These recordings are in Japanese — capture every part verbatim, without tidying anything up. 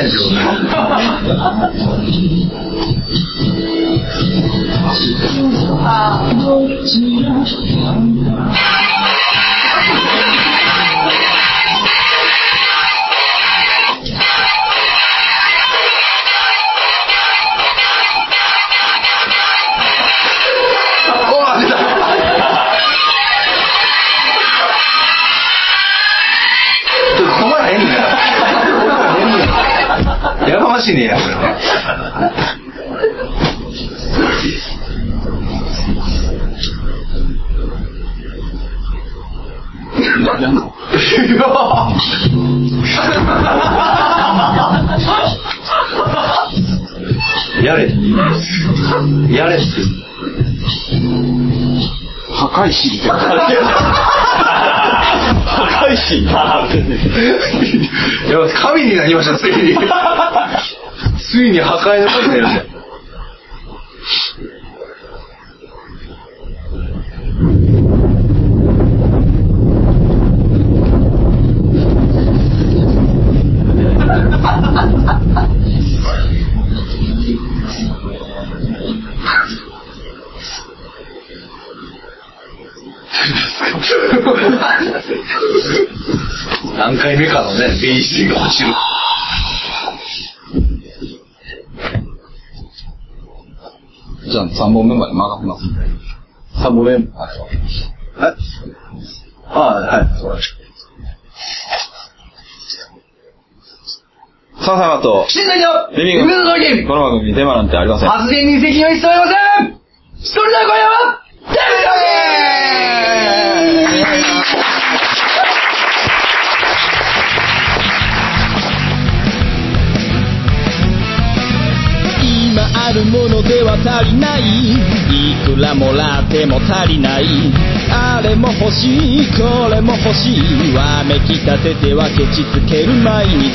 ないですよ。やかましいねや。やれやれって破壊神って破壊神いや神になりましたついについに破壊の神になりました。何回目かのね ビーシー が走る。 じゃあさんぼんめまで曲がってます。 さんぼんめ。はい。ああ、はい。 さあさあと新崎のリビングのゲーム。この番組にテーマなんてありません。 発言に責任は一切ありません。一人の声はテレビのゲーム。 今あるものでは足りない、いくらもらっても足りない、あれも欲しいこれも欲しい、わめきたててはケチつける毎日、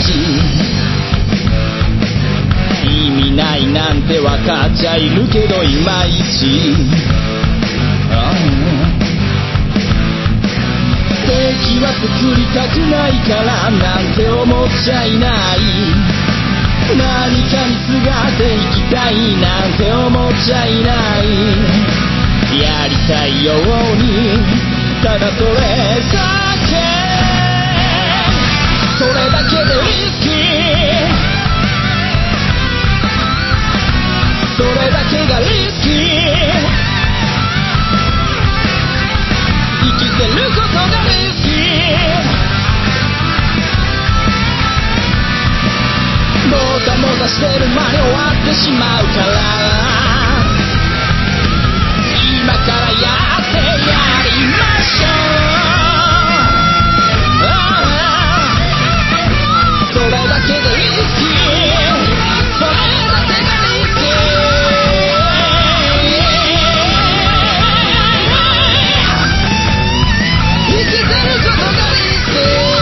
意味ないなんてわかっちゃいるけどいまいち、敵は作りたくないからなんて思っちゃいない、何かにすがっていきたいなんて思っちゃいない、やりたいようにただそれだけ、それだけでリスキー、それだけがリスキー、生きてることがリスキー、もたもたしてる間に終わってしまうから、今からやってやりましょう、それだけでリスキー、それだけがリスキー、生きてることがリスキー。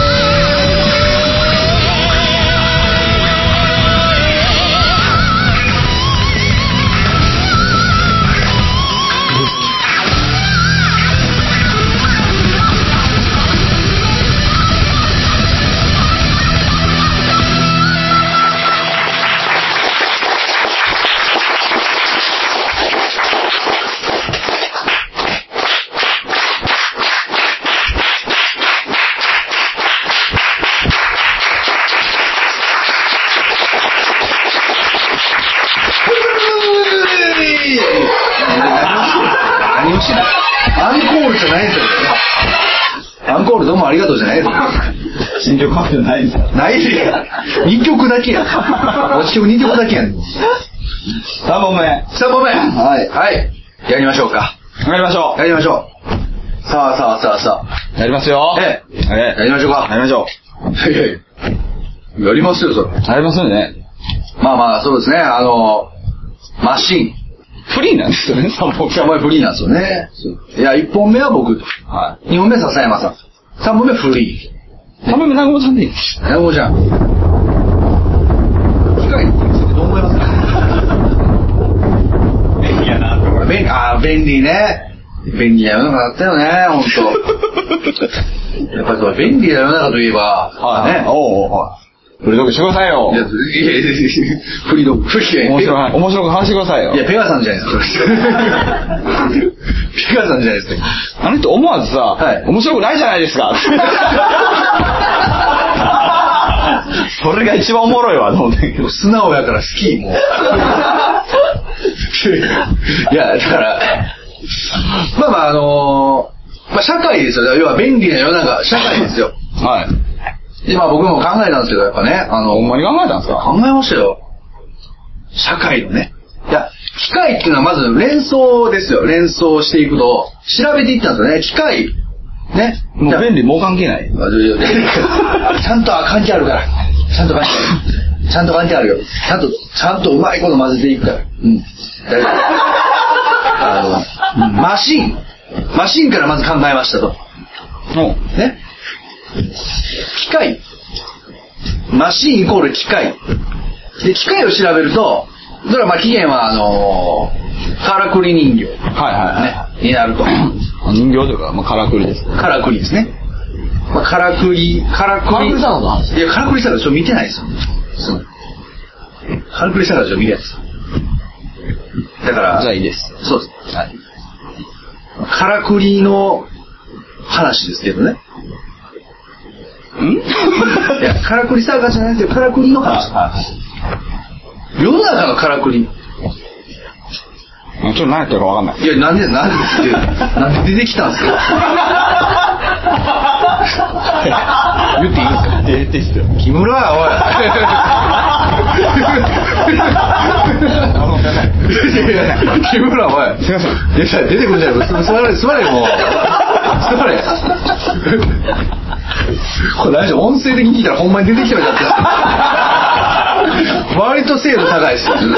何をしないアンコールじゃないですよ。アンコールどうもありがとうじゃないですよ。 新曲発表ないですか？ ないですよ。にきょくだけや。落ち曲にきょくだけやん。 さんぼんめ。 さんぼんめ。 はい。 はい。やりましょうか。 やりましょう。 やりましょう。さあさあさあさあ。 やりますよ。 ええ。 ええ。 やりましょうか。 やりましょう。ええ。やりますよ、それ。 やりますよね。 まあまあ、そうですね。あの、マシン。 フリーなんですよね、さんぼんめ。 さんぼんめフリーなんですよね。いや、いっぽんめは僕と。 はい。 にほんめ笹山さん。さんぼんめフリー。 さんぼんめ南郷さんでいいです。 南郷ちゃん。機械についてどう思いますか？ 便利やなって思い便利、ああ、便利ね。便利な世の中だったよね、ほんと。やっぱりそう、便利な世の中といえば、 はい。 ね。 おうおう、はフリートークしてくださいよ。 いや、いやいやいやフリードッグ、フリー面白い、面白く話してくださいよ。 いや、ペガさんじゃないですか。ペガさんじゃないですか。 あの人思わずさ、 はい、 面白くないじゃないですか。それが一番おもろいわ、と思ってんけど。 素直やから好き、もう。いや、だから、まあまあ、あのー、まあ社会ですよ。要は便利な世の中、社会ですよ。 はい。 で、まあ僕も考えたんですけど、やっぱね、あの、 ほんまに考えたんですか？ 考えましたよ。社会のね。いや、機械っていうのはまず連想ですよ。連想していくと、調べていったんですよね。機械、ね。 もう便利もう関係ない。 ちゃんと関係あるから。ちゃんと関係ある。ちゃんと関係あるよ。ちゃんと、ちゃんとうまいこと混ぜていくから。うん。大丈夫。あの、マシン。マシンからまず考えましたと。ね。機械。マシンイコール機械。で、機械を調べると、それはまあ起源はあのー、からくり人形。 はいはいはい。 ね。になると。 人形というか、まあ、からくりです。 からくりですね。まあ、からくり、からくり。 からくりサラダの話。 いや、からくりサラダちょっと見てないですよ。そう。からくりサラダちょっと見てないです。だから。 じゃあいいです。 そうです。はい。からくりの話ですけどね。 んいや、からくりサラダじゃなくて、からくりの話。世の中のからくり。 ちょっと何やったか分かんない。 いや、なんで、なんで、なんで出てきたんですか？言っていいんですか？ 言っていいっすよ。 木村は、おい。木村は、おい。すいません。いや、出てくるんじゃない。座れ、座れ、もう。座れ。これ大丈夫。音声的に聞いたらほんまに出てきたみたいになって割と精度高いですよ。い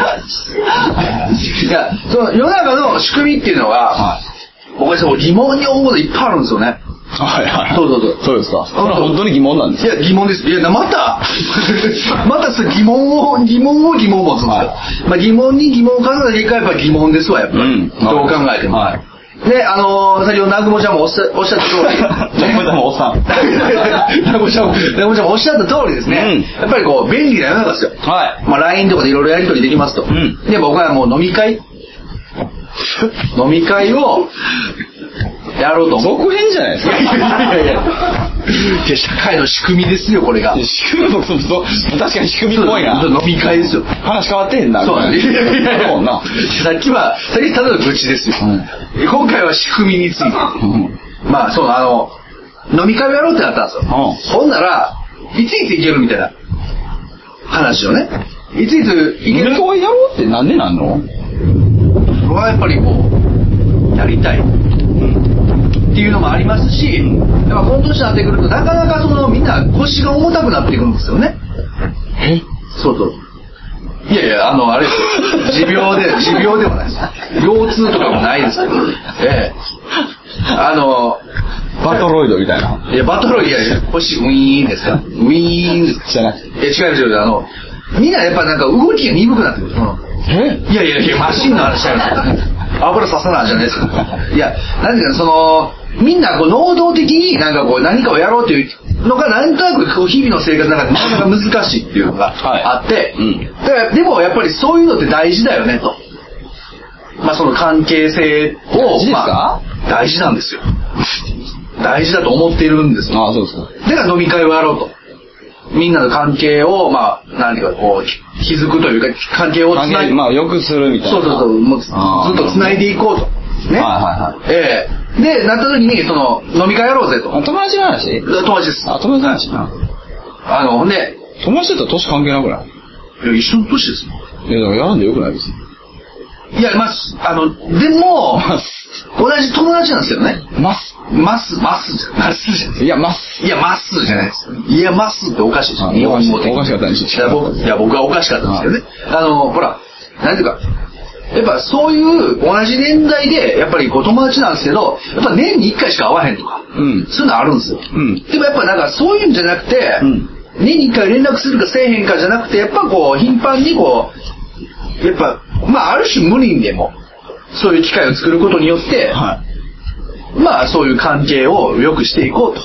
や、その世の中の仕組みっていうのが、はい、僕は疑問に思うこといっぱいあるんですよね。 はいはい。 そうそうそう。 そうですか。それは本当に疑問なんですか？ いや、疑問です。いや、またまたそれ疑問を、疑問を疑問を持つんですよ。はい、まあ疑問に疑問を重ねた結果、やっぱり疑問ですわ、やっぱり。うん、どう考えても。はい。で、あのー、先ほど南雲ちゃんもおっしゃおっしゃった通り南雲ちゃんもおっさん南雲ちゃんも南雲ちゃんもおっしゃった通りですね、うん、やっぱりこう便利な世の中ですよ。はい。まあ ライン とかでいろいろやり取りできますと、うん、で僕はもう飲み会飲み会をやろうと思う。 続編じゃないですか。いやいやいやいや社会の仕組みですよ、これが。 仕組みもそうそう、確かに仕組みっぽいな。 飲み会ですよ。 話変わってへんな。 そうなんです。いやいやいやもんな。 さっきは、さっきただの愚痴ですよ。うん、今回は仕組みについて。うん、まあ、そう、あの、飲み会をやろうってなったんですよ。うん、ほんなら、いついつ行けるみたいな話をね。いついつ行ける。 飲み会やろうってなんでなんの？ これはやっぱりこう、やりたい。っていうのもありますし、やっぱこの年になってくるとなかなかそのみんな腰が重たくなっていくんですよね。 え？ そうそう。いやいや、あのあれですよ。持病で持病でもないです。腰痛とかもないですけど。ええ。あのバトロイドみたいな。 いやバトロイドいやいや腰ウィーンですか。ウィーンです。 じゃなくて。 いや違う違うあのみんなやっぱなんか動きが鈍くなってくる。うん、 え？ いやいやいやマシンの話じゃないですか。油ささなじゃないですか。いやなんていうかその。みんなこう能動的になんかこう何かをやろうというのがなんとなくこう日々の生活の中でなかなか難しいっていうのがあって、はいうん、だからでもやっぱりそういうのって大事だよねと、まあその関係性を大事ですか、 まあ、大事なんですよ。大事だと思っているんですよ。 ああそうですか。 だから飲み会をやろうと、みんなの関係をまあ何かこう築くというか関係をつないでまあ良くするみたいな。 そうそうそうもうずっとつないでいこうとね。はいはいはい。ええーで、なった時に、その、飲み会やろうぜと。 友達の話？ 友達です。 あ、友達の話な。 あの、ほんで。 友達だったら年関係なくない？ いや、一緒の年ですよ。 いや、だからやらんでよくない別に。 いや、まあ、あの、でも、同じ友達なんですよね。 マス。 マス、マスじゃ、マスじゃない。 いや、マス。 いや、マスじゃないです。いや、マスっておかしいですよ。日本語的に。 おかしかったんですよ。 いや、僕はおかしかったんですけどね。あの、ほら、なんていうか、やっぱそういう同じ年代でやっぱりこう友達なんですけどやっぱ年にいっかいしか会わへんとか、うん、そういうのあるんですよ、うん、でもやっぱなんかそういうんじゃなくて、うん、年にいっかい連絡するかせえへんかじゃなくてやっぱこう頻繁にこうやっぱまあある種無理にでもそういう機会を作ることによって、はい、まあそういう関係を良くしていこうと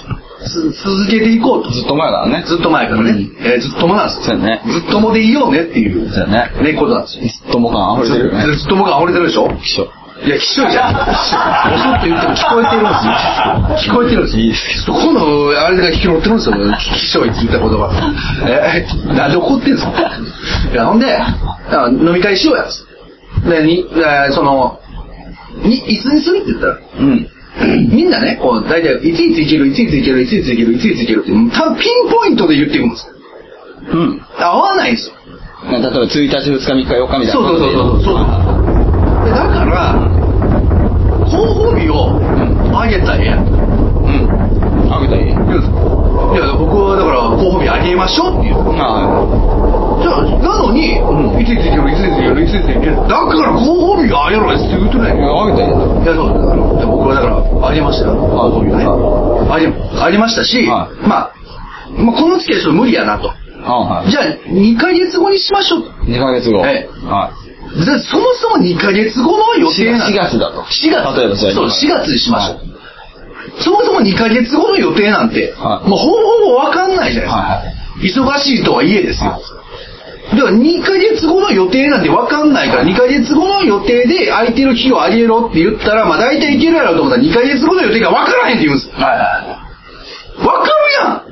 続けていこうと。 ずっと前からね。 ずっと前からね。うん、えー、ずっともなんですよ。 そうやね。 ずっともでいようねっていう。 そうやね。 ね、ことなんですよ。 ずっとも感溢れてるよね。 ずっとも感溢れてるでしょ。 気象。 いや、気象じゃん。気象って言っても聞こえてるんですよ。聞こえてるんですよ。いいですけど。そこの、あれが拾ってるんですよ。気象って言った言葉。え、なんで怒ってんすか。いや、ほんで、飲み会しようやつ。で、に、その、に、いつにするって言ったら、うん。みんなね、こう、大体、いついついける、いついついける、いついついける、いついついけるって、多分ピンポイントで言っていくんですよ。うん。合わないんですよ。 例えば、ついたち、ふつか、みっか、よっかみたいな。 そうそうそうそうそう。でだから、候補日をあげたらええやん。うん。 あげたらええやん。 いや、僕はだから、候補日あげましょうっていう。ああ。じゃあ、なのに、うん、いついついける、いついついける、いついついける。だから候補日あげろって言ってないよ。 あげたらええやん。 いや、そうだから、僕はだから、あげましたよ。候補日をね。あげ、あげましたし、はい、まあ、まあ、この月はちょっと無理やなと。はい、じゃあ、にかげつごにしましょうと。 にかげつご。 ええ。はい。そもそもにかげつごの予定なんしがつだと。 しがつ。 例えばそう、しがつにしましょう。はい、そもそもにかげつごの予定なんて、はい、もうほぼほぼわかんないじゃないですか。はい、忙しいとはいえですよ。はい、だからにかげつごの予定なんてわかんないから、にかげつごの予定で空いてる日をあげろって言ったら、まあ大体いけるやろうと思ったらにかげつごの予定がわからへんって言うんですよ。はいはい、わかるやん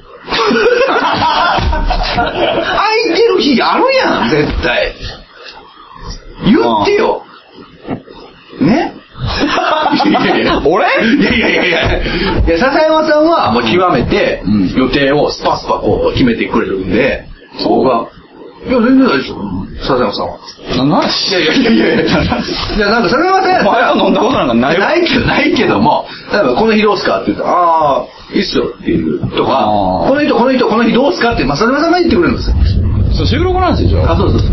空いてる日あるやん、絶対。言ってよ。ねいやいや俺いやいやいやいやいや、笹山さんはもう極めて予定をスパスパこう決めてくれるんで、僕は、いや全然大丈夫、笹山さんは。 何の話？ いやいやいやいやいや、なんか笹山さんやったら飲んだことなんかないないけど、ないけども、例えばこの日どうすかって言ったら、ああ、いいっすよっていうとか、この人、この人、この日どうすかって、まあ、笹山さんが言ってくれるんですよ。 そう、収録なんですよ。 あ、そうそうそう。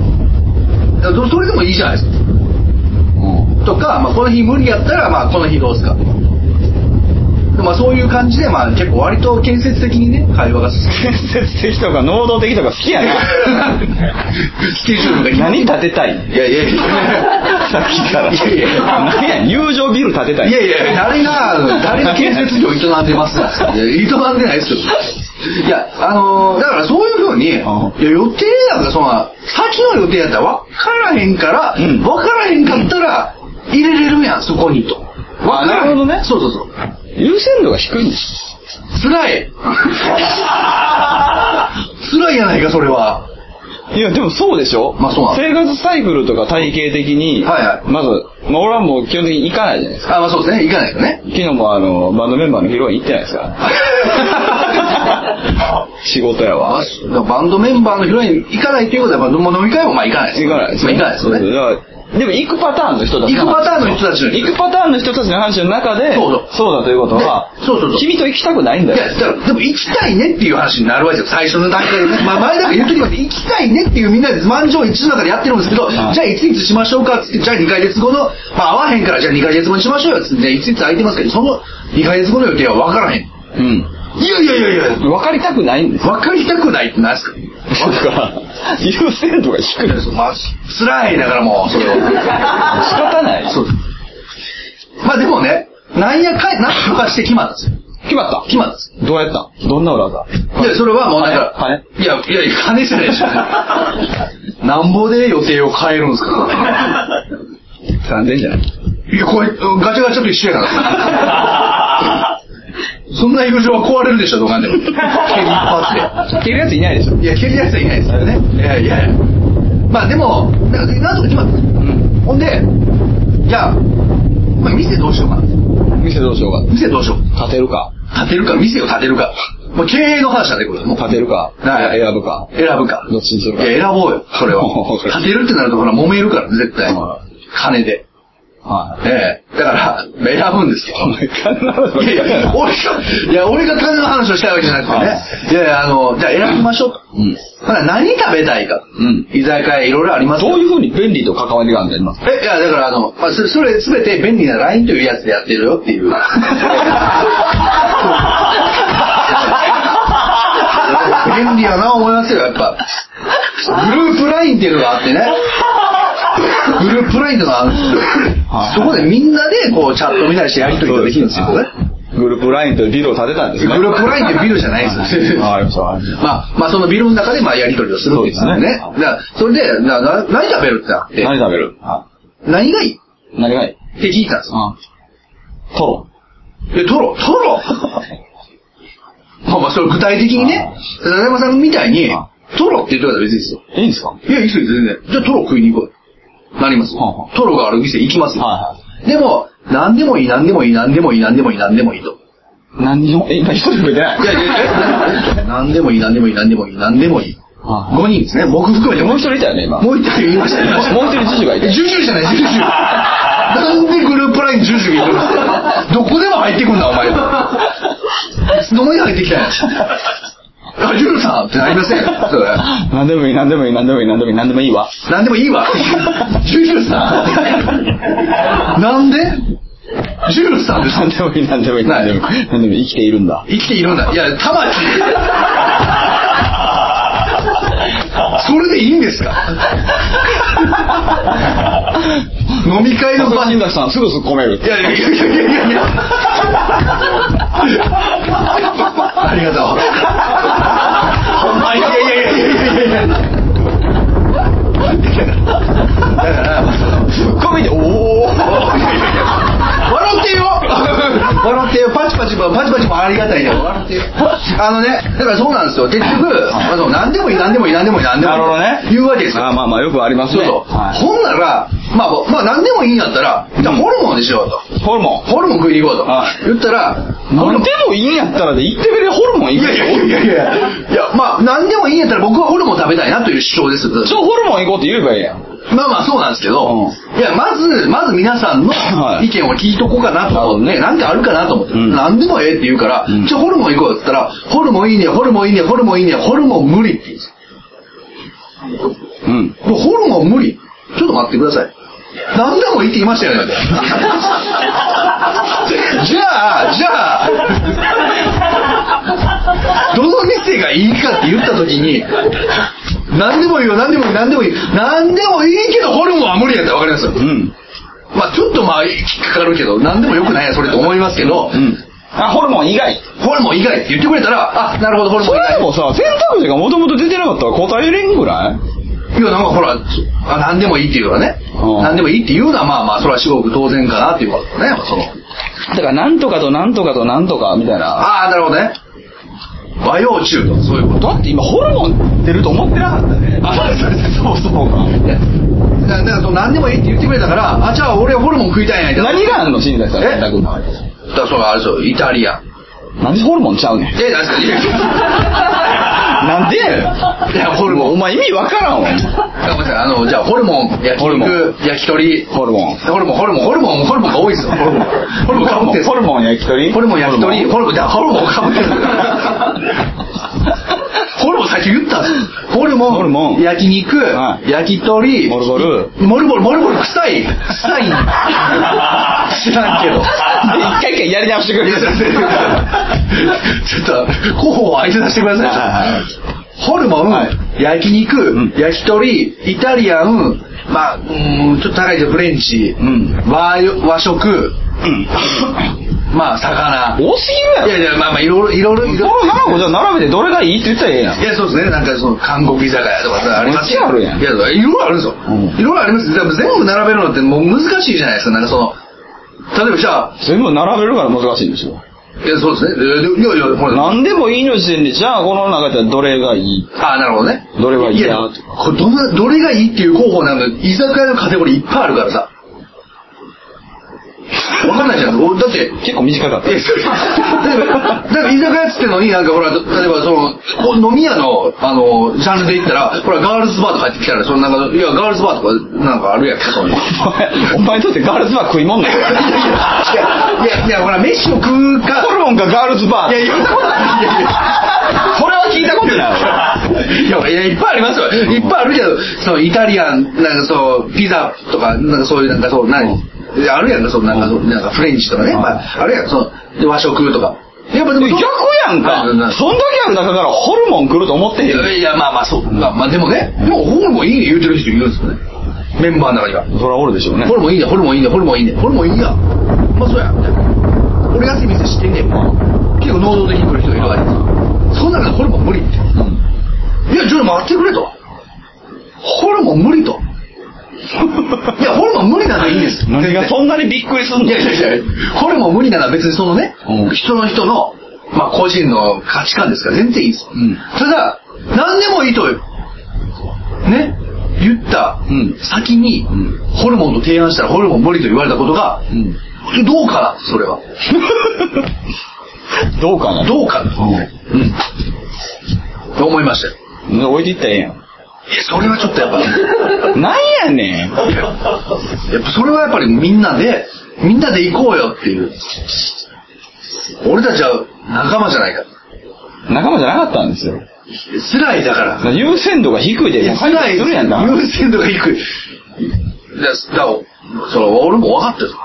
それでもいいじゃないですか。うん、とか、まあ、この日無理やったら、まあ、この日どうすか。でまあ、そういう感じで、まあ、結構割と建設的にね、会話が進む。 建設的とか能動的とか好きやな。 スケジュールが何立てたい？ いやいやいや。 さっきから。いやいや。何や、友情ビル建てたい。 いやいや、誰が、誰が建設業営んでますか。いや、営んでないですよ。いや、あのー、だからそういうふうに、いや、予定なんかその、先の予定やったら分からへんから、うん、分からへんかったら、入れれるやん、そこにと。 あ、なるほどね。 そうそうそう。 優先度が低いんです。 辛い。辛いやないか、それは。 いや、でもそうでしょ。 まあそうなん生活サイクルとか体系的に、はいはい、まず、まあ俺はもう基本的に行かないじゃないですか。 あ、まあそうですね、行かないですね。 昨日もあの、バンドメンバーの披露宴行ってないですから。仕事やわ。 バンドメンバーの披露宴行かないっていうことは、まあ、飲み会もまあ行かないです。 行かないです。 まあ、行かないですよね。 でも行くパターンの人たち行くパターンの人たち行くパターンの人たちの話の中でそうそうそうだということは、 そうそうそう君と行きたくないんだよ。 いやだからでも行きたいねっていう話になるわけですよ、最初の段階でね。まあ前だから言っときます、行きたいねっていうみんなで満場一致の中でやってるんですけど、じゃあいついつしましょうかっつって、じゃあにかげつごの、まあ合わへんからじゃあにかげつごにしましょうよっつって、いついつ空いてますけど、そのにかげつごの予定は分からへん。うん。いやいやいやいや、 分かりたくないんです。 分かりたくないって何ですか。 だから優先度が低いです。 まあ辛いだからもうそれは仕方ない。 そうです。まあでもね、なんやかんなんとかして決まったんですよ。 決まった決まったんです。 どうやったどんな裏だ。 いやそれはもうなんか金いやいやいや金じゃないでしょ。なんぼで予定を変えるんですか。 さんぜんじゃない。 いやこれガチャガチャと一緒やから。そんな友情は壊れるでしょ、どうかんでも。蹴り一発で。 蹴るやついないでしょ。 いや、蹴るやつはいないですよね。いやいやいや。まあでも、なんとか決まったんですよ。うん。ほんで、じゃあ、まあ、店どうしようかな。 店どうしようか。 店どうしよう。 建てるか。 建てるか、店を建てるか。もう経営の話だね、これ。もう建てるか。 はい。 選ぶか。 選ぶか。 どっちにするか。 いや、選ぼうよ、それは。建てるってなると、ほら、揉めるから、絶対。金で。はい。ええ。だから、選ぶんですよ。金の話いやいや、俺が、いや、俺が金の話をしたいわけじゃなくてね。いやいや、あの、じゃあ選びましょうと。うん。ほら、何食べたいか。うん。居酒屋いろいろあります。 どういうふうに便利と関わりがあるんだよ、今。 え、いや、だからあの、まあ、それ、それすべて便利な ライン というやつでやってるよっていう。便利やな思いますよ、やっぱ。グループ ライン っていうのがあってね。グループ ライン とかあるんですよ。そこでみんなでこうチャット見たりしてやり取りができるんですよね。 グループラインとビルを建てたんですね。 グループラインってビルじゃないですよ。 ああ、そう。 まあ、まあそのビルの中でまあやり取りをするんですよね。だからそれで、な、な、何食べるってなって。 何食べる？ 何がいい？ 何がいい？ って聞いたんですよ。 トロ。 え、トロ？トロ？まあまあ、それ具体的にね、中山さんみたいに、トロって言ってたら別にいいですよ。 いいんですか？ いや、いいですよ、全然。じゃあトロ食いに行こう。なります。はあ、トロがある店行きますよ。はあ、でも、何でもいい、何でもいい、何でもいい、何でもいい、何でもいいと。 何でも、え、今一人増えてない？いやいやいや、何でもいい、何でもいい、何でもいい、何でもいい。はあ、ごにんですね。僕含めて。 もう一人いたよね、今。 もう一人言いましたね。 もう一人ジュジュがいて。 ジュジュじゃない、ジュジュ。なんでグループラインジュジュがいるんですか？どこでも入ってくんだ、お前。いつの間に入ってきたんや。あ、ジュルさんってなりません？ 何でもいい、何でもいい、何でもいい、何でもいい、何でもいいわ。 何でもいいわ。ジュルさんなんでジュルさんです。 何でもいい、何でもいい、何でもいい。何でもいい、生きているんだ。 生きているんだ。いや、たまち。それでいいんですか？飲み会の場に。 新崎さんすぐ突っ込める。 いやいやいやいやいやいや。ありがとう。いやいやいやいやいやいや。だから突っ込みでおお。笑ってよ。笑ってよ。パチパチパチパチもありがたいね。笑ってよ。あのね、だからそうなんですよ。結局、何でもいい何でもいい何でもいい何でもいい。なるほどね。言うわけですよ。 あまあまあよくありますね。 そうそう。ほんなら、まあまあ何でもいいんやったら、じゃあホルモンにしようと。 ホルモン。 ホルモン食いに行こうと。言ったら、 何でもいいんやったらで言ってみれホルモン行くでしょ。 いやいやいやいや。いやまあ何でもいいんやったら僕はホルモン食べたいなという主張です。 そうホルモン行こうって言えばいいやん。 まあまあそうなんですけど、うん、いやまずまず皆さんの意見を聞いとこうかなと思って、ね、なんかあるかなと思って、うん、何でもええって言うから、うん、じゃあホルモン行こうって言ったら、ホルモンいいねホルモンいいねホルモンいいねホルモン無理って言うんですよ。うん。ホルモン無理。ちょっと待ってください。何でもいいって言いましたよね。じゃあじゃあどの店がいいかって言った時に。何でもいいよ何でもいい何でもいい何でもいいけどホルモンは無理やったら分かりますよ、うん、まあちょっとまあ引っかかるけど何でもよくないやそれと思いますけど、うん、 あホルモン以外ホルモン以外って言ってくれたらあなるほどホルモン以外それでもさ選択肢がもともと出てなかったら答えれんぐらいいやなんかほらあ何でもいいっていうからね、うん、何でもいいっていうのはまあまあそれは至極当然かなっていうことねそのだからなんとかとなんとかとなんとかみたいなああなるほどね和洋中とそういうことだって今ホルモン出ると思ってなかったねあそうそうかだからその何でもいいって言ってくれたからあじゃあ俺ホルモン食いたいんやけど何があんの新崎さんえだからそれあれそうイタリアンなんでホルモンちゃうねんえなんですかなんでいやホルモンお前意味わからんわあのじゃあホルモン焼肉焼き鳥ホルモンホルモンホルモンホルモンホルモンが多いですよホルモンホルモンかぶってホルモン焼き鳥ホルモン焼き鳥ホルモンじゃホルモンかぶってるホルモンさっき言ったんですホルモンホルモン焼肉、はい、焼き鳥モルボルモルボルモルボル臭い臭い知らんけど一回一回やり直してくれるちょっと候補を相手出してくださいホルモン、はい、焼肉、うん、焼き鳥イタリアンまあうんちょっと高いけどフレンチ、うん、和, 和食、うんまあ魚多すぎるやろ。 いやいやまあまあいろいろいろいろいろこのななこじゃ並べてどれがいいって言ったらええやん。 いやそうですねなんかその韓国居酒屋とかさありますよ。あるやん。 いやいろいろあるんですよ。いろいろあります。でも全部並べるのってもう難しいじゃないですかなんかその例えばじゃあ全部並べるから難しいんですよ。 いやそうですね。いやいやほら何でもいいの時点でじゃあこの中でどれがいい。 ああなるほどね。 どれがいいやとこれどのどれがいいっていう候補なんか居酒屋のカテゴリーいっぱいあるからさ。わかんないじゃん。だって結構短かった。 えそれだから居酒屋っつってのになんかほら例えばその飲み屋のあのジャンルで言ったらほらガールズバーとか入ってきたらそのなんかいやガールズバーとかなんかあるやんかそういうお前にとってガールズバー食いもんだよ。いやいやいやほら飯を食うかホルモンかガールズバー。 いやいやそれは聞いたことないいやいやいっぱいありますよ。いっぱいあるけどそのイタリアンなんかそうピザとかなんかそういうなんかそう何あるやんかそのなんか、うん、なんかフレンチとかね、まあ、あるやんその和食とかやっぱでも逆やんか、うん、そんだけある中からホルモン来ると思ってへん。 いやまあまあそう、うん、まあまあでもねでもホルモンいいね言うてる人いるんですよねメンバーの中には。 それはおるでしょうね。 ホルモンいいねホルモンいいねホルモンいいねホルモンいいやまあそうやみたいな俺安い店知ってんねんも結構能動的に来る人がいるわけですそんなのホルモン無理って、うん、いやちょっと待ってくれとホルモン無理といやホルモン無理ならいいんです何がそんなにびっくりすんの。 いやいやいやホルモン無理なら別にそのね、うん、人の人のまあ個人の価値観ですから全然いいです、うん、ただ何でもいいとね言った先に、うん、ホルモンと提案したらホルモン無理と言われたことが、うん、どうかなそれはどうかなどうかな、うんうん、思いましたよ。 置いていったらええやん。 いやそれはちょっとやっぱなんやねん。 やっぱそれはやっぱりみんなでみんなで行こうよっていう俺たちは仲間じゃないか仲間じゃなかったんですよ。 辛いだから優先度が低いで辛いするやんな優先度が低いだからその俺も分かってる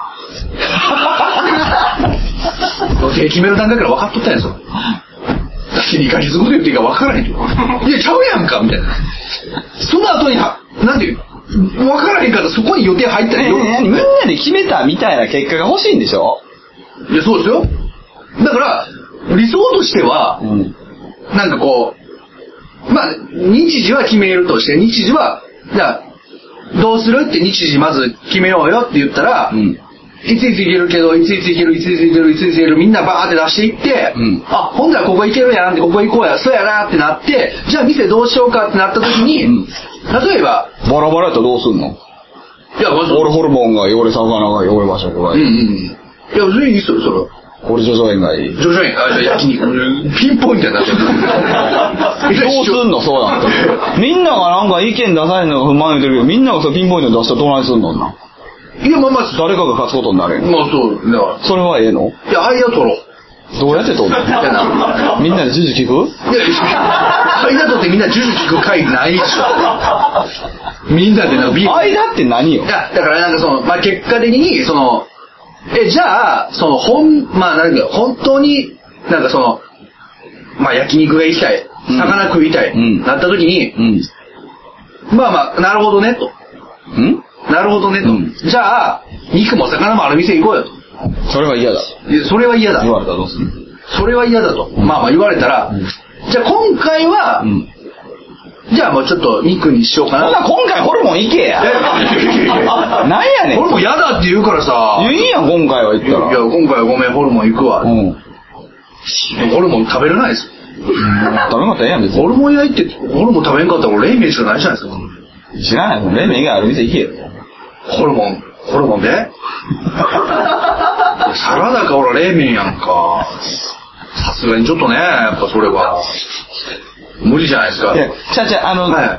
予定決める段階から分かっとったやんそれだってにかげつごと言っていいか分からへんといやちゃうやんかみたいなその後になんていう分からへんからそこに予定入ったらよ、 えー、みんなで決めたみたいな結果が欲しいんでしょ。 いやそうですよ。だから理想としては、うん、なんかこうまあ日時は決めるとして日時はじゃあどうするって日時まず決めようよって言ったら、うん、いついつ行けるけどいついつ行けるいついつ行けるいついつ行けるみんなバーって出していって、うん、あほんならここ行けるやんってここ行こうやそうやなってなってじゃあ店どうしようかってなった時に、うん、例えばバラバラやったらどうすんの。いや俺ホルモンが汚れ魚が汚れましたとか、うんうん、 いや全然いいっすよそれは。 俺ジョジョ園がいい。 ジョジョ園あじゃあ焼肉ピンポイントになっちゃうどうすんのそうなってみんながなんか意見出さないのが不満言うてるけどみんながそうピンポイントに出したらどないすんのな。 いやまあまあ誰かが勝つことになるやん。 まあそうだからそれはええの。 いや間取ろう。 どうやって取るの。いやなみんなでジュジュ聞く。いや間取ってみんなジュジュ聞く会ないでしょみんなでなんかビール間って何よ。 いやだからなんかそのまあ結果的にそのえじゃあその本まあなんか本当になんかそのまあ焼肉が行きたい魚食いたい、うん、なった時に、うん、まあまあなるほどねと、うん、なるほどねと、うん、じゃあ肉も魚もある店行こうよと。 それは嫌だ。 それは嫌だ。 言われたらどうする。 それは嫌だと、うん、まあまあ言われたら、うん、じゃあ今回は、うん、じゃあもうちょっと肉にしようかな。 ほな今回ホルモンいけや。なんやねん。 ホルモン嫌だって言うからさ。 いいやん今回は言ったら。 いや今回はごめんホルモン行くわ。うん、ホルモン食べれないですよ。 食べなかったらええやん別に。 ホルモン屋行ってホルモン食べんかったら俺冷麺しかないじゃないですか。 知らない。冷麺以外ある店行けよ。 ホルモンホルモンでサラダか俺冷麺やんか。さすがにちょっとねやっぱそれは無理じゃないですか。いやちゃちゃあの、はい、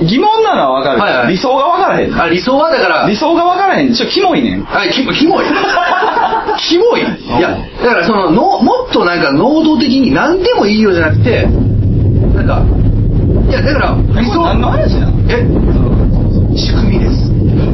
疑問なのは分かる、はいはい、理想が分からへん。 あ理想はだから理想が分からへん。ちょっとキモいねん。 はいキモいキモいキモい。いやだからそののもっとなんか能動的に何でもいいよじゃなくてなんかいやだから理想何の話なの。 え仕組みです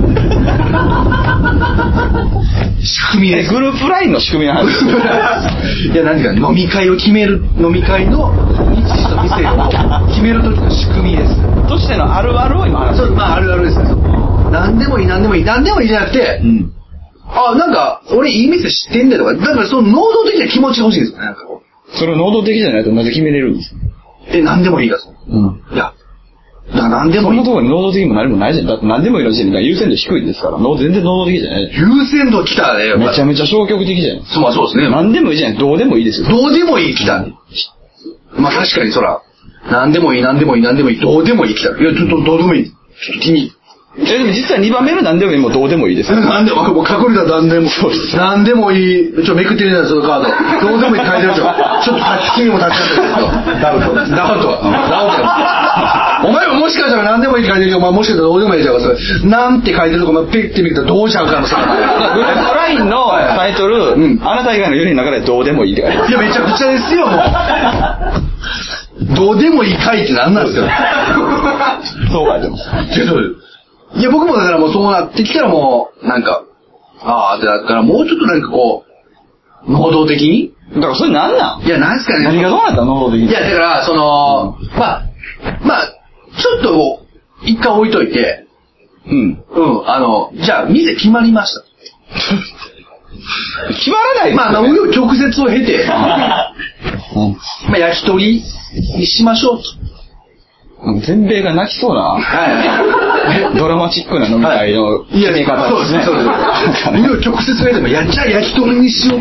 仕組みです。 グループラインの仕組みの話いや何か飲み会を決める飲み会の日時と店を決める時の仕組みですとしてのあるあるを今話す。 そうまああるあるですよ。何でもいい何でもいい何でもいいじゃなくて、うん、あなんか俺いい店知ってんだよとかだからその能動的な気持ちが欲しいんですよね。なんかこうそれを能動的じゃないとなぜ決めれるんですか。 え何でもいいからそう、うん、いやだ何でもいい。 そんなところに能動的にも何もないじゃん。だって何でもいいの時点で優先度低いですから全然能動的じゃない。 優先度来たね。 めちゃめちゃ消極的じゃん。 そうまあそうですね。 何でもいいじゃん。どうでもいいですよ。 どうでもいい来た、うん、まあ確かにそら何でもいい何でもいい何でもいいどうでもいい来た。いやちょっとどうでもいいちょっと君えでも実際にばんめの何でもいいもどうでもいいですよ。 何でももう隠れた何でも何でもいいちょっとめくってみたらそのカードどうでもいい書いてるでしょ。ちょっと君も立ち上がってるけどダウトダウトダウトお前ももしかしたら何でもいいって書いてるけど、まあ、もしかしたらどうでもいいじゃんそれなんて書いてるとこペッて見るとどうしちゃうかのさグループラインのタイトル、うん、あなた以外のよにんの中でどうでもいいって書いてる。 いやめちゃくちゃですよもうどうでもいい回って何なんですよそう書いてますいや僕もだからもうそうなってきたらもうなんかああだからもうちょっとなんかこう能動的にだからそれなんなんいやなんすかね何がどうなったの能動的に。 いやだからその、うん、まあまあちょっと一回置いといてうんうんあのじゃあ店決まりました決まらないですよね。 まあ、まあ、紆余曲折を経て、まあ、焼き鳥にしましょうと。 全米が泣きそうな、はい、ドラマチックな飲み会の決め方ですね。 そうです、そうです。紆余曲折を経ても、やっちゃ焼き鳥にしよう。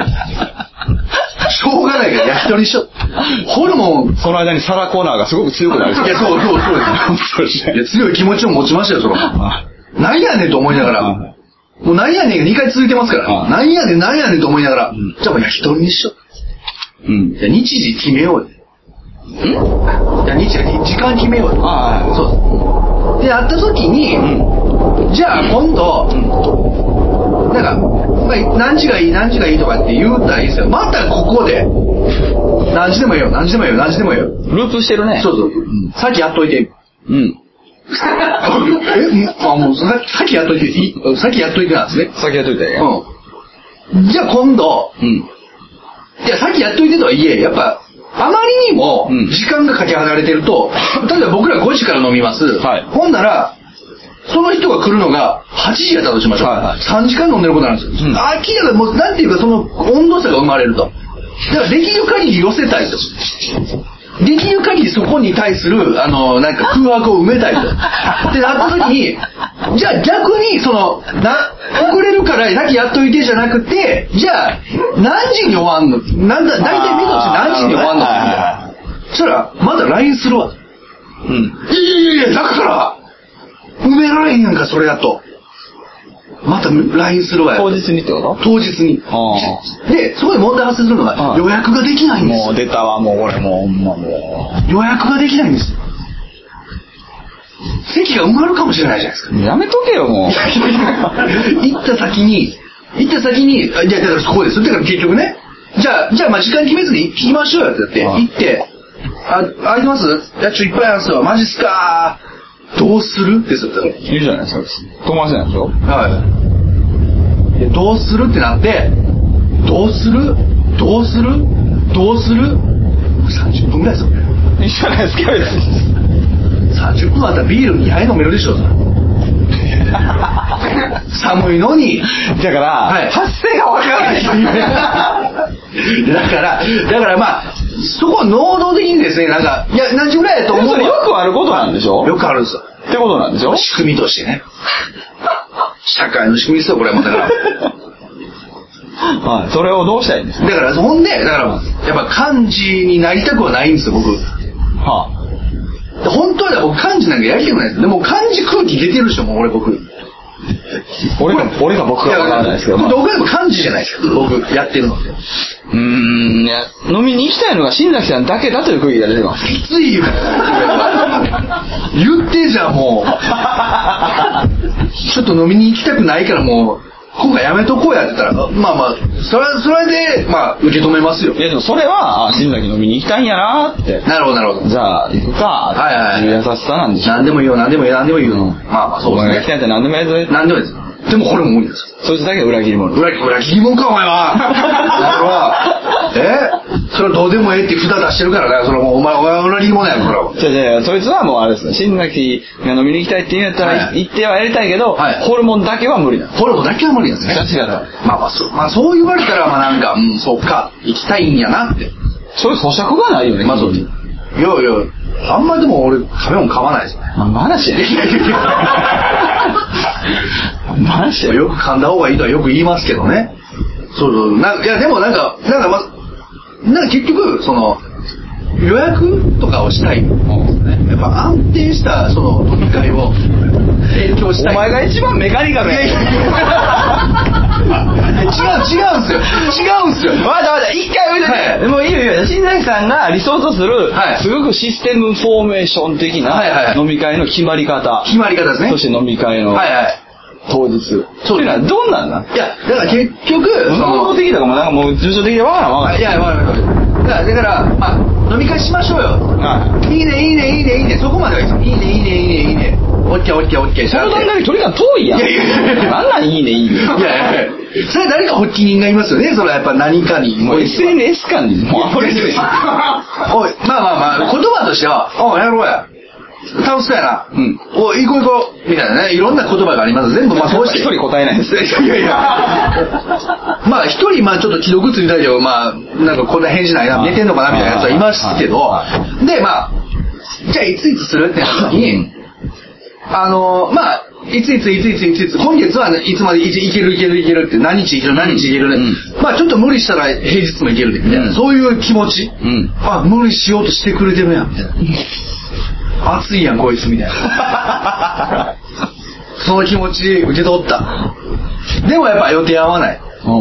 しょうがないから焼き鳥にしよう。ホルモン。 その間にサラコーナーがすごく強くなる。 いや、そうそうそうです。いや、強い気持ちを持ちましたよ、その。なんやねんと思いながら。もうなんやねんがにかい続いてますから。なんやねん、なんやねんと思いながら。じゃあもう焼き鳥にしよう。うん。じゃあ日時決めよう。ん？いや、日時、時間決めよう。ああ、そうです。で、会った時に、うん、じゃあ今度、うん、なんか、まあ、何時がいい、何時がいいとかって言うたらいいですよ。またここで、何時でもいいよ、何時でもいいよ、何時でもいいよ。 ループしてるね。 そうそう。うん、さっきやっといて。うん。え、あ、もうさっきやっといていい？さっきやっといてなんですね。 さっきやっといて。 うん。じゃあ今度、うん。いや、さっきやっといてとはいえ、やっぱ、あまりにも時間がかけ離れてると、うん、例えば僕らごじから飲みます。はい。ほんなら、その人が来るのがはちじやったとしましょう。はいはい、さんじかん飲んでることなんですよ。うん、明らかにもう、なんていうかその温度差が生まれると。だからできる限り寄せたいと。できる限りそこに対する、あの、なんか空白を埋めたいと。ってなった時に、じゃあ逆に、その、な、遅れるから先やっといてじゃなくて、じゃあ、何時に終わんの？なんだ、大体目として何時に終わんの？そしたら、まだ ライン するわ。うん。いやいやいや、だから、埋められへんやんか、それやと。また ライン するわよ。 当日にってこと？ 当日に。で、そこで問題発生するのが、予約ができないんですよ。 もう出たわ、もうこれもう、ほんまもう。 予約ができないんですよ。席が埋まるかもしれないじゃないですか。 やめとけよ、もう。 行った先に、行った先に、いや、だからそこです。だから結局ね、じゃあ、じゃあまあ時間決めずに行きましょうよって言って、行って、あ、空いてます？いや、ちょ、いっぱいあるんですよ。マジっすかー。どうするって言ったら。 いいじゃないですか。友達なんでしょ？ はい。で、どうするってなって、どうするどうするどうする ?さんじゅっぷんぐらいですよ。 いいじゃないですか、別に。さんじゅっぷんあったらビールにはい飲めるでしょ。寒いのに。 だから、はい、発生がわからない。 だから、だからまあ、そこは能動的にですね、なんか、いや、何時ぐらいやと思うのよくあることなんでしょ？ よくあるんですよ。 ってことなんでしょ？ 仕組みとしてね。社会の仕組みですよ、これも。だから。 はい、それをどうしたらいいんですか？ だから、ほんで、だから、やっぱ幹事になりたくはないんですよ、僕。はあ。本当は僕幹事なんかやりたくないです。でも幹事空気出てるでしょ、もう俺僕。 俺が、俺が僕がわからないですけど。 僕はでも幹事じゃないですか、僕やってるのって。 うーん、いや、飲みに行きたいのが新崎さんだけだという空気が出てます。 きついよ。言ってじゃん、もう。ちょっと飲みに行きたくないからもう、今回やめとこうやって言ったら、まあまあ、それは、それで、まあ、受け止めますよ。 いやでもそれは、あ、新崎飲みに行きたいんやなーって。 なるほど、なるほど。 じゃあ、行くかーっていう優しさなんでしょ。 何でもいいよ、何でもいいよ、何でもいいよ。うん、まあまあ、そうですね。お前が行きたいって何でもいいぞ。 何でもいいです。でもこれも無理です。 そいつだけ裏切り者。 裏裏切り者か、お前は。お前は。えそれはどうでもええって札出してるからね。それはもうお前、お前は裏切り者やん、それは。 じゃじゃそいつはもうあれですね。新崎が飲みに行きたいって言うんやったら、はい、行ってはやりたいけど、はい、ホルモンだけは無理なんです。 ホルモンだけは無理なんですね。 確かに。 まあまあ、そ、まあそう言われたら、まあなんか、うん、そうか、行きたいんやなって。 そういう咀嚼がないよね。 まあそう。いやいや、あんまりでも俺、食べ物買わないですね。 まあ、話やね。話や。 よく噛んだ方がいいとはよく言いますけどね。そうそう。なんいや、でもなんか、なんかま、なんか結局、その、予約とかをしたい。やっぱ安定した、その、飲み会を提供したい。 お前が一番メカニカルや。 違う、違うんすよ。違うんすよ。 まだまだ、一回置いといて。はい、もういいよいいよ。新崎さんが理想とする、はい、すごくシステムフォーメーション的な飲み会の決まり方。 決まり方ですね。 そして飲み会の。はいはい。当日。そういうのはどんなんだ？ いや、だから結局、 その的とかもなんかもう重症的でわからんわからん。 いや、わからんわからん。だから、まあ、飲み会しましょうよ。はい。いいね、いいね、いいね、いいね。そこまではいいですよ。いいね、いいね、いいね、いいね。オッケー、オッケー、オッケー。 その段階で距離が遠いやん。いやいやいや。なんなんいいね、いいね。いやいやそれは誰か発起人がいますよね。それはやっぱ何かに。 もう エスエヌエス 感にもう溢れてる。 おい、まあまあまあ、言葉としては、おう、やろうや。 楽しそうやな。 うん。 お、行こう行こう。みたいなね。いろんな言葉があります。全部まあそうして。 一人答えないです。 いやいや。まあ一人まあちょっと既読ついたりとか、まあなんかこんな返事ないな、寝てんのかなみたいなやつはいますけど、でまあ、じゃあいついつするってなった時に、あの、まあ、いついついついついついつ、今月はいつまでいけるいけるいけるって、何日いける何日いけるね、うん、まあちょっと無理したら平日もいけるでみたいな、うん、そういう気持ち、うん、あ、無理しようとしてくれてるやんみたいな、熱いやんこいつみたいなその気持ち受け取った。でもやっぱ予定合わない、うん、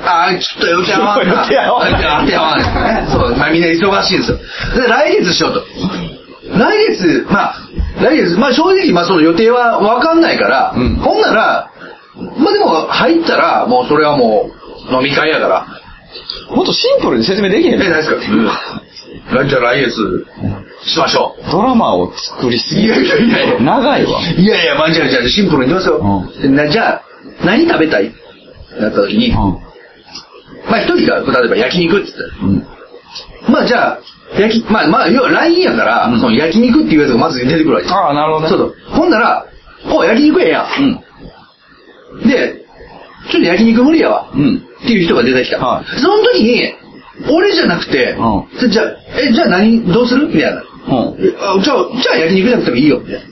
ああちょっと予定合わない予定合わない予定合わないですね。そう、まあみんな忙しいんですよ。で来月しようと、来月まあ来月、まあ正直、まあその予定は分かんないから、うん、ほんなら、まあでも入ったら、もうそれはもう飲み会やから。 もっとシンプルに説明できへん。 え、ないですか、うん、じゃあ来月しましょう。 ドラマを作りすぎ。 いやいやいやいや。 長いわ。 いやいや、まあじゃあ、じゃあシンプルにいきますよ。うん、じゃあ、何食べたいってなった時に、うん、まあ一人が、例えば焼肉って言ったら、うん、まあじゃあ、焼き、まあまあ、要は ライン やから、うん、その焼肉っていうやつがまず出てくるわけです。 ああ、なるほどね。 そうそう。ほんなら、お、焼肉ええやん。うん。で、ちょっと焼肉無理やわ。うん。っていう人が出てきた。はい。その時に、俺じゃなくて、うん。じゃあ、え、じゃあ何、どうするみたいな。うん。じゃあ、じゃあ焼肉じゃなくてもいいよ。みたいな。うん。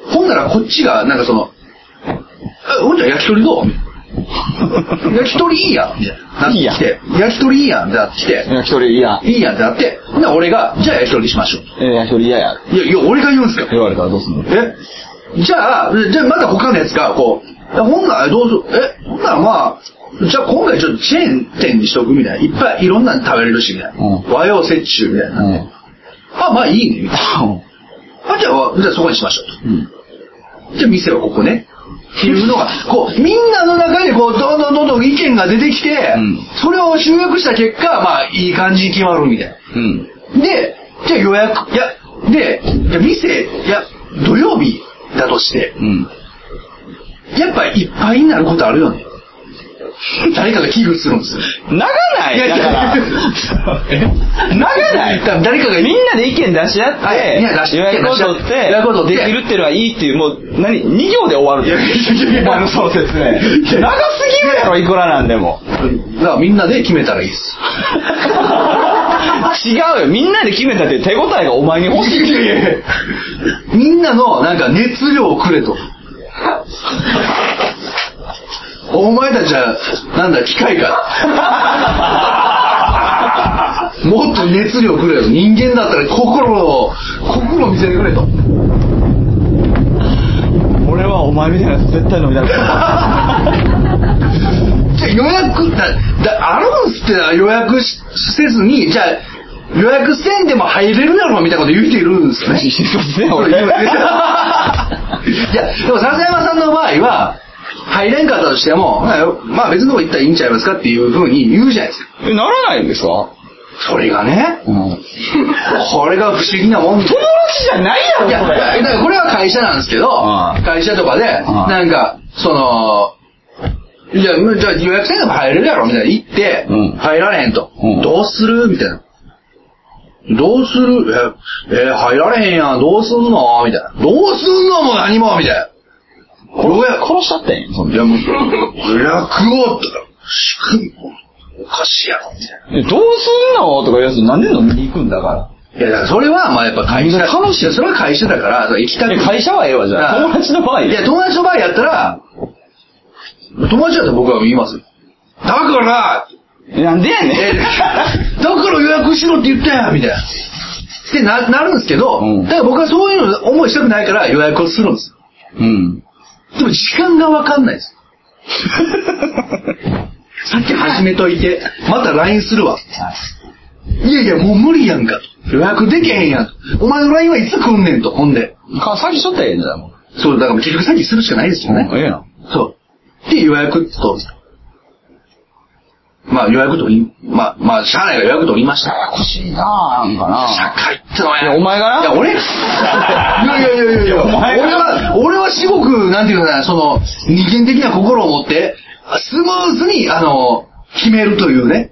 ほんならこっちが、なんかその、え、ほんじゃ焼き鳥どう焼き鳥いいやんみたいな。いいやん。焼き鳥いいやんってなってきて。 焼き鳥いいやん。 いいやんってなって。ほんなら俺が、じゃあ焼き鳥しましょう。 えー、焼き鳥嫌や。 いや、いや、俺が言うんすか。 言われたらどうすんの？ えじゃあ、じゃあまだ他のやつが、こう、ほんならどうする、えほんならまあ、じゃあ今回ちょっとチェーン店にしとくみたいな。いっぱいいろんなの食べれるし、みたいな。うん、和洋折衷みたいな、うん。あ、まあいいね、みたいな。うん、あ、じゃあ、じゃあそこにしましょうと。うん、じゃあ店はここね。っていうのが、こう、みんなの中でこう、どんどんどんどん意見が出てきて、うん、それを集約した結果、まあ、いい感じに決まるみたいな。うん、で、じゃあ予約、いや、で、じゃあ店、いや、土曜日だとして、うん、やっぱいっぱいになることあるよね。誰かが危惧するんですよ。 長ない。いやいや長ない。 誰かがみんなで意見出し合って、はい、予約を取ってできるっていうのはいいっていう、もう何に行で終わる。いやいやいや、お前のその説明。長すぎるやろ、いくらなんでも。 だからみんなで決めたらいいです。 違うよ、みんなで決めたって手応えがお前に欲しい。いやいやいや、 みんなのなんか熱量をくれと。お前たちはなんだ機械か。もっと熱量くれよ。人間だったら心を心を見せてくれと。 俺はお前みたいなやつ絶対飲みたくない。 じゃあ予約だだあるんすって予約せずに、じゃあ予約せんでも入れるやろみたいなこと言う人いるんですよね。いやでも笹山さんの場合は入れんかったとしても、まあ別のとこ行ったらいいんちゃいますかっていう風に言うじゃないですか。 え、ならないんですか？ それがね、うん、これが不思議なもんで。 友達じゃないやろ。いや、 だからこれは会社なんですけど、うん、会社とかで、うん、なんか、その、いや、じゃあ予約せんでも入れるやろみたいな言って、うん、入られへんと、うん。どうするみたいな。どうするえ、えー、入られへんやん。どうすんのみたいな。どうすんのも何もみたいな。 殺しちゃってん。 いやもう予約を仕組みおかしいやろみたいな。 どうすんのとか言うやつなんで飲みに行くんだから。 いやだからそれはまあやっぱ会社楽しい。それは会社だから行きたく。 会社はええわじゃあ。友達の場合。 いや友達の場合やったら友達だったら僕は言います。だからなんでやねん。 だから予約しろって言ったやんみたいな。ってななるんですけど、うん、だから僕はそういうの思いしたくないから予約をするんです。うん。でも時間が分かんないです。さっき始めといて、また ライン するわ。いやいや、もう無理やんか。予約できへんやん。お前の ライン はいつ来んねんと、ほんで。 か、さっきしとったらええんじゃん、もう。 そう、だから結局さっきするしかないですよね。 ええやん。 そう。で、予約と、まあ予約取り、まあ、まあ、社内が予約取りました。 ややこしいなぁ、なんかな社会ってのはや。いや、お前がな。 いや、俺いやいやいやいやいや、お前が俺は、俺は至極、なんていうかな、その、人間的な心を持って、スムーズに、あの、決めるというね。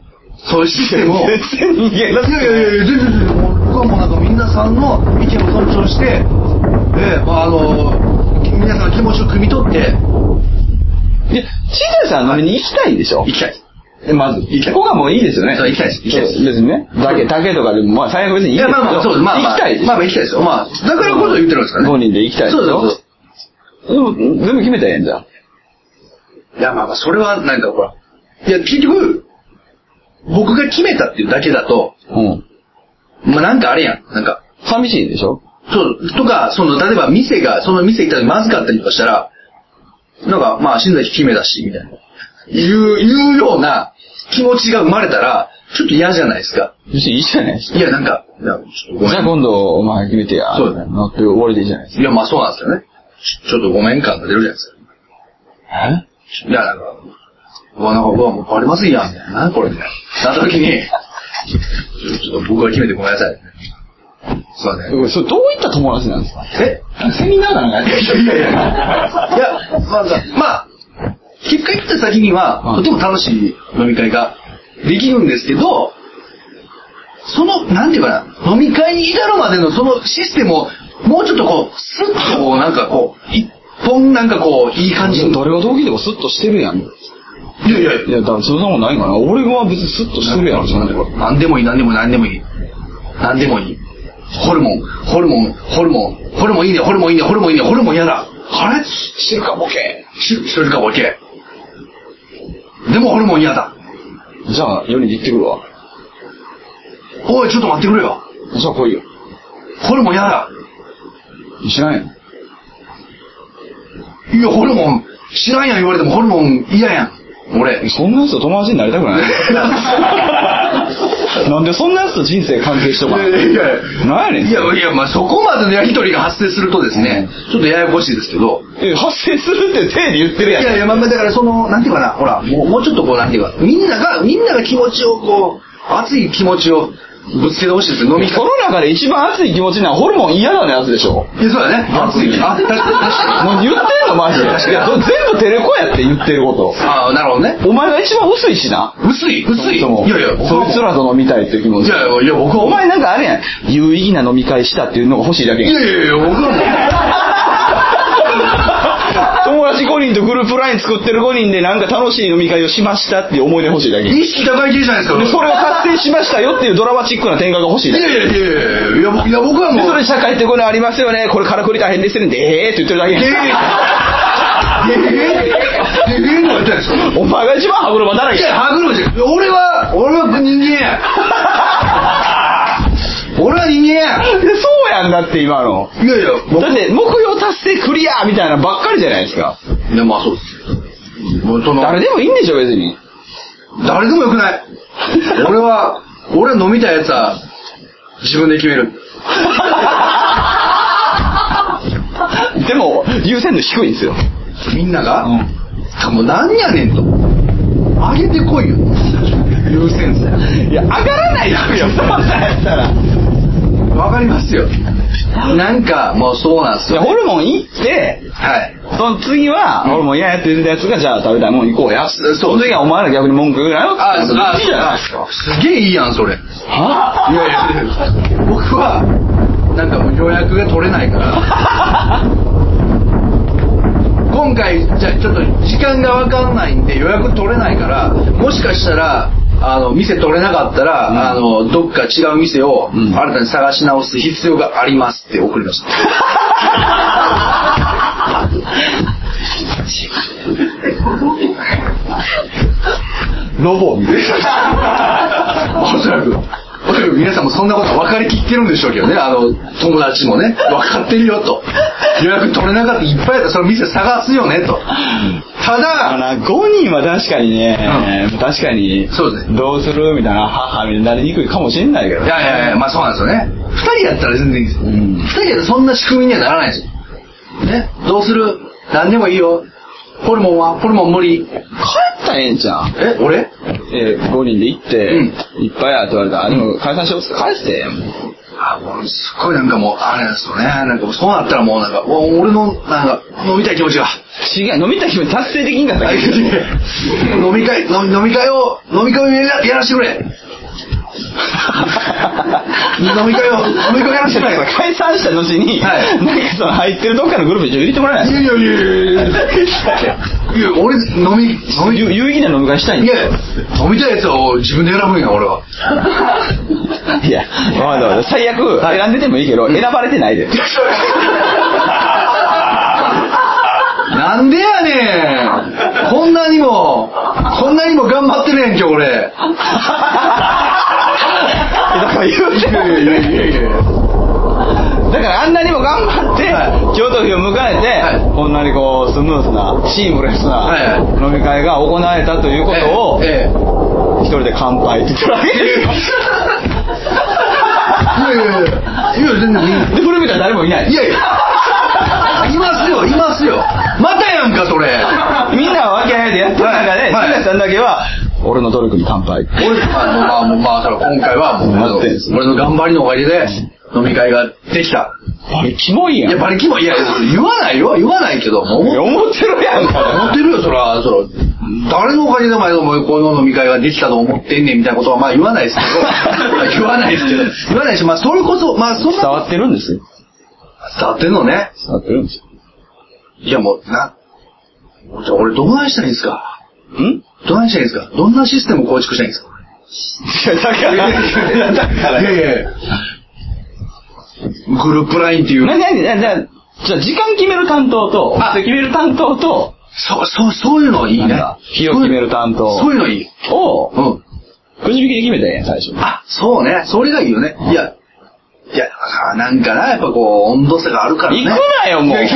そういうシステムを。 全然人間だって。 いやいやいや、全然全然。僕はもうなんか皆さんの意見を尊重して、えー、まああの、皆さんの気持ちを汲み取って。 いや、千代さん飲みに行きたいでしょ？ 行きたい。 まず、行きたい。ここはもういいですよね。 そう、行きたいです。行きたいです。 別にね。だけ、だけとかでも、まあ最悪別にいいですけど。 いや、まあまあ、そうです。まあまあ、 行きたいです。 まあまあ行きたいですよ。まあ、だからこそ言ってるんですからね。 ごにんで行きたいですよ。 そうそうそう。 でも、全部決めたらええんじゃん。 いや、まあまあ、それはなんかほら。いや、結局、僕が決めたっていうだけだと、うん。まあなんかあれやん。なんか。 寂しいでしょ？ そう、とか、その、例えば店が、その店行った時まずかったりとかしたら、なんか、まあ、新崎決めだし、みたいな。いう、いうような気持ちが生まれたら、ちょっと嫌じゃないですか。 別にいいじゃないですか。 いや、なんか、いやちょっとごめん。 じゃあ今度、お前決めてや。 そうだね。 なって終わりでいいじゃないですか。 いや、まあそうなんですけどね。ちょっとごめん感が出るじゃないですか。えいや、なんか、うわ、なんか、うわ、もうバレますやん、みたいな。これ、みたいな。なった時に、ちょっと僕が決めてごめんなさい。そうだね。 それどういった友達なんですか？ えセミナーなんかやってる？ いやいやいや。いや、まあ、まあ、結果言った先には、うん、とても楽しい飲み会ができるんですけど、その、なんていうかな、飲み会に至るまでのそのシステムを、もうちょっとこう、スッとこう、なんかこう、一本なんかこう、いい感じに。 誰が同期でもスッとしてるやん。 いやいやいや、だからそんなもんないかな。俺は別にスッとしてるやん。 なんでもいい、なんでもいい、なんでもいい。なんでもいい。ホルモン、ホルモン、ホルモン、ホルモンいいね、ホルモンいいね、ホルモンいいね、ホルモン嫌だ。あれしてるかボケ。 してるかボケ。でもホルモン嫌だ。 じゃあ、よにんで行ってくるわ。 おい、ちょっと待ってくれよ。 じゃあ来いよ。 ホルモン嫌だ。 知らんやん。 いや、ホルモン、知らんやん言われてもホルモン嫌やん。俺。 そんなやつと友達になりたくないなんでそんなやつと人生関係しとかない。いやいや何やねん。 いやいや、まあそこまでのやりとりが発生するとですね、うん、ちょっとややこしいですけど。 え、発生するって手で言ってるやん。 いやいや、まあだからその、なんていうかな、ほら、もう、もうちょっとこう、なんていうか、みんなが、みんなが気持ちをこう、熱い気持ちを、ぶつけてほしいですよ、飲み会。 その中で一番熱い気持ちなホルモン嫌だねやつでしょ。 いや、そうだね。熱い。あ、確かに。 もう言ってんのマジで。いや、全部テレコやって言ってること。 ああ、なるほどね。 お前が一番薄いしな。 薄い薄い。いやいや、 そいつらと飲みたいっていう気持ち。 いやいや、いや、僕は。 お前なんかあれやん。有意義な飲み会したっていうのが欲しいだけやん。 いやいやいや、僕はもう。 友達ごにんとグループライン作ってるごにんでなんか楽しい飲み会をしましたっていう思い出欲しいだけ。 意識高い系じゃないですか。 で、それを達成しましたよっていうドラマチックな展開が欲しいだけ。 いやいやいやいやいや、いや僕はもう。 で、それ社会ってこれありますよね。これからくり大変でするんで、えーって言ってるだけやん。えーえーえーえーの言ってるんですか。 お前が一番歯車だらけ。 いや、歯車じゃん。俺は、俺は人間や。俺は人間や。 そうやんだって今の。 いやいや、 だって目標達成クリアみたいなばっかりじゃないですか。 いや、まあそうです。もうその誰でもいいんでしょ別に。 誰でもよくない。俺は、俺は飲みたいやつは自分で決める。 でも優先度低いんですよ。 みんなが、 うん、 もう何やねんと。上げてこいよ。優先度。 いや上がらないよ。そうなんやったら。 わかりますよ。なんかもうそうなんですよ、 ね。ホルモンいって、 はい。 その次は、ホルモン嫌やって言ったやつがじゃあ食べたいもん行こうや。 そう。 その次はお前ら逆に文句言うなよ。 ああ、いいじゃないですか。すげえいいやんそれ。 は？ いやいや僕はなんかもう予約が取れないから。今回じゃあちょっと時間が分かんないんで予約取れないから、もしかしたらあの店取れなかったら、うん、あのどっか違う店を新たに探し直す必要がありますって送りました。ロボみたいな。おそらく。皆さんもそんなこと分かりきってるんでしょうけどね、あの友達もね分かってるよと、予約取れなかったらいっぱいやったらその店探すよねと。ただごにんは確かにね、うん、確かにそうですね、 どうするみたいな母みたいになりにくいかもしれないけど、 いやいやいや、まあそうなんですよね。ふたりやったら全然いいです、うん、ふたりやったらそんな仕組みにはならないですよね。どうする、何でもいいよ、ホルモンはホルモン無理、帰ったらええんちゃう。 え、俺えー、ごにんで行って、うん、いっぱいやって言われたら、でも解散しようって返して。 あ、もうすっごいなんかもうあれですよね、なんかもうそうなったらもうなんか俺のなんか飲みたい気持ちが違う、飲みたい気分達成できんかったっけ。 飲み会、飲み会を、飲み会をやらしてくれ。飲み会を、飲み会をやらしてくれ。 解散した後に、はい、なんかその入ってるどっかのグループに入れてもらえない。 いやいやいやいやいや、俺、飲み、飲み、 有意義な飲み会したいんだ。 いや、飲みたいやつを自分で選ぶんや、俺は。 いや、まだ最悪、選んでてもいいけど、選ばれてないで。 なんでやねん。こんなにもこんなにも頑張ってるやん今日俺。だから言うてる。いやいやいやいや。だからあんなにも頑張って、はい、京都日を迎えて、はい、こんなにこうスムーズなチームレスな飲み会が行われたということを、ええええ、一人で乾杯って言ってるわけですよ。 いやいやいやいや全然。 で振り向いたら誰もいない。 いやいや。いますよいますよ。またやんかそれ。 みんなは分け合いでやってる中で、はい、杉田さんだけは俺の努力に乾杯。 俺あのまあもうまあ今回はもう俺の頑張りのおかげで飲み会ができた。 バリキモいやん。 いやバリキモい。いや言わないよ言わないけども思ってるやんか。 思ってるよそらそら。誰のおかげでお前のこの飲み会ができたと思ってんねんみたいなことはまあ言わないですけど言わないですけど言わないし、まあそれこそまあそんな伝わってるんですよ。 伝わってるのね。 伝わってるんですよ。 いやもうな、じゃあ俺どないしたらいいんですか。 ん？ どないしたらいいんですか。どんなシステム構築したらいいんですか。 いやだからだからいやいやグループラインっていう。 なになにじゃあじゃあ時間決める担当とあ決める担当とそうそうそういうのいいね。 日を決める担当そういうのいい。 をうんくじ引きで決めたらええやん最初。 あそうねそれがいいよね。いや。いや、なんかな、やっぱこう、温度差があるからね。 行くなよ、もう。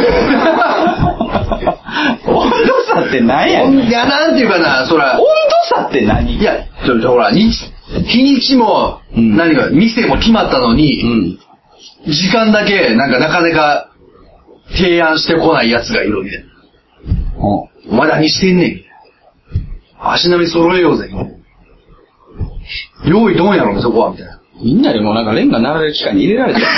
温度差って何やねん。 いや、なんていうかな、そら。 温度差って何？ いや、ちょ、ほら、日、日にちも、うん、何か、店も決まったのに、うん、時間だけ、なんかなかなか、提案してこない奴がいるみたいな。うん、お前何してんねん。足並み揃えようぜ。用意どんやろね、そこは、みたいな。 みんなでもなんかレンガ並べる機械に入れられてる。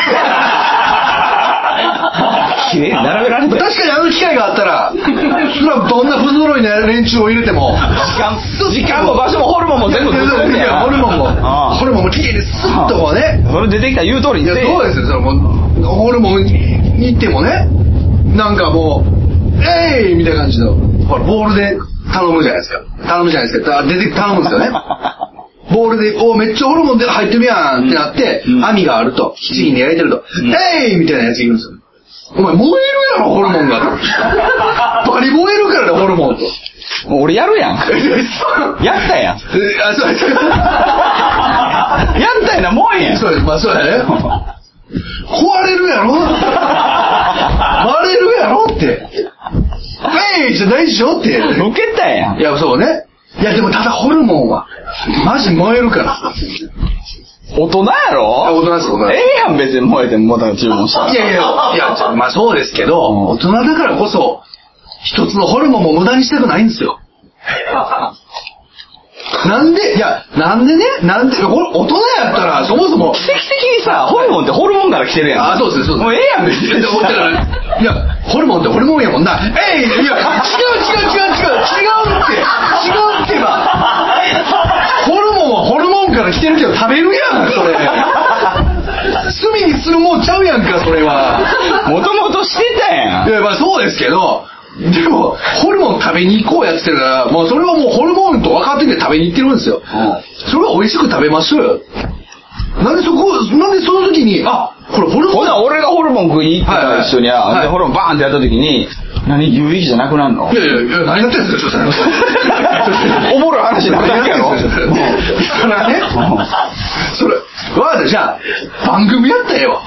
綺麗に並べられてる。 確かにあの機械があったら、それはどんな不揃いな連中を入れても、 時間、時間も場所もホルモンも全部ずっといやホルモンも、ホルモンも綺麗にスッとこうね。 それ出てきた言う通りにして。 そうですよ、それもホルモンに行ってもね、なんかもう、えいみたいな感じの、ほらボールで頼むじゃないですか。頼むじゃないですか。出て頼むんですよね。ボールで、おめっちゃホルモンで入ってるやんってなって、うん、網があると、七輪で焼いてると、うん、えいみたいなやついるんですよ。お前燃えるやろ、ホルモンが。バリ燃えるからね、ホルモンと。 もう俺やるやん。やったやん。あ、そうです。やったやな、もんやん。 そうです、まあそうやね。壊れるやろ割れるやろって。えいじゃないでしょって。 受けたやん。 いや、そうね。いやでもただホルモンはマジ燃えるから。 大人やろ？ 大人です大人。 ええやん別に燃えてもまた注文したら。 いやいやいやまあそうですけど、うん、大人だからこそ一つのホルモンも無駄にしたくないんですよ。なんでいやなんでねなんで大人やったらそもそも奇跡的にさホルモンってホルモンから来てるやん。 あそうですそうです。 もうええやん別に。 だからいやホルモンってホルモンやもんな。えいいや違う違う違う違う違うって違うってば。ホルモンはホルモンから来てるけど食べるやんそれ。炭にするもんちゃうやんかそれは。 もともとしてたやん。 いやまあそうですけど。でもホルモン食べに行こうやって言ってるからもうそれはもうホルモンと分かってて食べに行ってるんですよ、うん、それは美味しく食べましょうよ。なんでそこなんでその時にあこれホルモンほな俺がホルモン食いに行ってた一緒に、はいはい、でホルモンバーンってやった時に何有意義じゃなくなるの？ いやいやいや何やってんすかそれ。 おもろい話なくなるやろ。それはねそれわかったじゃあ番組やったらええわ。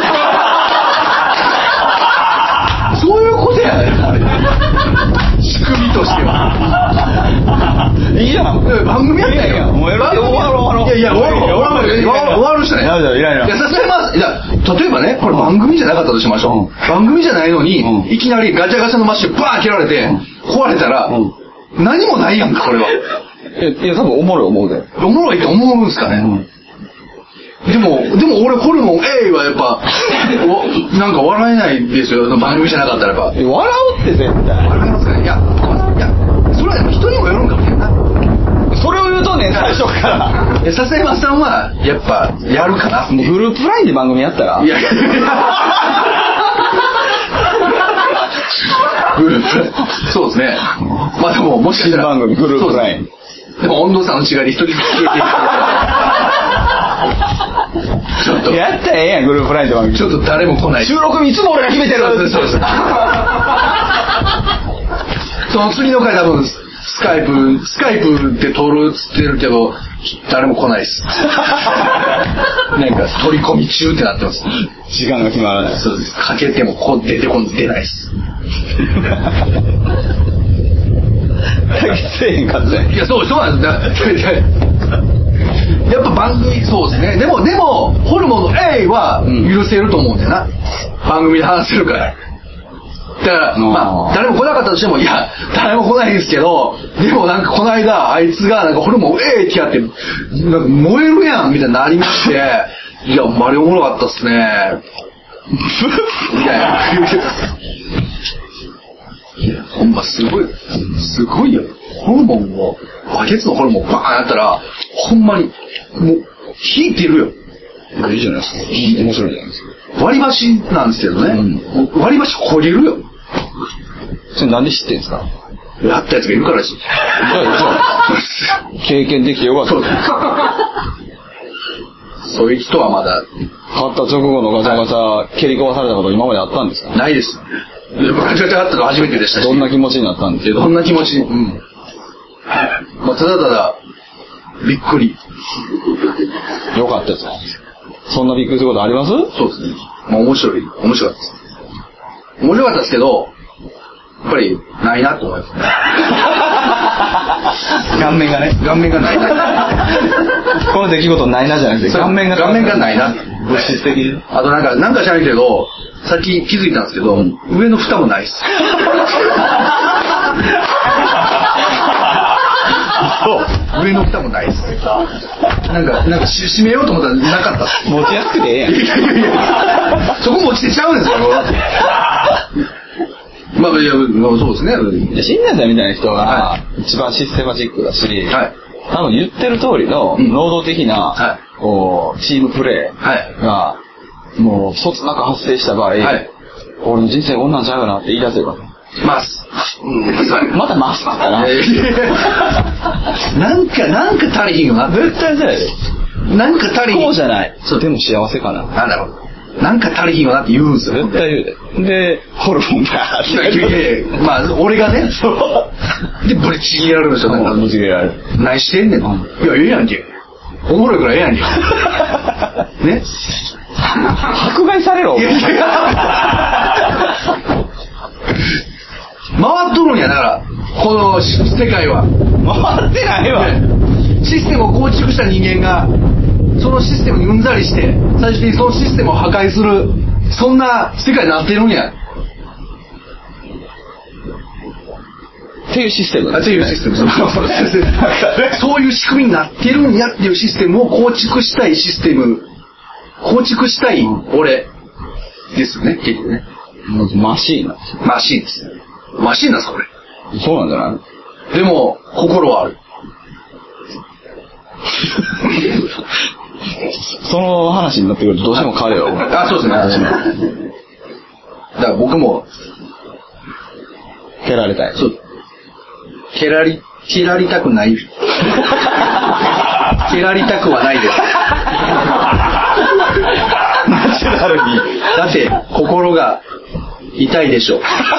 そういうことやね仕組みとしてはいいやん番組やったらええわ。 もうやろう終わろう終わろう。 いやいや終わる終わるしたね。いやいやいやさすがにまずいや例えばねこれ番組じゃなかったとしましょう、うん、番組じゃないのに、うん、いきなりガチャガチャのマッシュバーン切られて、うん、壊れたら、うん、何もないやんかこれは。 いや多分おもろい思うで。 おもろいって思うんすかね、うん、 でも、でも俺ホルモン A はやっぱなんか笑えないですよ、番組じゃなかったらやっぱ。 笑うって絶対。 笑いますかね。いや、いや、それはやっぱ人にもよるんかもしれんな。 それを言うとね、最初から。 笹山さんはやっぱやるかな。 もうグループラインで番組やったら。いやいやグループそうですね。まあでももしかしたら新番組グループライン。 でも温度差の違いで一人ずつ消えていく。ちょっとやったらええやん、グループラインで番組。 ちょっと誰も来ない。 収録いつも俺が決めてる。 そうですそうです。その次の回多分スカイプスカイプで撮るっつってるけど誰も来ないです。なんか取り込み中ってなってます。 時間が決まらない。 そうです。かけてもこう出てこん出ないです。 せえへんかったいやそうそうなんです。やっぱ番組そうですね。でもでもホルモンの A は許せると思うんだよな。うん、番組で話せるから。だからまあ誰も来なかったとしてもいや誰も来ないんですけど、でもなんかこの間あいつがなんかホルモン A ってやってなんか燃えるやんみたいになりまして、いやマリおもろかったっすね。いやいや。いやほんますごいすごいよ。ホルモンをバケツのホルモンバーンやったらほんまにもう引いてるよ。 いいじゃないですか。面白いじゃないですか。 割り箸なんですけどね、うん、割り箸焦げるよ。 それなんで知ってんすか。 やったやつがいるからです。 経験できてよかった。 そういう人はまだ買った直後のガチャガチャ蹴り壊されたこと今まであったんですか。 ないです。ガチャガチャあったの初めてでしたし。 どんな気持ちになったんですか。 どんな気持ち、うん、まあ、ただただびっくり。 よかったです。そんなびっくりすることあります？ そうですね。まあ面白い面白かったです。面白かったですけどやっぱりないなと思います。 顔面がね顔面がないな。 この出来事ないなじゃなくて顔面が顔面がないな。 物質的に。 あとなんかなんか知らないけどさっき気づいたんですけど、うん、上の蓋もないっす。そう上の蓋もないっす。なんかなんか閉めようと思ったらなかったっす。 持ちやすくてええやん。いやいやいやそこ持ちてちゃうんですよ。まあいやそうですね。 新年さんみたいな人が一番システマチックだし、はい、多分言ってる通りの能動的な、はい、こうチームプレーがもうそつなく発生した場合、はい、俺の人生こんなんちゃうよなって言い出せばます、うん、 またますって言ったら、えー、なんかなんか足りひんよな。 絶対そうやで。 なんか足りひん。 こうじゃない。そうでも幸せかな。 なんだろう。なんか足りひんよなって言うんですよ。 絶対言うで。でホルモンがいやいやまあ俺がねそうでブリちぎられるでしょ。なんかブリちぎられる。 何してんねん。うん、いやええやんけ。おもろいからええやんけ。ね。 迫害されろ。いやいや回っとるんや。だからこの世界は回ってないわ、ね、 システムを構築した人間がそのシステムにうんざりして最終的にそのシステムを破壊するそんな世界になってるんやっていうシステム、 ね、っていうシステムそういう仕組みになってるんやっていうシステムを構築したいシステム構築したい俺ですよね結局ね。 マシーンなんですよ。 マシーンです。マシーンなんですかこれ。 そうなんじゃない。 でも心はある。 その話になってくるとどうしても彼はあそうですね。だから僕も蹴られたい。 そう蹴らり蹴らりたくない。蹴らりたくはないです。 ナチュラルに。 だって心が痛いでしょ。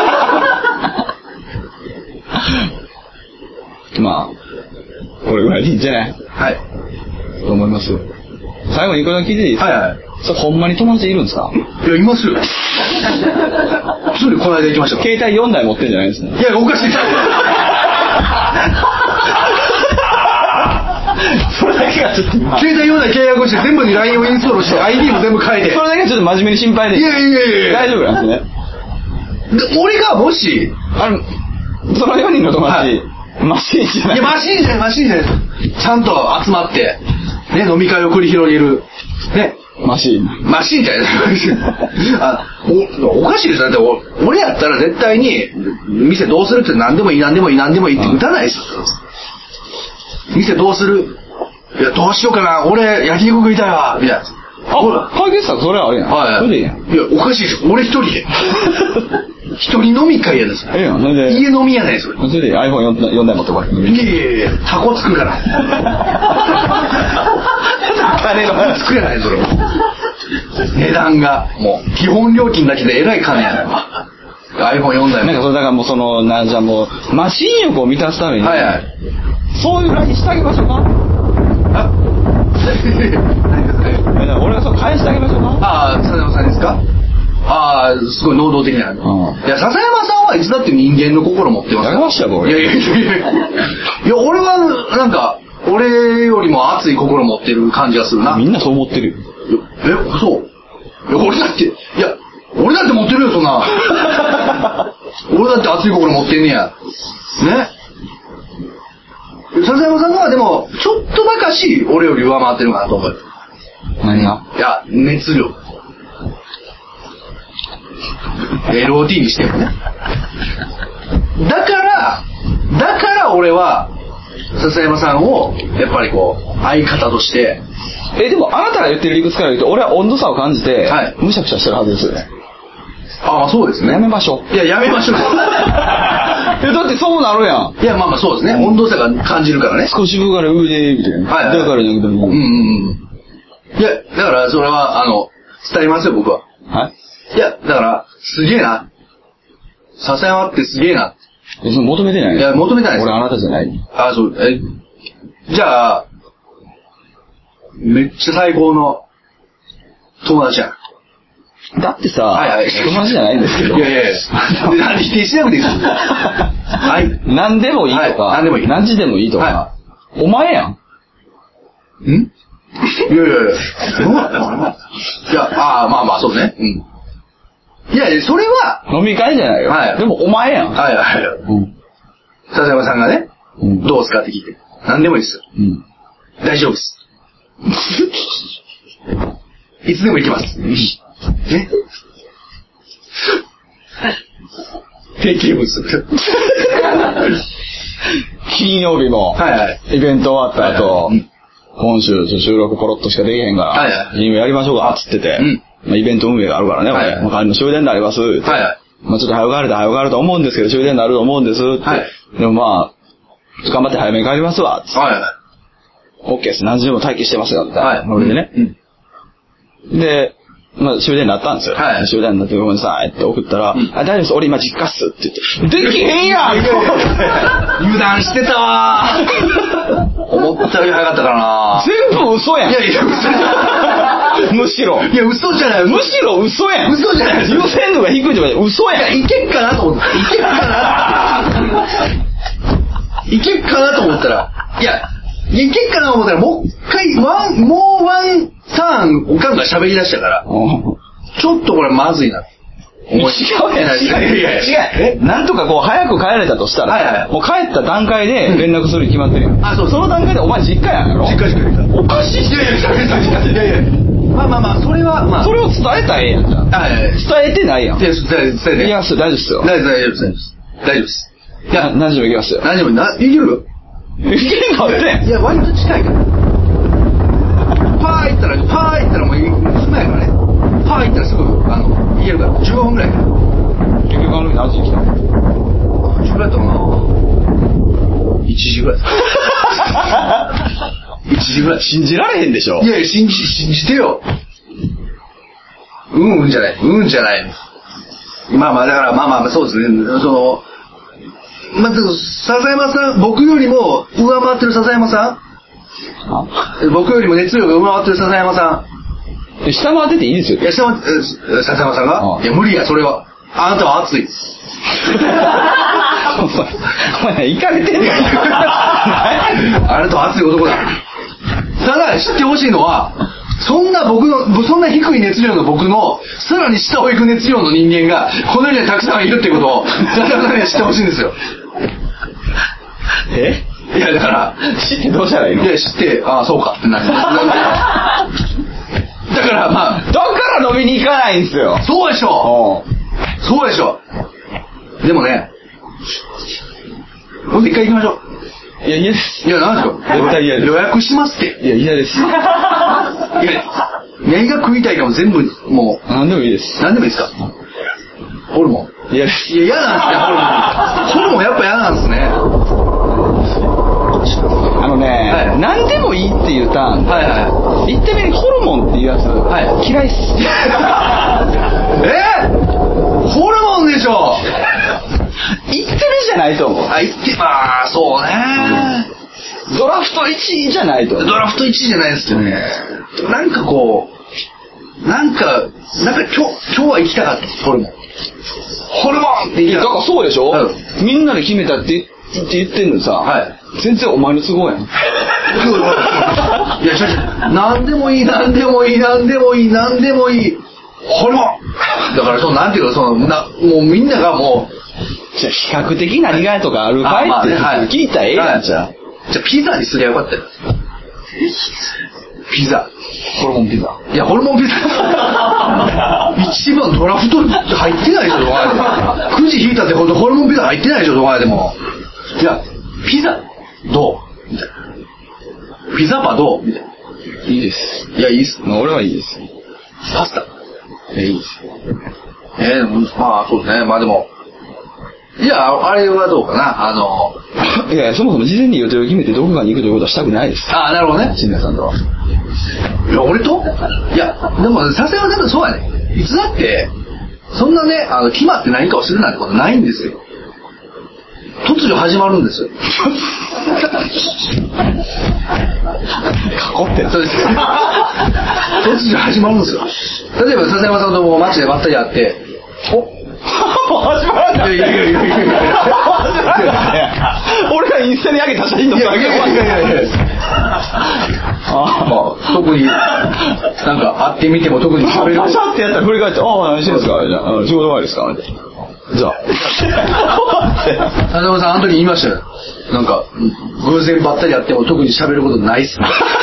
まあこれぐらいでいいんじゃない。 はいと思います。最後にこれ聞いていいですか。 はいはい。 それほんまに友達いるんですか。 いやいますよ。ついこの間行きました。 携帯よんだい持ってんじゃないですね。 いやおかしい。 それだけがちょっと携帯よんだい契約して全部に ライン をインストールして アイディー も全部変えてそれだけちょっと真面目に心配で。 いやいやいや大丈夫なんですね。 俺がもしあのそのよにんの友達、はい、マシーンじゃない。 いやマシーンじゃないマシーンじゃない。ちゃんと集まってね飲み会を繰り広げる。 ね。 マシーン。 マシーンじゃないあお、おかしいですよ。だって俺やったら絶対に、店どうするって何でもいい、何でもいい、何でもいいって打たないですよ。店どうするいや、どうしようかな。俺、焼肉食いたいわ。みたいな。 あ、解決策それはあれやん。 はい。 それでいいやん。 いや、おかしいですよ。俺一人で。一人飲み会やです。 ええやん。それで。 家飲みやないそれ。 それで アイフォンよん 台持ってこい。 いやいやいや、タコ作るから。 金の話作れないそれ。値段がもう基本料金だけでえらい金やな。アイフォンよん 台も。 なんかそれだからもうそのなんじゃもうマシン欲を満たすために、 はいはい。 そういうラインしてあげましょうか。 あ、 俺がそう返してあげましょうか。 ああ、笹山さんですか。ああ、すごい能動的な。うん、いや、笹山さんはいつだって人間の心持ってますよ。 やりましたよ、僕。 いやいやいやいや。いや、俺は、なんか、俺よりも熱い心持ってる感じがするな。 みんなそう思ってるよ。 え、そう。いや、俺だって、いや、俺だって持ってるよ、そんな。俺だって熱い心持ってんねや。ね。笹山さんのはでも、ちょっとばかし、俺より上回ってるかなと思う。 何が？ いや、熱量。エルオーティー にしてもね。だから、だから俺は、笹山さんを、やっぱりこう、相方として。 え、でもあなたが言ってる理屈から言うと、俺は温度差を感じて、はい、むしゃくしゃしてるはずですよね。 ああ、そうですね。 やめましょう。 いや、やめましょう。 え、だってそうなるやん。 いや、まあまあそうですね。温度差が感じるからね。 少し分から上で、みたいな。はい、はい。だからじゃなくて、うんうんうん。 いや、だからそれは、あの、伝えますよ、僕は。 はい。 いや、だから、すげえな。笹山ってすげえな。 え、その求めてない。 いや、求めてないです。 俺あなたじゃない。 あ、そう、え、じゃあ、めっちゃ最高の友達やん。 だってさ、 はいはい、 友達じゃないんですけど。 いやいやいや。なんで否定しなくていいですか。はい。 何でもいいとか、 はい、何でもいい。 何時でもいいとか、はい、お前やん。 ん？いやいやいや。どうなったの？いや、ああ、まあまあ、そうね。うん。いやいや、それは。 飲み会じゃないよ。はい。でもお前やん。 はいはいはい。うん。笹山さんがね、うん、どうすかって聞いて。何でもいいですよ。うん。大丈夫です。いつでも行きます。え定型物。 金曜日も、はいはい、イベント終わった後、はいはい、今週収録コロッとしかできへんから、はいはい、いいやりましょうか、つってて、うんまあ、イベント運営があるからね、はいはい、まあ、代わりの終電になります、はいはいまあ、ちょっと早く帰ると早く帰ると思うんですけど、終電になると思うんです、はい、でもまあ、頑張って早めに帰りますわ、つって。はいはい、OK です。何時でも待機してますよ、みたいなノリでね。うんうん、で、まあ、終電になったんですよ。はい。終電になってごめんなさいって送ったら、うん、あ、大丈夫です。俺今実家っすって言って。できへんやん油断してたわ思ったより早かったからな全部嘘やん。 いやいや、嘘むしろ。 いや、嘘じゃない。 むしろ嘘やん。 嘘じゃない。 優先度が低いとか嘘やん。 いけっかなと思った。いけっかないけっかなと思ったら、いや、いけっかなと思ったら、もう一回、ワン、もうワンターン、おかんが喋り出したから、ちょっとこれまずいな。 違うやん。違ういやいや違う。えなんとかこう、早く帰れたとしたら、はいはい、もう帰った段階で連絡するに決まってるやん。あ、そう。その段階でお前実家やんやろ。 実家実家。 おかしい。 いやいや、いやいや。まあまあまあ、それは、まあ。 それを伝えたらええやん、じゃあ。はいはい。伝えてないやん。 いや、伝え、伝えて。 いや、大丈夫ですよ。 大丈夫です、大丈夫です。大丈夫です。 いや、何時も行きますよ。 何時も、な、いけるよ。 いけんのっていや、割と近いから。パー行ったら、パー行ったらもう、すまやからね。パー行ったらすぐ、あの、行けるから。じゅうごふんぐらいから。 結局あの日何時に来たの？ 何時ぐらいだったかな？いちじぐらい。いちじぐらい。 信じられへんでしょ？ いやいや、信じ、信じてよ。うんうんじゃない。うんじゃない。まあまあ、だから、まあまあ、そうですね。その、まず、笹山さん、僕よりも上回ってる笹山さん僕よりも熱量が上回ってる笹山さん下回ってていいですよ。 いや、下回って、笹山さんがいや、無理や、それは。あなたは熱い。 お前、いかれてんのあなたは熱い男だ。ただ、知ってほしいのは、そんな僕の、そんな低い熱量の僕の、さらに下を行く熱量の人間が、この世にたくさんいるってことを、笹山さんには知ってほしいんですよ。 えいや、だから、 知ってどうしたらいいの？ いや、知って、ああ、そうかってなる。 だからまあだから飲みに行かないんですよ。 そうでしょそうでしょ。でもね、ほんと一回行きましょう。 いや、嫌です。 いや、なんですか絶対嫌です。 予約しますって。 いや、嫌です。いや、 何が食いたいかも全部、もう。 何でもいいです。 何でもいいですかホルモン。 嫌です。 いや、嫌なんですね、ホルモン。ホルモンやっぱ嫌なんですね。 あのね、はい、何でもいいっていうターンで、はいはい、言ってみるホルモンっていうやつ、はい、嫌いっす。 えー、ホルモンでしょ。 言ってるじゃないと思う。 あ、言ってまあそうね、 うん、ドラフトいちいじゃないと思う。 ドラフトいちいじゃないですよね。なんかこうなんかなんか今日今日は行きたかったホルモンホルモンって言っただからそうでしょ、うん、みんなで決めたってって言ってんのにさ、はい、全然お前の都合やん。いや、なんでもいい、なんでもいい、なんでもいい、なんでもいい、ホルモンだから、その、なんていうか、その、な、もうみんながもう、 じゃあ、比較的何がとかあるかいって聞いたらええやん、じゃあ。 じゃあ、ピザにすりゃよかったよ。ピザ。 ホルモンピザ。 いや、ホルモンピザ。一番ドラフト入ってないでしょ、どこまで。くじ引いたってほどホルモンピザ入ってないでしょ、どこまでも。いや、ピザどうみたいな。ピザパどうみたいな。 いいです。 いや、いいっす。 俺はいいです。 パスタえ、いいです。 えー、まあ、そうですね。まあでも、いや、あれはどうかな。あの、 いや、そもそも事前に予定を決めてどこかに行くということはしたくないです。 ああ、なるほどね。 新谷さんとは。 いや、俺といや、でも、さすがに多分そうやね。いつだって、そんなね、あの、決まって何かをするなんてことないんですよ。突如始まるんですよ。 囲ってる。 そうです。突如始まるんですよ。例えば笹山さんとも街でばったり会って、おもう始まらんだ。いやいやいやいやいや。俺がインスタに上げた写真のだけ。いやいやいやいやいや。 ああ、特になんか会ってみても特に喋る。パシャってやったら振り返って、ああ何してるんですか。じゃあ仕事前ですか。じゃあ。 笹山さんあの時言いましたよ。なんか偶然ばったり会っても特に喋ることないっす。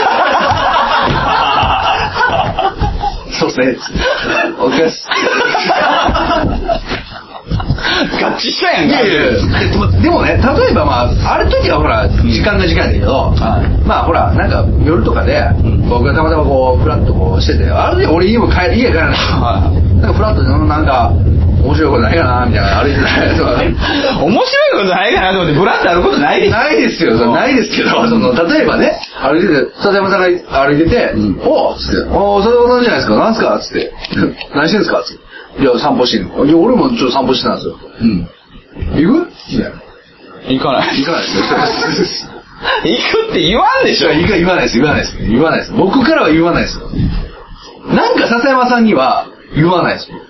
そうっすね。お疲れっす。 合致したやんか。 いやいやいやでも、でもね、例えばまあある時はほら時間が時間だけど、うん、まあほらなんか夜とかで、うん、僕がたまたまこうフラッとこうしてて、ある時俺家も帰家帰らない。はい、なんかフラッとなんか面白いことないかなみたいな歩いてたりとかね。 面白いことないかなと思ってブラッと歩くことないです。 ないですよ。ないですけど、その例えばね歩いてて笹山さんが歩いてて、うん、おっつって、お笹山さんじゃないですか。なんすかっつって、何してんすかっつって。いや散歩してるの。いや俺もちょっと散歩してたんですよ。うん。行く？いや。 行かない。 行かないですよ。 行くって言わんでしょ。 行か言わないです言わないです言わないです。僕からは言わないですよ。なんか笹山さんには言わないですよ。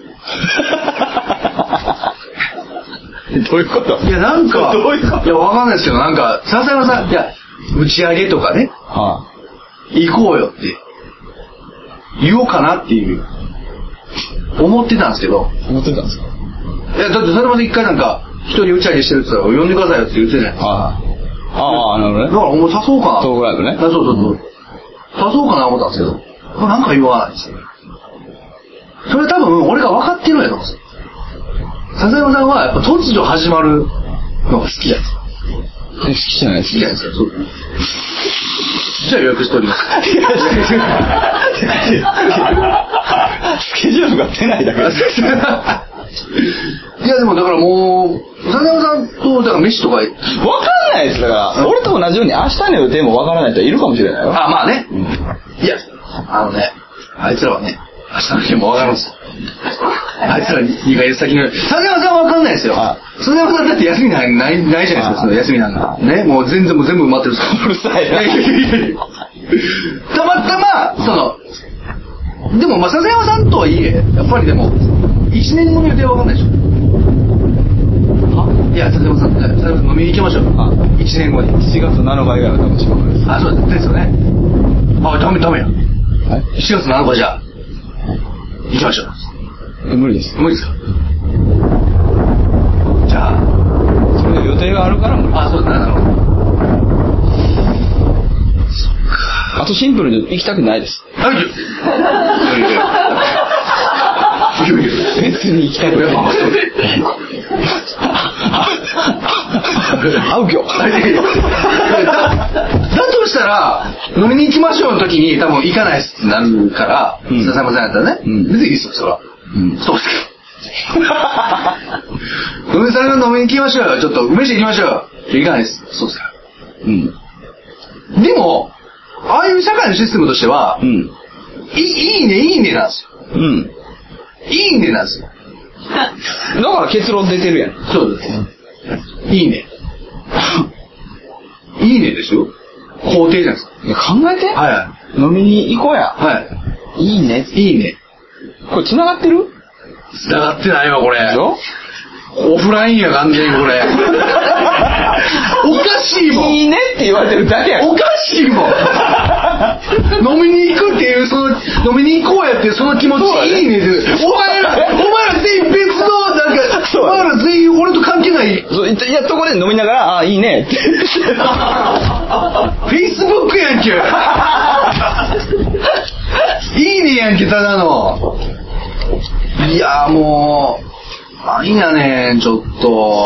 どういうこと？ いやなんかどういうこと？ いやわかんないですけどなんか笹山さんいや打ち上げとかね、はあ、行こうよって言おうかなっていう思ってたんですけど。 思ってたんですか？ いやだって笹山さん一回なんか一人打ち上げしてるって言ったら呼んでくださいよって言ってたじゃないですか。 はあ、ああなるほどね。 だからもう誘おうかな。 トークライブね。 そうそうそう。誘おうかな思ったんですけど、なんか言わないですよ。それ多分俺が分かってるんやと思うんですよ。笹山さんはやっぱ突如始まるのが好きなんですよ。 好きじゃないです。 好きじゃないですか。そう。じゃあ予約しております。 スケジュールが出ないだけです。 いやでもだからもう笹山さんとだから飯とか分かんないです。だから俺と同じように明日の予定も分からない人いるかもしれないよ。 あまあね、うん、いやあのねあいつらはね明日の予定も分かるんですよ。あいつらにかげつ先の笹山さんは分かんないですよ。笹山さんだって休みないないないじゃないですか。その休みなんかねもう全然もう全部埋まってるんですから。うるさいな。いやいやいやたまたまそのでもまあ笹山さんとはいえやっぱりでもいちねんごの予定は分かんないでしょ。いや笹山さん笹山さん飲みに行きましょう。いちねんごにしがつなのか以外は多分仕事です。 あそうですよね。あダメダメや。しがつなのかじゃあ行きましょう。 無理です。 無理ですか。じゃあそれで予定があるから無理。 あそうだなるほど。 あとシンプルに行きたくないです。 はい。 別に行きたくない。 会うきょ。だとしたら飲みに行きましょうの時に多分行かないっすってなるから、うん、笹山さんやったらね、うん、別にいいっすよそれは。うん、そうですけど。梅さんが飲みに行きましょうよ。ちょっと梅酒行きましょうよ。行かないっす。そうですか。うん。でもああいう社会のシステムとしては、うん、い, いいねいいねなんですよ。うん。いいねなんですよ。 だから結論出てるやん。 そうです。いいね。いいねでしょ。肯定じゃないですか。 いや考えて。はい。飲みに行こうや。はい。いいね。 いいね。 これ繋がってる？ 繋がってないわこれ。でしょ？オフラインや完全にこれ。おかしいもん。 いいねって言われてるだけや。 おかしいもん。飲みに行くっていうその飲みに行こうやっていうその気持ち、ね、いいねで。お前らお前ら全員別のなんかお前ら全員俺と関係ない。 そういやとこで飲みながらああいいねって。 フェイスブックやんけ。いいねやんけただの。いやもう。何やねんちょっと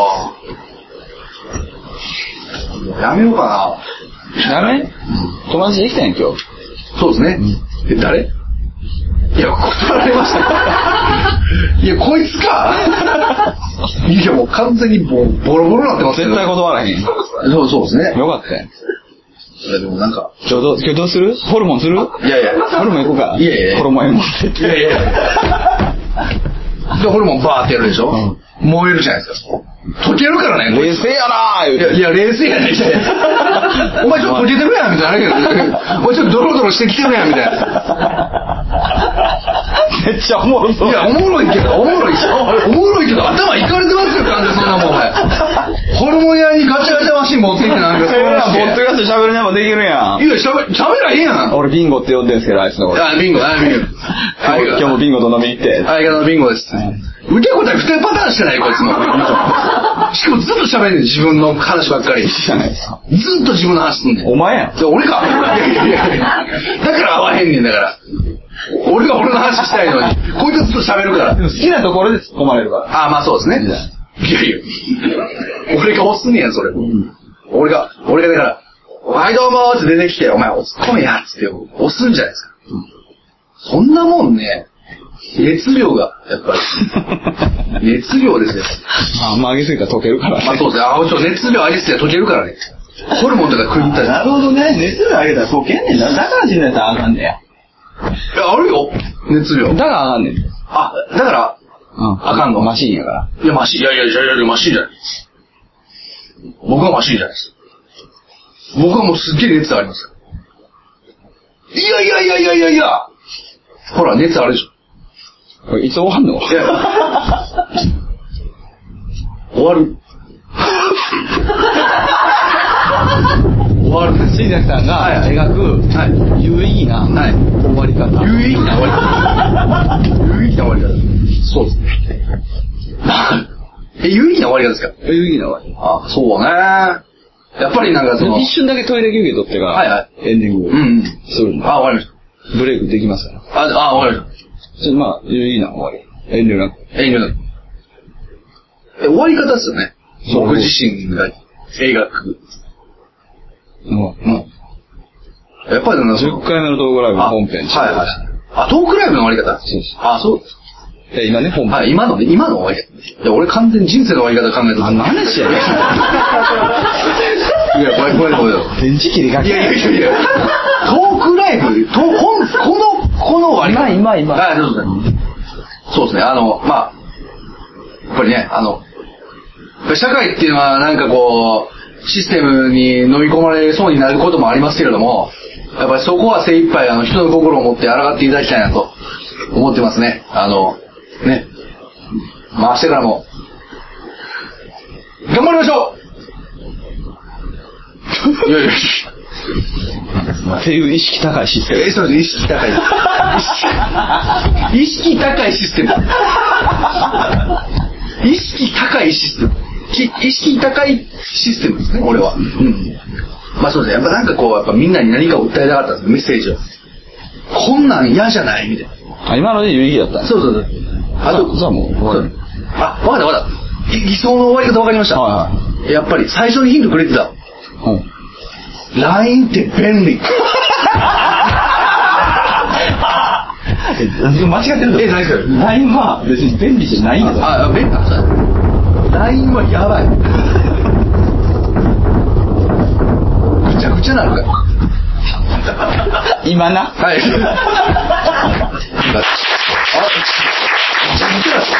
やめようかな。やめ、うん、友達できたんや今日。 そうですね、うん、え誰？いや断られましたいやこいつかいやもう完全にボロボロになってますよ。絶対断らへん。 そうそうですね。 よかったよ。 いやでもなんか今日どう今日どうする？ホルモンする？ いやいやホルモン行こうか。 いやいやホルモン持ってって。いやいやでホルモンバーってやるでしょ、うん、燃えるじゃないですか。溶けるからね。 冷静やなー言うて。 いやいや冷静やねん。お前ちょっと溶けてるやんみたいな。お前ちょっとドロドロしてきてるやんみたいな。 めっちゃおもろそう。 いやおもろいけどおもろいしおもろいけど頭いかれてますよ完全そんなもんお前。ホルモン屋にガチャガチャマシン持ってきてなんかそうやな。ボットガス喋るにもできるやん。 いやしゃべしゃべらへんやん。 俺ビンゴって呼んでるんですけどあいつの俺。 あビンゴあビンゴ。 今日もビンゴと飲み行って。 相方のビンゴです。受け答え二パターンしかないこいつも。しかもずっと喋るねん自分の話ばっかり。ずっと自分の話すんねん。 お前やん。 俺か。いやいやいやだから合わへんねんだから。俺が俺の話したいのにこいつずっと喋るから。 でも好きなところで突っ込まれるから。 ああまあそうですね。いやいや俺が押すねやそれ、うん、俺が俺がだからはいどうもーって出てきてお前押す込めやっつって押すんじゃないですか、うん、そんなもんね熱量がやっぱり熱量ですよ。 あんま上げすぎたら溶けるからね。 まあそうですね。あちょ熱量上げすぎたら溶けるからね。ホルモンとか食いに行ったり。 なるほどね。熱量上げたら溶けんねんな。だから死んだやつあかんねんや。 いやあるよ熱量。 だからあかんねん。 あだからうん、あかんの。 マシーンやから。 いやマシーンいやいやいやいやマシーンじゃない。僕はマシーンじゃないです。僕はもうすっげえ熱あります。いやいやいやいやいやいや。ほら熱あるでしょ。 これいつ終わんの？いや終わる終わる。 椎崎さんが描く有意義な終わり方。 有意義な終わり方。有意義な終わり方。そうですね。え、有意義な終わり方ですか？ 有意義な終わり。 あ、そうね。やっぱりなんかその一瞬だけトイレ休憩取ってから、はいはい、エンディングをするんで。 あ、わかりました。 ブレイクできますから。 あ、あ、わかりました。 それまあ、有意義な終わり。遠慮なく。 遠慮なく。え、終わり方ですよね。僕自身が描く。うん。うん。やっぱりなんかじゅっかいめのトークライブの本編。 はいはい。あ、トークライブの終わり方？ そうです。 あ、そうです。 え、今ね、本編。 はい、今のね、今の終わり方。いや、俺完全に人生の終わり方考えてた。 あ、何でしやねん。 いや、これ、これ、これ。 電池切りかけ。 いやいやいやいや。トークライブ、と、この、この終わり方。 今、今、今。 はい、そうですね。そうですね、あの、まあ、やっぱりね、あの、社会っていうのはなんかこう、システムに飲み込まれそうになることもありますけれども、やっぱりそこは精一杯あの人の心を持って抗っていただきたいなと思ってますね。あの、ね。まあ明日からも、頑張りましょういやいやっていう意識高いシステム。 え、そうです、意識高い。意識高いシステム。意識高いシステム。意識高いシステムですね、俺は。うん。まあそうですね。やっぱなんかこう、やっぱみんなに何かを訴えたかったんです、メッセージを。 こんなん嫌じゃないみたいな。 あ、今ので有意義だった。 そうそうそう。あと、 じゃあもう終わる。 あ、わかったわかった。理想の終わり方わかりました。はいはい。やっぱり最初にヒントくれてた。うん。ライン って便利。 間違ってる。 え、何ですか？ ライン は別に便利じゃないんだ。 あ、あ、便利だ。ライン はやばい。ぐちゃぐちゃなるから。 今な。 はい。あ、ぐちゃぐちゃなる。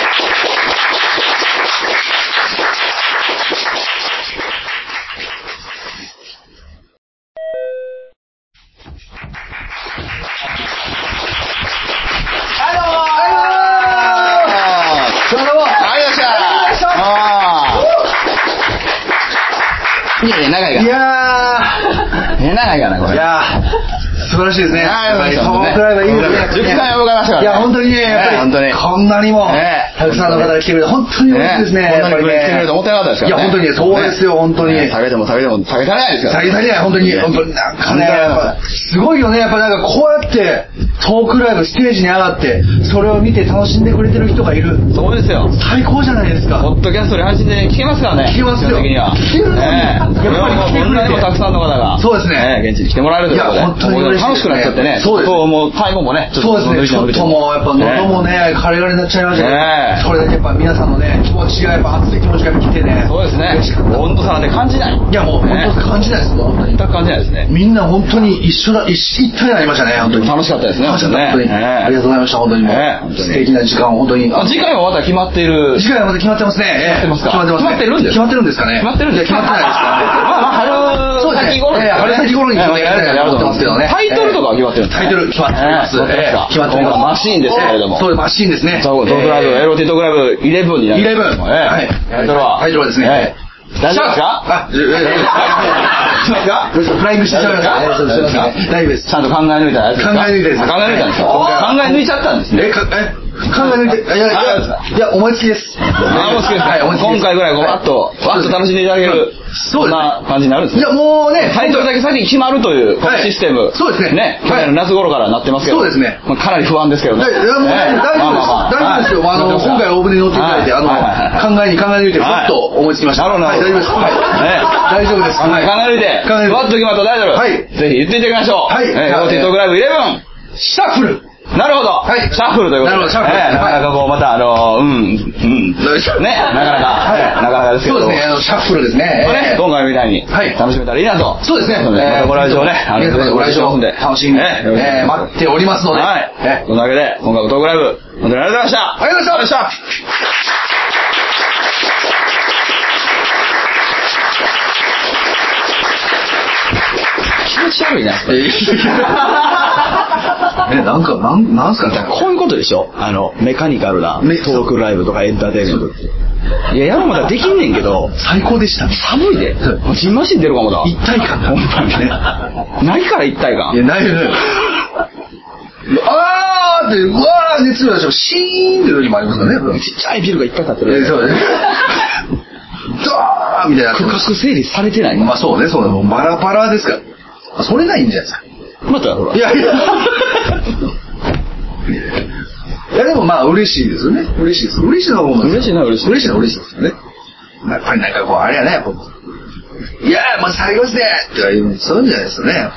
いやいや、長いが。 いやー。 え、長いがな、これ。 いやー。素晴らしいですね。 はい、 やっぱりトークライブはいいですね。 じゅっかいを迎えましたから。 いや、本当にね、やっぱり、 本当にこんなにも、たくさんの方が来てくれて、本当に嬉しいですね。 こんなに来てくれると思ってなかったですから。 いや、本当にそうですよ、本当に。 下げても下げても下げ足りないですから。 下げ足りない、本当に。本当になんかね、やっぱ、すごいよね。やっぱなんかこうやって、トークライブ、ステージに上がって、それを見て楽しんでくれてる人がいる。 そうですよ。 最高じゃないですか。 ポッドキャストで配信で聞けますからね。 聞けますよ。 基本的には。 聞けるのに。やっぱり来てくれて。 もたくさんの方が。 そうですね。 現地に来てもらえるということで。 いや、本当に嬉しい。 楽しくなっちゃってね。 そうです。 もう、タイムもね、 ちょっと。そうですね。ちょっともう、やっぱ喉もね、カレガレになっちゃいましたね。それだけやっぱ皆さんのね、気持ちが、やっぱ熱い気持ちが来てね。 そうですね。温度差なんて感じない。 いや、もう、本当感じないです。本当に。 全く感じないですね。 みんな本当に一緒だ、一一体になりましたね、本当に。 楽しかったですね、 楽しかった。本当に。ありがとうございました、本当にもう。素敵な時間を本当に。 次回はまだ決まっている。 次回はまだ決まってますね。 決まってますか？ 決まってます。 決まってるんです決まってるんですかね。 決まってるんですか？ 決まってないですからね。 まあまあ、春先頃。 春先頃にやりたいなと思ってますけどね。 タイトルとかは決まってるんですか？ タイトル決まってます。決まってます。 マシーンですけれども。 そう、マシーンですね。 トークライブ、エロティトークライブじゅういちになります。 はい。 タイトルはタイトルはですね。 大丈夫ですか？ あ、しますか？フライングしてしまいました。大丈夫です。 ちゃんと考え抜いたやつですか？ 考え抜いたやつ。 考え抜いたんですか？考え抜いちゃったんですね。 え、か、え、考え抜いて、いや、いや、いや、思いつきです。 あ、思いつきです。はい、今回ぐらい、わっと、わっと楽しんでいただける。そんな感じになるんですね。 いや、もうね、 タイトルだけ先に決まるという、このシステム。 そうですね。 ね、去年の夏頃からなってますけど。 そうですね。 かなり不安ですけどね。 いや、もう大丈夫です。大丈夫ですよ。あの、今回オープニング乗っていただいて、あの、考えに考え抜いて、ふっと思いつきました。 なるほど。 はい、大丈夫です。はい。大丈夫です。 考え抜いて、ふわっと決まったタイトル。はい。ぜひ言っていただきましょう。はい。ローティットグライブじゅういち。 シャッフル。 なるほど。はい。シャッフルということで。なるほど、シャッフル。なかなかこう、また、あの、うん、うん。ね、なかなか、なかなかですけど。 そうですね、あの、シャッフルですね。 今回みたいに、楽しめたらいいなと。 そうですね。 またご来場ね、あの、 ご来場楽しみに待っておりますので。はい。 というわけで、今回のトークライブ、本当にありがとうございました。 ありがとうございました。 気持ち悪いな。 え、なんか、なん、なんすかね。 こういうことでしょ？あの、メカニカルなトークライブとかエンターテインメントって。いや、やろうもたらできんねんけど。 最高でした。 寒いで。ジンマシン出るかもだ。 一体感が。 ほんまにね。ないから一体感。 いや、ないよね。あーって、うわー熱量でしょ。シーンって時もありますからね。 ちっちゃいビルがいっぱい建ってる。 そうですね。ドーンみたいな。 区画整理されてない。 まあそうね、そうね。もうバラバラですから。それがいいんじゃないですか。 またほら。 いやいや。いやでもまあ嬉しいですよね。嬉しいです。嬉しいのはもう嬉しいのは嬉しい。 嬉しいのは嬉しいですよね。やっぱりなんかこうあれやね、こういやーもう最後ですねって言うそういうんじゃないですよね。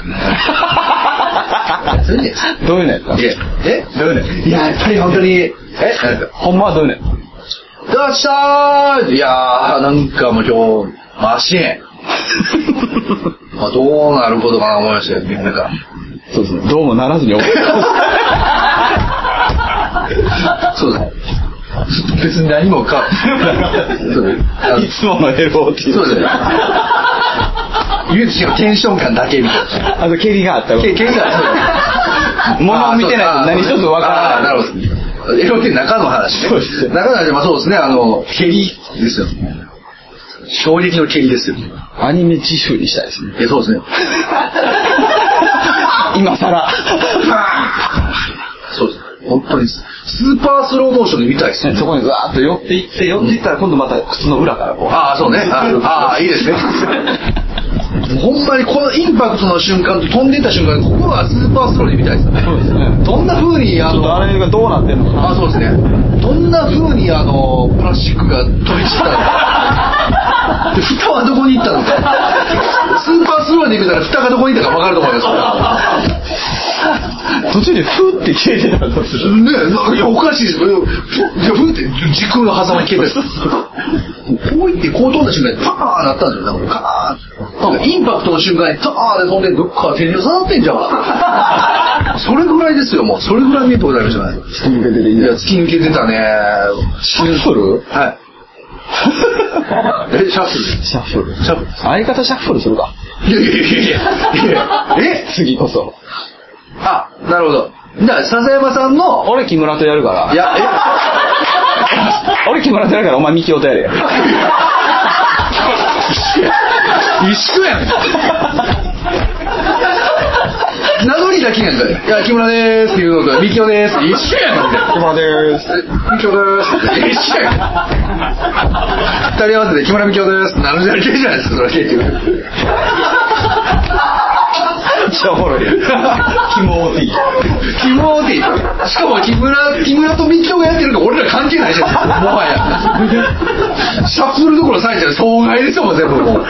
そういうんじゃないですか。 どういうのやった？ いやえどういうの？いややっぱり本当にえほんまはどういうの？ どうしたーいやーなんかもう今日マシン。まあどうなることかな思いましたよ。なんか。 そうですね。どうもならずに終わった。 そうですね。別に何もか。 いつものエローっていう。 そうですね。唯一のテンション感だけみたいな。 あと蹴りがあったわ。蹴りがあった。物を見てないと何一つわからない。 なるほど。エロって中の話ね。そうですね。中の話、まあそうですね。あの、蹴りですよ。衝撃の蹴りですよ。 アニメ自負にしたいですね。 え、そうですね。 今更。 そうです。本当にスーパースローモーションで見たいですね。 そこにザーッと寄っていって、寄っていったら今度また靴の裏からこう。 ああ、そうね。ああ、いいですね。 ほんまにこのインパクトの瞬間と飛んでいった瞬間、ここはスーパースローで見たいですよね。 そうですね。 どんな風にあのあれがどうなってんのかな。 あ、そうですね。どんな風にあのプラスチックが飛び散ったのか。で蓋はどこに行ったのか。スーパースローで見たら蓋がどこに行ったか分かると思います。 途中でフーって消えてたらどうする？ ねえ、いやおかしいです。いやフーって時空の狭間に消えてる。こういってこう飛んだ瞬間にパーンなったんですよ。だからカーン。インパクトの瞬間にターンで飛んでどっか手に刺さってんじゃん。それぐらいですよ。もうそれぐらい見えてございましたね。 突き抜けてていいんだ。 いや突き抜けてたね。 シャッフル？ はい。え、シャッフル？ シャッフル。 シャッフル。 相方シャッフルするか。 いやいやいやいや。え？ 次こそ。 あ、なるほど。じゃあ笹山さんの俺木村とやるから。 いや、え俺木村とやるからお前ミキオとやれや。 一緒やん。名乗りだけやんか。いや、木村でーすって言うのとミキオでーすって一緒やん。 木村でーす。 ミキオでーすって一緒やん。二人合わせて木村ミキオでーすって名乗りだけじゃないですか、それ結局。 めっちゃおもろい。キモオーティー。 キモオーティー。しかも木村、木村とミキオがやってるから俺ら関係ないじゃん。もはや。シャッフルどころサインじゃ障害ですよ、もう全部もう。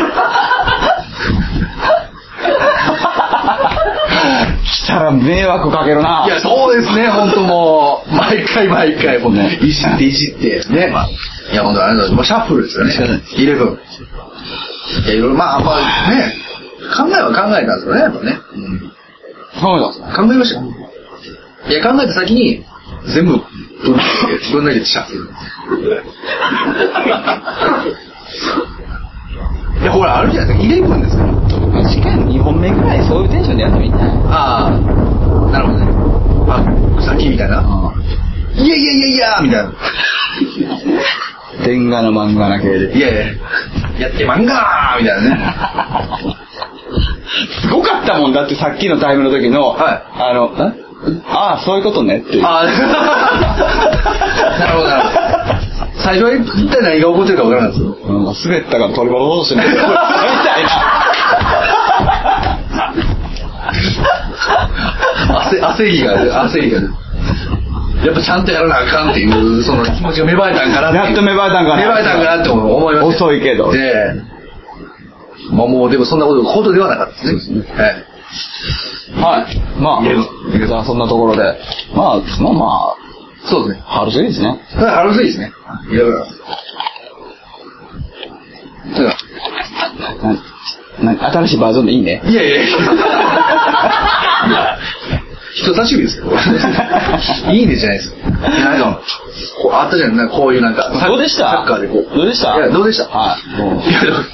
来たら迷惑かけるな。 いや、そうですね、本当もう。毎回毎回、もうね、いじっていじって。ね。いや、本当あれだ、もうシャッフルですよね。イレブン。いや、いろいろ、まあ、まあ、ね。考えは考えたんですよね、やっぱね。うん、 考えたんですか？ 考えましたよ。いや、考えた先に、全部、ぶん投げてシャッフル。いや、ほら、あるじゃないですか、イレブンですから。 確かににほんめぐらいそういうテンションでやってもいいんだよ。 ああ、なるほどね。あ、さっきみたいな。いやいやいやいやみたいな。 天下の漫画な系で。 いやいや、やって漫画みたいなね。 すごかったもんだってさっきのタイムの時の、 はい、 あの、ああ、そういうことねっていう。あなるほどなるほど。最初は一体何が起こってるか分からないですよ。 なんか滑ったから取り戻そうとしてないみたいな。焦焦りが焦りがやっぱちゃんとやらなあかんっていうその気持ちが芽生えたんかなってやっと芽生えたんかな芽生えたんかなって思いました。 遅いけど。 で、まあもうでもそんなことことではなかったですね。 はい。はい。まあ、じゃあそんなところで、まあまあまあそうですね。 春過ぎですね。 春過ぎですね。いやだから。 なな新しいバージョンでいいね。 いやいやいや。人差し指ですよ。いいねじゃないですか。なんかこうあったじゃん、なんかこういうなんかどうでした？ サッカーでこう。 どうでした？ いやどうでした？ はい。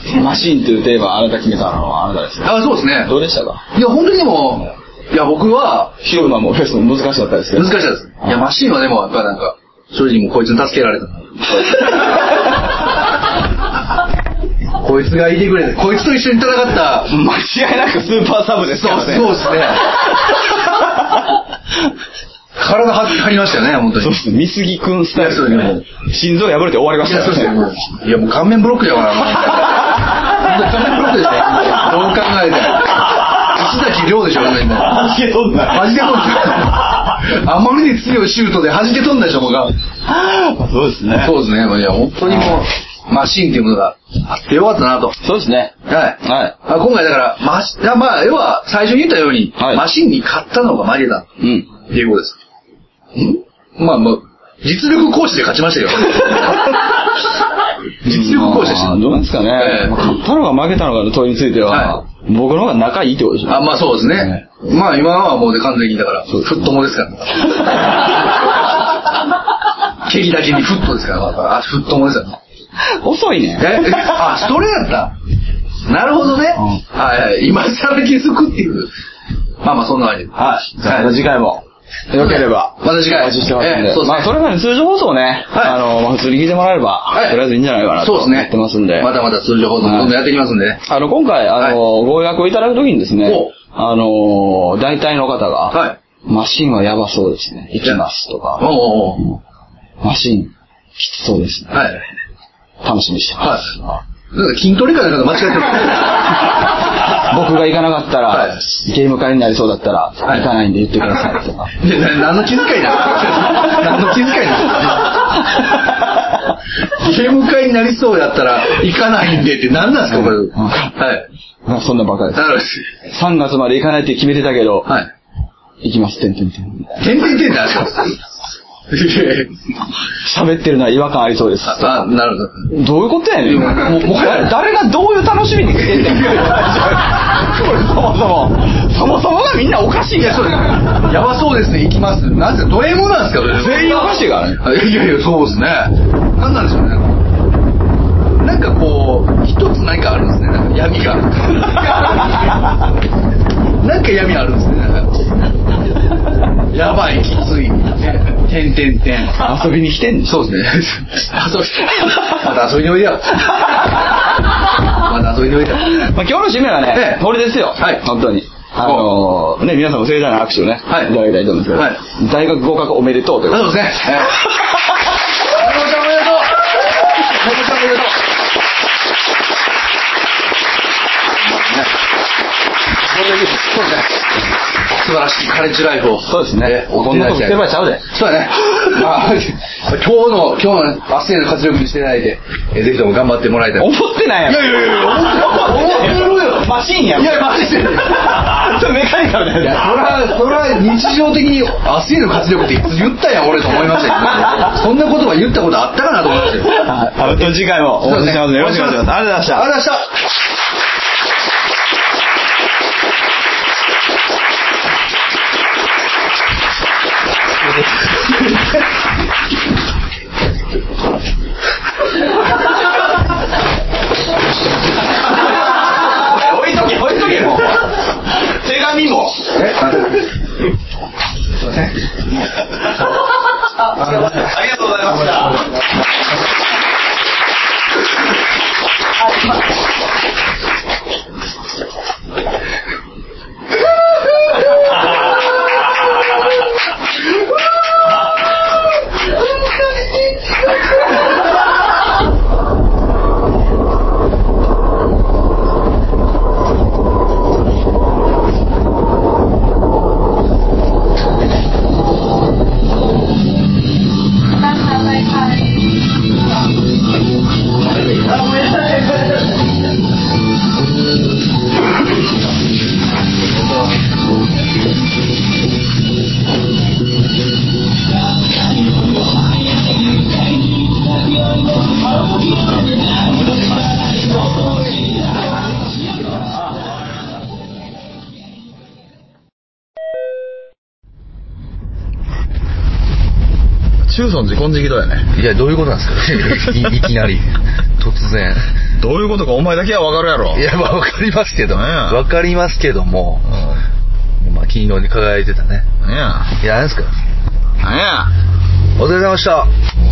もうマシーンというテーマあなた決めたのはあなたですね。 あ、そうですね。 どうでしたか？ いや本当にでもいや僕は広間もフェスも難しかったですけど。 難しかったです。いやマシーンはでもやっぱなんか正直もうこいつに助けられた。こいつがいてくれて、こいつと一緒に戦った間違いなくスーパーサブですからね。 そうですね。体張りましたよね、本当に。 そうですね。見すぎくんスタイルで、ね、心臓破れて終わりましたよね。いや、そうですね。いや、もう顔面ブロックだから。顔面ブロックですね。どう考えて。石崎亮でしょ、ね、もう。 弾け飛んだ。 弾け飛んだ。あまりに強いシュートで弾け飛んだでしょ、僕が。 そうですね。 そうですね。いや、本当にもう。マシンっていうものがあってよかったなと。 そうですね。 はい。 はい。 あ今回だからマシ、まあ要は最初に言ったように、はい、マシンに勝ったのがマリエだ。うん。っていうことです。うん。まあまあ実力行使で勝ちましたよ。実力行使でした。 どうなんですかね。えー、勝ったのか負けたのかの問いについては、はい、僕の方が仲いいってことでしょ。 あまあそうですね。えー、まあ今はもうで完全にだからフットモですから。ケギだけにフットですから。あフットモですから。 遅いね。 えあ、それやった。なるほどね。うん、はいはい。今更気づくっていう。まあまあそんな感じで。 はい。じゃあまた次回も。よければ。 また次回。 お待ちしてますんで。 えー、そうですね。 まあそれまで通常放送ね。はい。あの、まあ普通に聞いてもらえれば、はい。とりあえずいいんじゃないかなと思ってますんで。 またまた通常放送どんどんやっていきますんでね。 あの、今回、あの、ご予約をいただくときにですね、あの、大体の方が、はい。マシンはやばそうですね。行きますとか。おお。マシン、きつそうですね。はい。楽しみにしてます。はい。なんか筋トレかなんか間違ってる。 僕が行かなかったら、はい、ゲーム会になりそうだったら、はい、行かないんで言ってくださいとか。 いや、何の気遣いなの何の気遣いなのゲーム会になりそうやったら、行かないんでって何なんですか、これ。うん、はい。 そんなバカです。さんがつまで行かないって決めてたけど、はい、行きます、てんてんてん。 てんてんてんって何ですか喋ってるのは違和感ありそうです。 あ、あ、なるほど。 どういうことやねん。もう、もはや誰がどういう楽しみに来てんねん。これそもそも、そもそもがみんなおかしいやつ。 やばそうですね、行きます。なんですか、ド M なんですか、 全員おかしいからね。 いやいや、そうですね。なんなんでしょうね。なんかこう、一つ何かあるんですね、なんか闇が。なんか闇あるんですね。やばい、きつい。てんてんてん。 遊びに来てんの？ そうですね。遊び、また遊びにおいでよ。また遊びにおいでよ。 まあ、今日の締めはね、これですよ。はい。本当に。あのー、ね、皆さんも盛大な拍手をね、はい、いただきたいと思うんですけど、はい、大学合格おめでとうということで。 そうですね。おめでとう。おめでとう。おめでとう。おめでとう。そうですね。素晴らしいカレッジライフを。 そうですね。こんなことしてる場合ちゃうで。 そうだね。まあ、今日の、今日の明日への活力にしていただいて、えぜひとも頑張ってもらいたい。 思ってないやろ。 いやいやいや、思ってるよ。 マシンやん。 いや、マジで。 メカニカルだよ。 いや、そら、そら、日常的に明日への活力っていつ言ったやん、俺と思いましたけど、そんな言葉言ったことあったかなと思いましたよ。 あと次回もお待ちしてますね。よろしくお願いします。ありがとうございました。 ありがとうございました。 置いとけ置いとけもう手紙もえあすいませんありがとうございました中尊寺金色堂やね。いや、どういうことなんですかい, いきなり突然。 どういうことかお前だけは分かるやろ。 いや、まあ分かりますけど、分かりますけども、うん、まあ金色に輝いてたね。 何や。 いや、何ですか。 何や。 お疲れ様でした。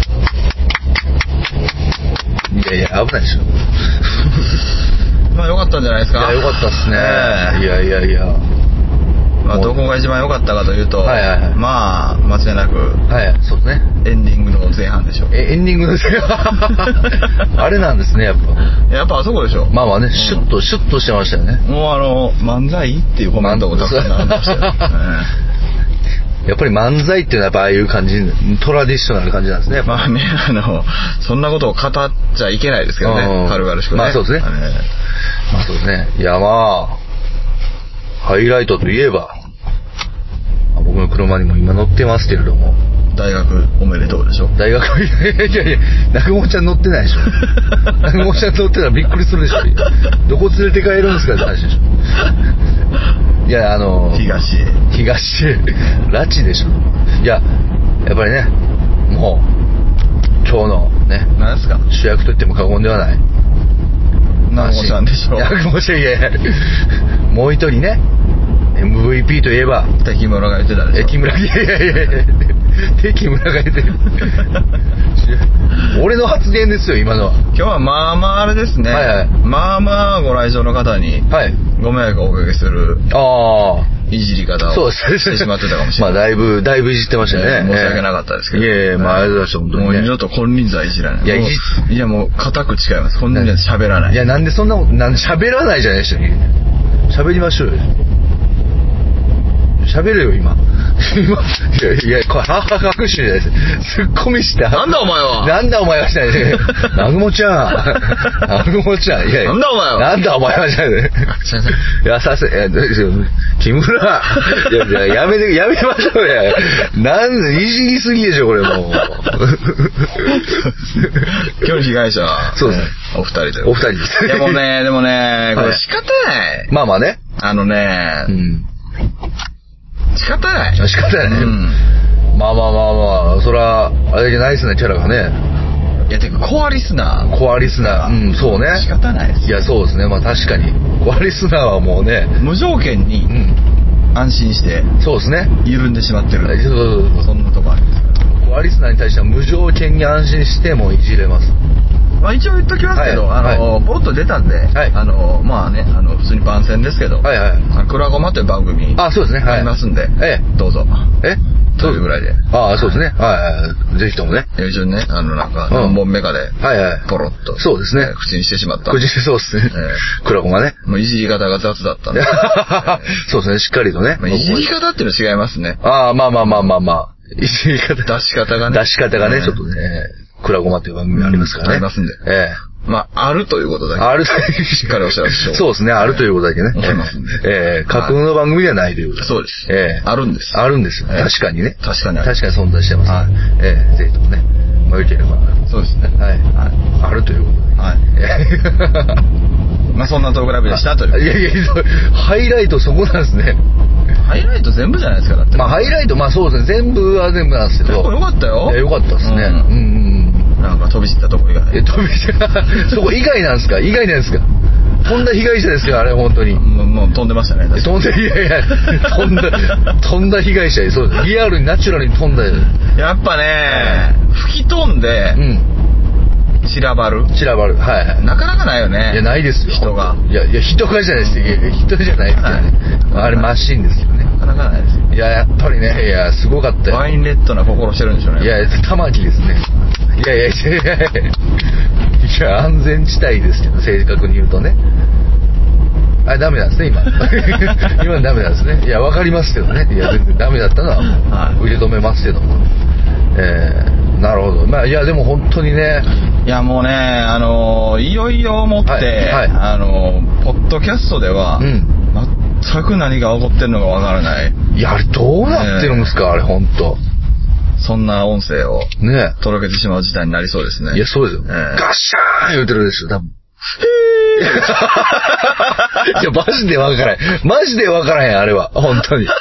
いやいや、危ないでしょ。 まあ良かったんじゃないですか。 いや、良かったっすね。えー、いやいやいや。 まあ、どこが一番良かったかというと、 はいはいはい、 まあ間違いなく、 はい、そうですね。 エンディングの前半でしょ。 え、エンディングの前半あれなんですね、やっぱ。 やっぱあそこでしょ。 まあまあね、シュッと、うん、シュッとしてましたよね。 もうあの漫才っていうコメントもたくさんありましたよ、ね。 やっぱり漫才っていうのはやっぱああいう感じ、トラディショナルな感じなんですね。 まあね、あのそんなことを語っちゃいけないですけどね、軽々しくね。 まあそうですね。まあそうですね。いやまあハイライトといえば、僕の車にも今乗ってますけれども、 大学おめでとうでしょ。 大学いやいやいや、南雲ちゃん乗ってないでしょ。南雲ちゃん乗ってたらびっくりするでしょ。どこ連れて帰るんですかって話でしょ。いやあの東東拉致でしょ。いややっぱりね、もう今日のね、 何ですか、 主役と言っても過言ではない。 南雲ちゃんでしょ。 南雲ちゃん、いやいや、もう一人ね。エムブイピー といえば敵村が言ってたでしょ。 敵村、いやいやいやいや敵村が言ってる俺の発言ですよ今のは。 今日はまあまああれですね、はいはい、まあまあご来場の方にご迷惑をおかけする、 ああいじり方をしてしまってたかもしれない。 まあだいぶだいぶいじってましたね、 えー、申し訳なかったですけど、 いやいや、まあありがとうございました。本当に、ね、 もう二度と金輪際いじらない。 いやいじいやもう固く誓います。金輪際喋らない。 いやなんでそんななんで喋らないじゃないでしょ。 喋りましょうよ。喋れよ今。今いやいやこれハハ拍手じゃないです。ツッコミして。 なんだお前は。 なんだお前はじゃない。南雲ちゃん。南雲ちゃん。いやなんだお前は。 なんだお前はじゃない。いやさせいや木村。いやいややめてやめましょうや。なんいじりすぎでしょこれもう。 今日被害者はそうですね。 お二人で。 お二人です。 でもねでもねこれ仕方ない。 まあまあね。 あのね。 うん。 仕方ない。 仕方ないね。うん、まあまあまあまあ、そら、あれじゃないですね、キャラがね。 いや、てか、コアリスナー。 コアリスナー。うん、そうね。 仕方ないです。 いや、そうですね。まあ確かに。コアリスナーはもうね。 無条件に、安心して、 そうですね。 緩んでしまってる。 そうそうそう。 そんなとこありますから。 コアリスナーに対しては無条件に安心してもいじれます。 まあ一応言っときますけど、はい、あの、はい、ポロッと出たんで、はい、あの、まあね、あの、普通に番宣ですけど、はいはい。クラゴマという番組、 あ、そうですね。 ありますんで、ええ、どうぞ。えというぐらいで。 ああ、そうですね。はいはい。ぜひともね。 一応ね、あの、なんか、何本目かで、はいはい。ポロッと。 そうですね。 口にしてしまった。 口にしてそうですね。クラゴマね。 もういじり方が雑だったんで。 そうですね、しっかりとね。 いじり方っていうの違いますね。 ああ、まあまあまあまあまあ。いじり方。 出し方がね。 出し方がね、ちょっとね、クラゴマという番組ありますからね。 ありますんで。ええ。まあ、あるということだけ。 あるという。 しっかりお知らせしよう。 そうですね、あるということだけね。 思いますんで。 ええ、架空の番組ではないということ。 そうです。 ええ。 あるんです。 あるんですよ。確かにね。 確かにある。 確かに存在してます。ええ、ぜひともね。まあ、よければ。 そうですね。 はい。あるということで。はい。 まあ、そんなトークライブでしたという。 いやいや、ハイライトそこなんですね。 ハイライト全部じゃないですか、だって。 まあ、ハイライト、まあそうですね。全部は全部なんですけど。 結構良かったよ。 いや、良かったですね。うんうん。 なんか飛び散ったとこ以外。 え、飛び散った。そこ以外なんですか？以外なんですか？飛んだ被害者ですよ、あれ、本当に。 もう、もう飛んでましたね。 飛んだ、いやいや、飛んだ、飛んだ被害者、そうです。リアルに、ナチュラルに飛んだ。 やっぱね、吹き飛んで、うん。散らばる散らばる。はいはい。 なかなかないよね。 いや、ないですよ。 人が。 いや、いや、人がじゃないですよ。いや、人じゃないですよね。あれ、マシンですよね。 なかなかないですよ。 いや、やっぱりね、いや、すごかったよ。 ワインレッドな心してるんでしょうね。 いや、玉木ですね。いやいやいやいやいや、安全地帯ですけど、正確に言うとね。あ、ダメなんですね、今。今ダメなんですね。いや、わかりますけどね。いや、全然ダメだったのはもう、受け止めますけども。えー、なるほど。まあ、いや、でも本当にね。 いや、もうね、あのー、いよいよもって、はいはい、あのー、ポッドキャストでは、うん、全く何が起こってるのかわからない。 いや、あれどうなってるんですか、えー、あれ本当。そんな音声を、ね、届けてしまう事態になりそうですね。 いや、そうですよ。えー、ガッシャーン言うてるですよ、多分。いや、マジでわからへん。マジでわからへん、あれは。本当に。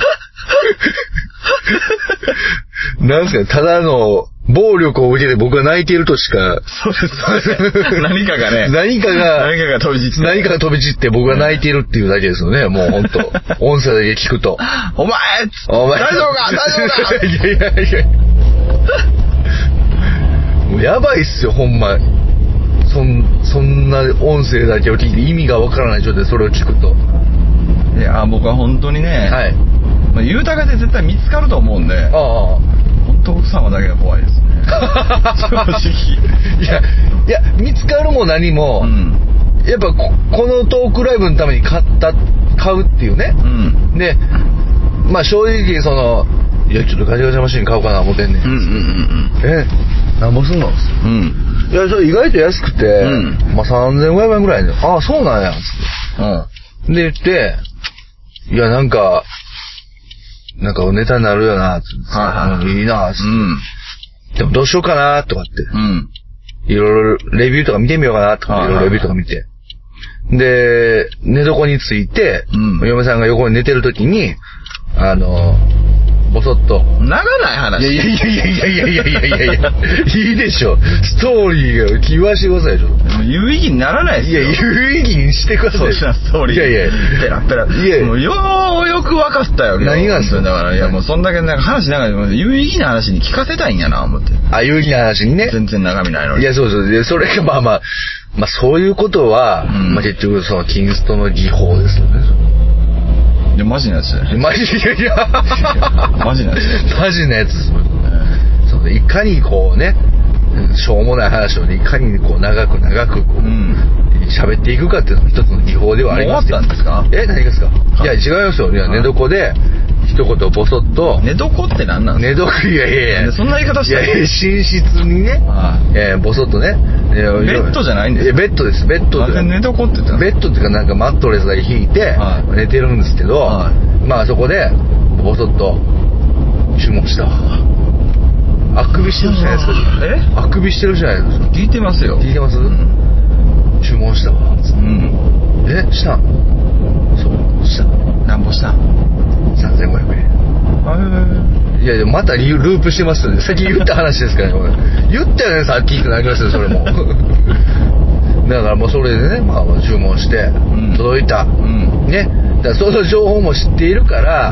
なんすか、ただの暴力を受けて僕が泣いているとしか。 そうです。何かがね。 何かが、 何かが飛び散って。 何かが飛び散って僕が泣いているっていうだけですよね。もう本当音声だけ聞くと。 お前お前大丈夫か大丈夫かいやいやいや。もうやばいっすよ、ほんま。そん、そんな音声だけを聞いて意味がわからない状態でそれを聞くと。 いや、僕は本当にね、はい。まあ、言うたかで絶対見つかると思うんで、ああ、本当奥様だけが怖いですね。正直。 いや、いや、見つかるも何も、うん、やっぱこ、このトークライブのために買った、買うっていうね。うん、で、まあ正直その、いや、ちょっとガチャガチャマシン買おうかな思ってんねん。うんうんうん、え、なんぼすんの？うん。いや、それ意外と安くて、うん、まあさんぜんごひゃくえんぐらいで、ああ、そうなんや、つって。うん。で言って、いや、なんか、なんかネタになるよな、つって。はいはい。いいな、つって。うん。でもどうしようかな、とかって。うん。いろいろレビューとか見てみようかな、とか、いろいろレビューとか見て。で、寝床について、うん、嫁さんが横に寝てるときに、あの、ぼそっと。 長ない話。 いやいやいやいやいやいやいやいやいやいいでしょ。ストーリーが言わしてくださいよ。 有意義にならないですよ。 いや、有意義にしてください。そうしたストーリー。 いやいや。 ペラペラ。いやもうよーよく分かったよ。 何がですか？ だから、いやもうそんだけなんか話長い、有意義な話に聞かせたいんやな、思って。 あ、有意義な話にね。 全然中身ないのに。 いや、そうそう。で、それがまあまあ、まあそういうことは、うん、まあ結局そのキンストの技法ですよね。 いや、マジなやつだよ。 マジ、いやいや。 マジなやつ。 マジなやつ。そう、いかにこうね、しょうもない話をね、いかにこう長く長くこう、うん、 喋っていくかっていうのも一つの技法ではありますよ。 もう終わったんですか？ え、何ですか？いや、違いますよ。いや、寝床で一言ボソッと。 寝床って何なんですか？ 寝床、いやいやいや。 そんな言い方してる？ いやいや、寝室にね、えー、ボソッとね。 ベッドじゃないんですか？ ベッドです、ベッドで。 なんで寝床って言ったの？ ベッドっていうかなんかマットレスだけ引いて、寝てるんですけど、はい、まあそこで、ボソッと注文した。あくびしてるじゃないですか。 え？ あくびしてるじゃないですか。 聞いてますよ。 聞いてます？うん、注文したわ。うん。え、したん？そう、した。 なんぼしたん？ さんぜんごひゃくえん。いやいや、またループしてますよね。先言った話ですからね。言ったよね、さっきってなりますよ、それも。だからもうそれでね、まあ注文して、届いた。うん、ね。だからその情報も知っているから、うん、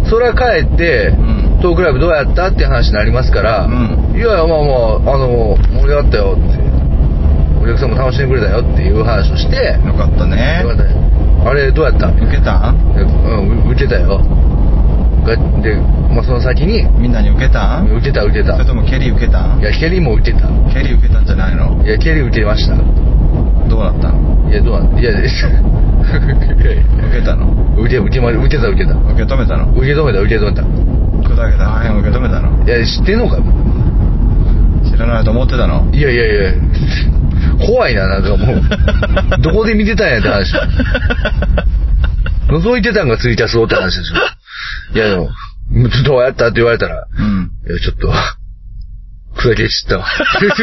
それは帰って、うん、トークライブどうやったっていう話になりますから、うん、いやいや、まあまあ、あの、盛り上がったよって。お客さんも楽しんでくれたよっていう話をして。 よかったね。よかったね。 あれ、どうやった？ 受けたん？ うん、受けたよ。で、まあ、その先にみんなに受けたん？ 受けた受けた。 それともケリー受けたん？ いや、ケリーも受けた。 ケリー受けたんじゃないの？ いや、ケリー受けました。 どうなったの？ いや、どうなんいや、いや受けたの？ 受け、受けま、受けた受けた。 受け止めたの？ 受け止めた受け止めた。 砕けた破片を受け止めたの？ いや、知ってんのか？ 知らないと思ってたの？ いやいやいや、怖いな、なんかもう。どこで見てたんやって話。覗いてたんがツイキャスをって話ですよ。いやでも、どうやったって言われたら、うん、いやちょっと、砕け散ったわ。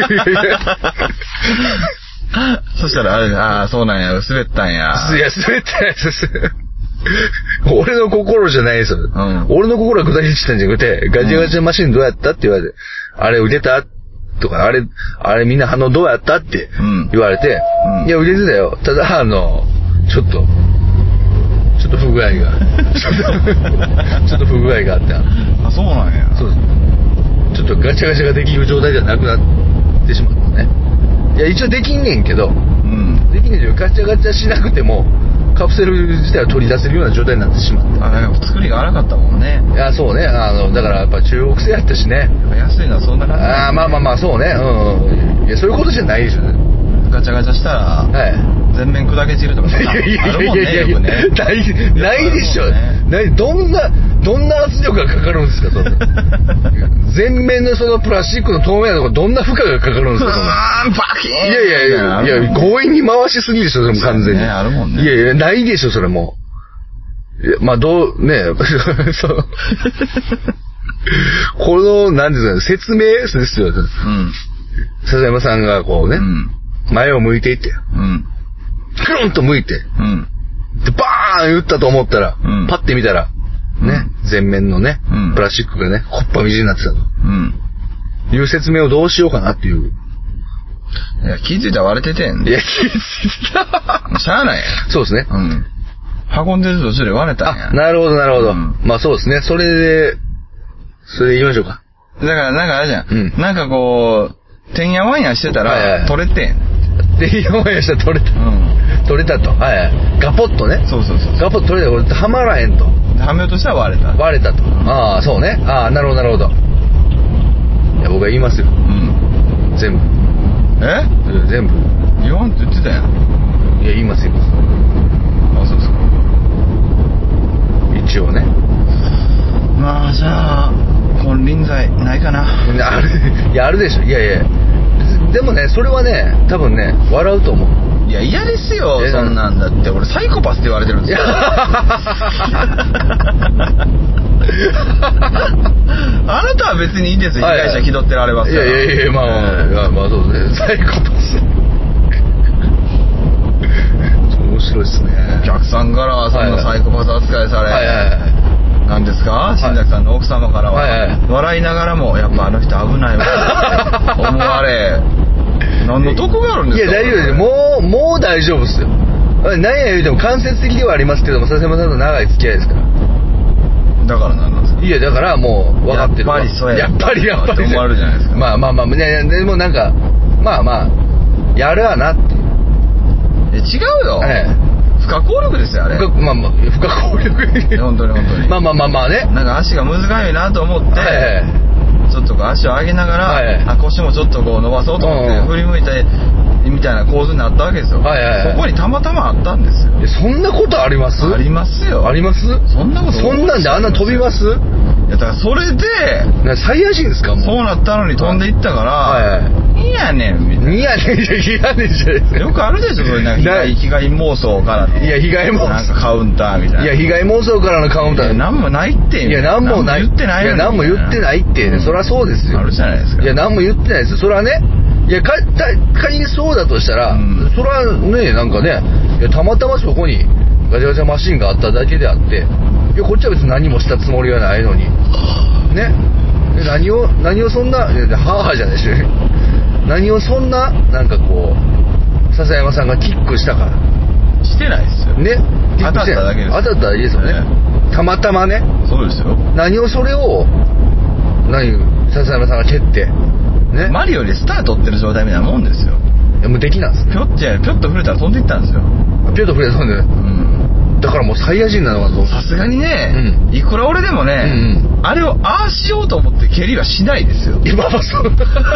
そしたら、ああ、そうなんや、滑ったんや。 いや、滑ったんや、俺の心じゃないですよ。うん、俺の心は砕け散ったんじゃなくて、ガチャガチャマシンどうやったって言われて、あれ受けたとか、あれ、あれみんな反応どうやったって言われて、うん、いや、受けてたよ。ただ、あの、ちょっと、ちょっと不具合がちょっと不具合があって、 あ、そうなんや。 そうです。ちょっとガチャガチャができる状態じゃなくなってしまったね。いや、一応できんねんけど、うん、できんねんけど、ガチャガチャしなくてもカプセル自体を取り出せるような状態になってしまった。 あ、なんか作りが荒かったもんね。 いや、そうね。あの、だからやっぱ中国製やったしね。 安いのはそんな感じ、ね。 あ、まあまあまあ、そうね。うん。いや、そういうことじゃないでしょ。 ガチャガチャしたら、はい、全面砕け散るとかあるもんね。よくね。 ない、ないでしょ。ない、どんな、どんな圧力がかかるんですか、そ全面のそのプラスチックの透明なとこどんな負荷がかかるんですか、その。 バキーン。 いやいやいや、いや、強引に回しすぎでしょ、それも完全に。 ね、あるもんね。 いやいや、ないでしょ、それも。いや、まあ、どう、ね、そう。この、なんですかね、説明ですよ。うん。笹山さんがこうね、うん、前を向いていって、うん。クルンと向いて、うん。で、バーン打ったと思ったら、うん、パッて見たら、ね、うん、前面のね、うん、プラスチックがね、こっぱみじんになってたと。うん。いう説明をどうしようかなっていう。 いや、気づいたら割れててん。 いや、気づいた。 しゃあないや。 そうですね。うん。 運んでる途中で割れたんや。 あ、なるほど、なるほど。うん、まあそうですね。それで、それで行きましょうか。 だから、なんかあれじゃん。うん。なんかこう、てんやわんやしてたら、はいはいはい、取れてん。 てんやわんやしたら取れた。うん。取れたと。はいはい。ガポッとね。 そうそうそう。 ガポッと取れた。これ、はまらへんと。 はめようとしたら割れた。 割れたと。うん、ああ、そうね。ああ、なるほど、なるほど。いや、僕は言いますよ。うん。全部。 え？ 全部。 言わんって言ってたやん。 いや、言いますよ。 あ、そうですか。 一応ね。 まあ、じゃあ、金輪際ないかな。 ある、いや、あるでしょ。いやいや。でもね、それはね、多分ね、笑うと思う。 いや、嫌ですよ、そんなんだって。俺、サイコパスって言われてるんですよ。あなたは別にいいですよ、被害者気取ってられますから。 いやいやいや、まあ、えー、まあそうですね。サイコパス。面白いっすね。 お客さんからはそんなサイコパス扱いされ。 はいはいはい。 なんですか、新崎さんの奥様からは、はいはい、笑いながらもやっぱあの人危ないわって思われ、何の得があるんですか。 いや大丈夫ですよ。もうもう大丈夫ですよ。何や言うても間接的ではありますけども、笹山さんと長い付き合いですから。 だから何なんですか。 いやだからもう分かってる。 やっぱりそうや。 やっぱりやっぱり。 思われるじゃないですか。 まあまあまあ、ね、でもなんかまあまあやるわなっていう。 え違うよ。ええ。不可抗力ですよあれ。 まあまあ不可抗力。 本当に本当に。 まあまあまあまあね。 なんか足が難しいなと思って、はいはい、ちょっとこう足を上げながら、はいはい、あ腰もちょっとこう伸ばそうと思って振り向いてみたいな構図になったわけですよ。 はいはいはい。 そこにたまたまあったんですよ。 そんなことあります？ ありますよ。 あります？ そんなこと。 そんなんであんな飛びます？ いやだからそれでサイヤ人ですか？もうそうなったのに飛んでいったから、はいはい、いいやねんみたいな。 いいやねんじゃいやねんじゃない。 よくあるでしょそれなんか被害妄想からの。 いや被害妄想なんかカウンターみたいな。 いや被害妄想からのカウンター。いやなんもないって。 いやなんもない。 言ってないよ。 いやなんも言ってないって、ね、そりゃそうですよ。 あるじゃないですか。 いやなんも言ってないですよ。それはね。いやか仮にそうだとしたら、うん、それはねなんかねいやたまたまそこにガチャガチャマシンがあっただけであって、いやこっちは別に何もしたつもりはないのにね。何を何をそんなはぁじゃないし何をそんななんかこう笹山さんがキックしたからしてないですよね。 当たっただけです。 当たっただけですよね、えー、たまたまね。 そうですよ。 何をそれを何笹山さんが蹴ってね、 マリオでスター取ってる状態みたいなもんですよ。 いやもうできなんですね。 ぴょっちゃぴょっと触れたら飛んでいったんですよ。 ぴょっと触れたんで、うん、だからもうサイヤ人なのかと。 さすがにね、うん、いくら俺でもね、うんうん、あれをああしようと思って蹴りはしないですよ。 今はそう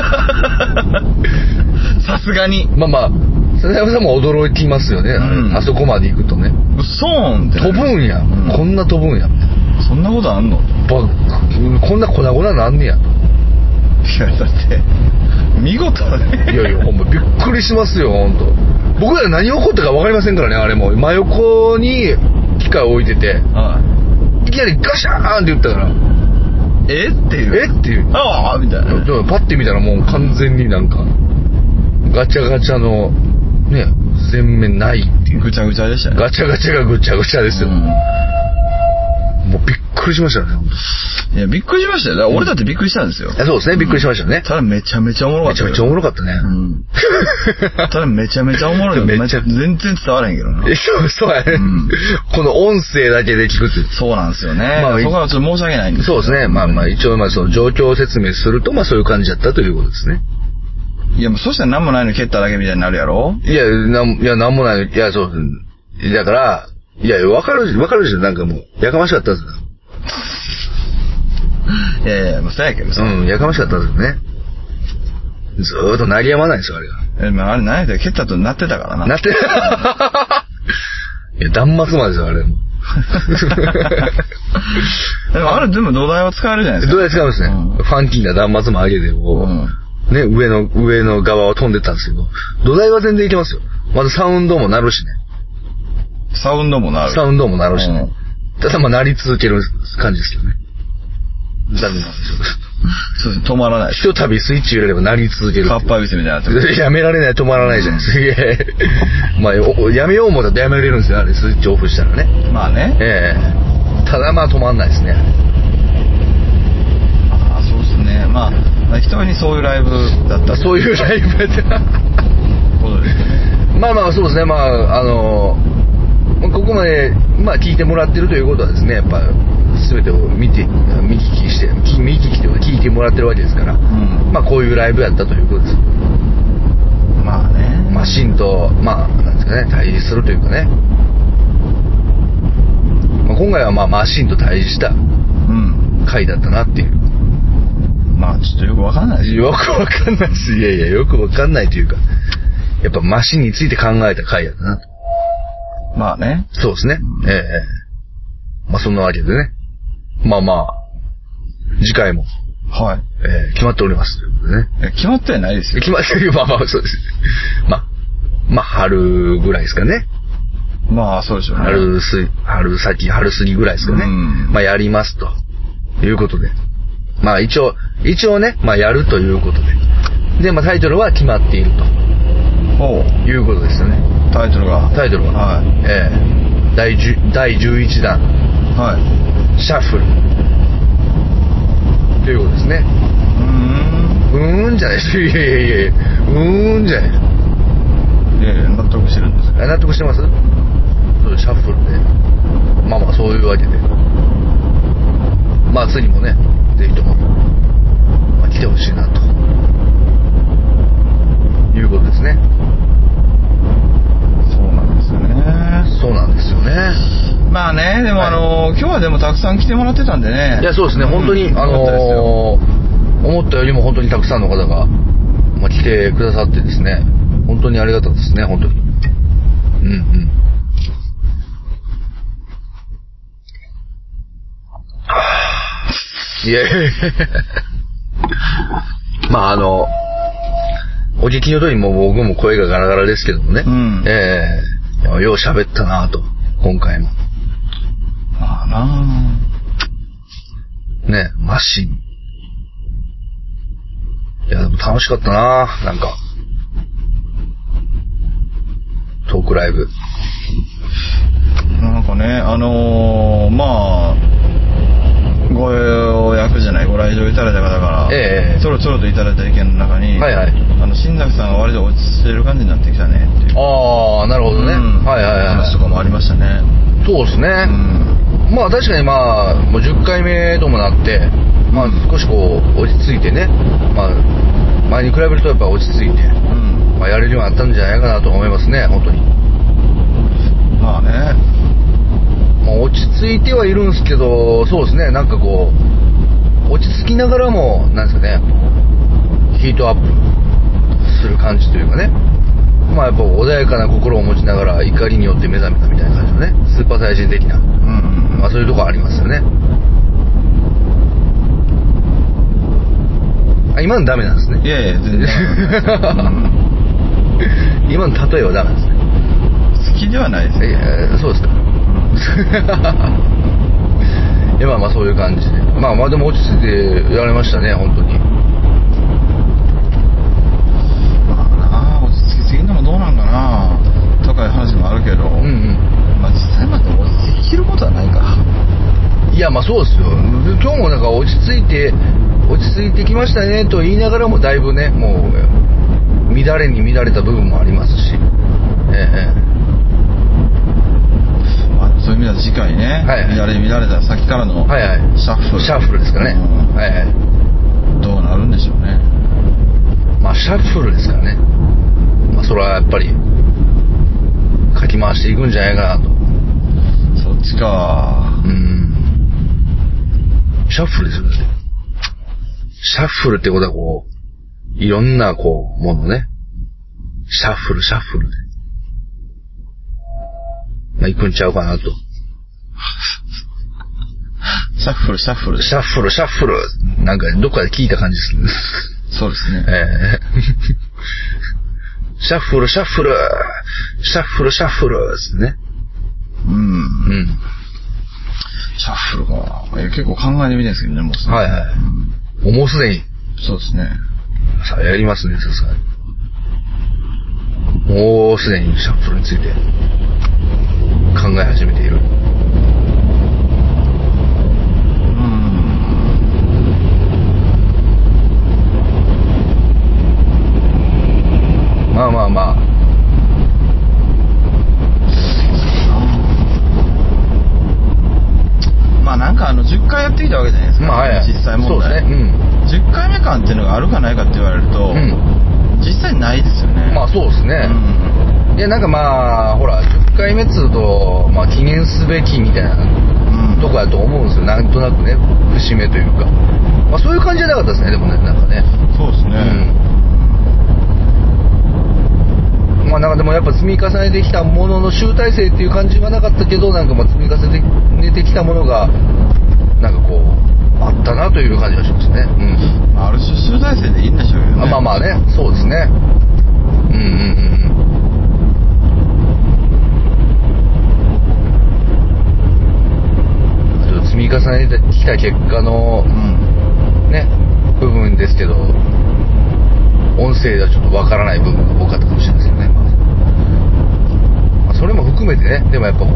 さすがにまあまあ笹山さんも驚きますよね、うん、あそこまで行くとね。 うそーんって飛ぶんや、うん、こんな飛ぶんやそんなことあんのこんな粉々なんねやと。 いやだって見事ね。 いやいやほんまびっくりしますよ本当。僕ら何起こったか分かりませんからね。あれも真横に機械を置いてて、はい、いきなりガシャーンって言ったからえっていうえっていうああみたいな。 パッて見たらもう完全になんかガチャガチャのね全面ないっていう。 ぐちゃぐちゃでしたね。 ガチャガチャがぐちゃぐちゃですよ、うん、もうびっくりしましたね。 いやびっくりしましたよ。だから俺だってびっくりしたんですよ。 うん、そうですねびっくりしましたね。 ただめちゃめちゃおもろかった。 めちゃめちゃおもろかったね。うん、 ただめちゃめちゃおもろい。めちゃ全然伝わらへんけどな。 そうそうやね、うん。この音声だけで聞くって。 そうなんですよね。まあそこはちょっと申し訳ないんですけど。 そうですね。まあまあ一応まあその状況説明するとまあそういう感じだったということですね。 いやもうそしたら何もないの蹴っただけみたいになるやろ。 いやなんいや何もない。いやそうだからいやわかるわかるでしょ。なんかもうやかましかったです。 いやいや、もうそうやけどさ。 うん、やかましかったですよね。ずーっと鳴りやまないですよ、あれが。 え、まあ、あれ何やったら蹴ったと鳴ってたからな。 鳴ってた。いや、断末魔ですよ、あれ。 でも、あれ、でも土台は使えるじゃないですか。 土台使えますね。うん、ファンキーな断末魔上げて、こう、うん、ね、上の、上の側を飛んでったんですけど、土台は全然いけますよ。まずサウンドも鳴るしね。 サウンドも鳴る。 サウンドも鳴るしね。うん、ただ、まあ、鳴り続ける感じですけどね。ダメなんですよ。 そうです。止まらない。 ひとたびスイッチ入れれば鳴り続ける。 カッパービスみたいな。 やめられない、止まらないじゃないですか。うん、まあ、やめようもだとやめられるんですよ、あれ、スイッチオフしたらね。 まあね。 ええー。ただまあ止まんないですね。 ああ、そうですね。まあ、人にそういうライブだった。 そういうライブやった。ことですね。まあまあ、そうですね。まあ、あの、ここまで、まあ聞いてもらってるということはですね、やっぱ、全てを見て見聞きして見聞きというか聞いてもらってるわけですから、うん、まあこういうライブやったということです。 まあね、 マシンとまあなんですかね対峙するというかね、まあ、今回はまあマシンと対峙した回だったなっていう、うん、 まあちょっとよくわかんないですよ。よくわかんないです。いやいやよくわかんないというかやっぱマシンについて考えた回だったなと。 まあね、 そうですね、うん、ええまあそんなわけでね。まあまあ、次回も、 はい、 えー、決まっておりますということでね。 決まってはないですよ。 決まってる、まあまあそうです。まあ、まあ春ぐらいですかね。 まあそうでしょうね。 春す、春先、春過ぎぐらいですかね。まあやりますということで。まあ一応、一応ね、まあやるということで。で、まあタイトルは決まっていると。 おう。 いうことですよね。 タイトルが。 タイトルが。 はい。 えー、第じゅう、第じゅういちだん。 はい。 シャッフルということですね。うーんうーんじゃないです。いやいやいやうーんじゃない。 いやいや納得してるんですか。 納得してます。そうシャッフルでまあまあそういうわけでまあ次もねぜひとも、まあ、来てほしいなということですね。 そうなんですよね。 そうなんですよね。 まあね、でも、はい、あの今日はでもたくさん来てもらってたんでね。 いやそうですね、うん、本当にあのー、思ったよりも本当にたくさんの方が、まあ、来てくださってですね、 本当にありがたかったですね、本当に。うんうん。いやいやいやまああの、お聞きの通りも僕も声がガラガラですけどもね。うん、ええー、よう喋ったなぁと、今回も。 まあなぁ。ね、マシン。いや、でも楽しかったなぁ、なんか。トークライブ。 なんかね、あのー、まあ、ご予約じゃないご来場いただいた方から、ええ、ちょろちょろといただいた意見の中に、はいはい、あの新崎さんが割と落ち着いてる感じになってきたねっていう。 ああ、なるほどね、うん、はいはいはい、 話とかもありましたね。 そうですね、うん、まあ確かにまあもうじゅっかいめともなって、まあ少しこう落ち着いてね、まあ前に比べるとやっぱ落ち着いて、うん、まあやれるようになったんじゃないかなと思いますね、本当に。 まあね。 まあ、落ち着いてはいるんですけど、そうですね、なんかこう落ち着きながらもなんですかね、ヒートアップする感じというかね、まあやっぱ穏やかな心を持ちながら怒りによって目覚めたみたいな感じのね、スーパーサイヤ人的な、うんうん、まあそういうとこありますよね。あ、今のダメなんですね。 いやいや全然今の例えはダメですね。 好きではないですね。 いやそうですか。いやまあまあそういう感じで、まあまあでも落ち着いてやれましたね、本当に。 まあなあ、落ち着きすぎるのもどうなんかなとかいう話もあるけど、うんうん、まあ実際まで落ち着きることはないか。 いやまあそうですよ。今日もなんか落ち着いて落ち着いてきましたねと言いながらもだいぶね、もう乱れに乱れた部分もありますし、ええそういう意味では次回ね、はいはい、乱れ乱れた先からのシャッフル、 はいはい、シャッフルですかね、うん、はいはい、 どうなるんでしょうね。 まあシャッフルですからね、まあそれはやっぱりかき回していくんじゃないかなと。 そっちか。 うん。シャッフルですよね。シャッフルってことはこういろんなこうものね、シャッフルシャッフルで。まあ、行くんちゃうかなと。 シャッフルシャッフルシャッフルシャッフルなんかどっかで聞いた感じですね。 そうですね。 えー、シャッフルシャッフルシャッフルシャッフルですね。 うん。うん。シャッフルか。結構考えてみてるんですけどね、もうすでに。 はいはい。うん、もうすでに。 そうですね。 さあやりますね、さすがに。もうすでにシャッフルについて考え始めている。 うん。 まあまあまあ。 まあなんかあのじゅっかいやってきたわけじゃないですか。まあ、はいはい、実際問題。そうですね。うん。じゅっかいめ感っていうのがあるかないかって言われると、うん、実際ないですよね。 まあそうですね。うん、いやなんかまあほらじゅっかいめっつうとまあ記念すべきみたいな、うん、とこやと思うんですよ。なんとなくね、節目というか。まあそういう感じじゃなかったですね。でもね、なんかね。 そうですね。 うん、まあなんかでもやっぱ積み重ねてきたものの集大成っていう感じはなかったけど、なんかまあ積み重ねてきたものがなんかこうあったなという感じがしますね。うん。 ある種集大成でいいんでしょうけどね。 あまあまあね、そうですね。うんうんうん。積み重ねてきた結果の、うん、ね部分ですけど、音声ではちょっとわからない部分が多かったかもしれないですよね。まあ、それも含めてね、でもやっぱこ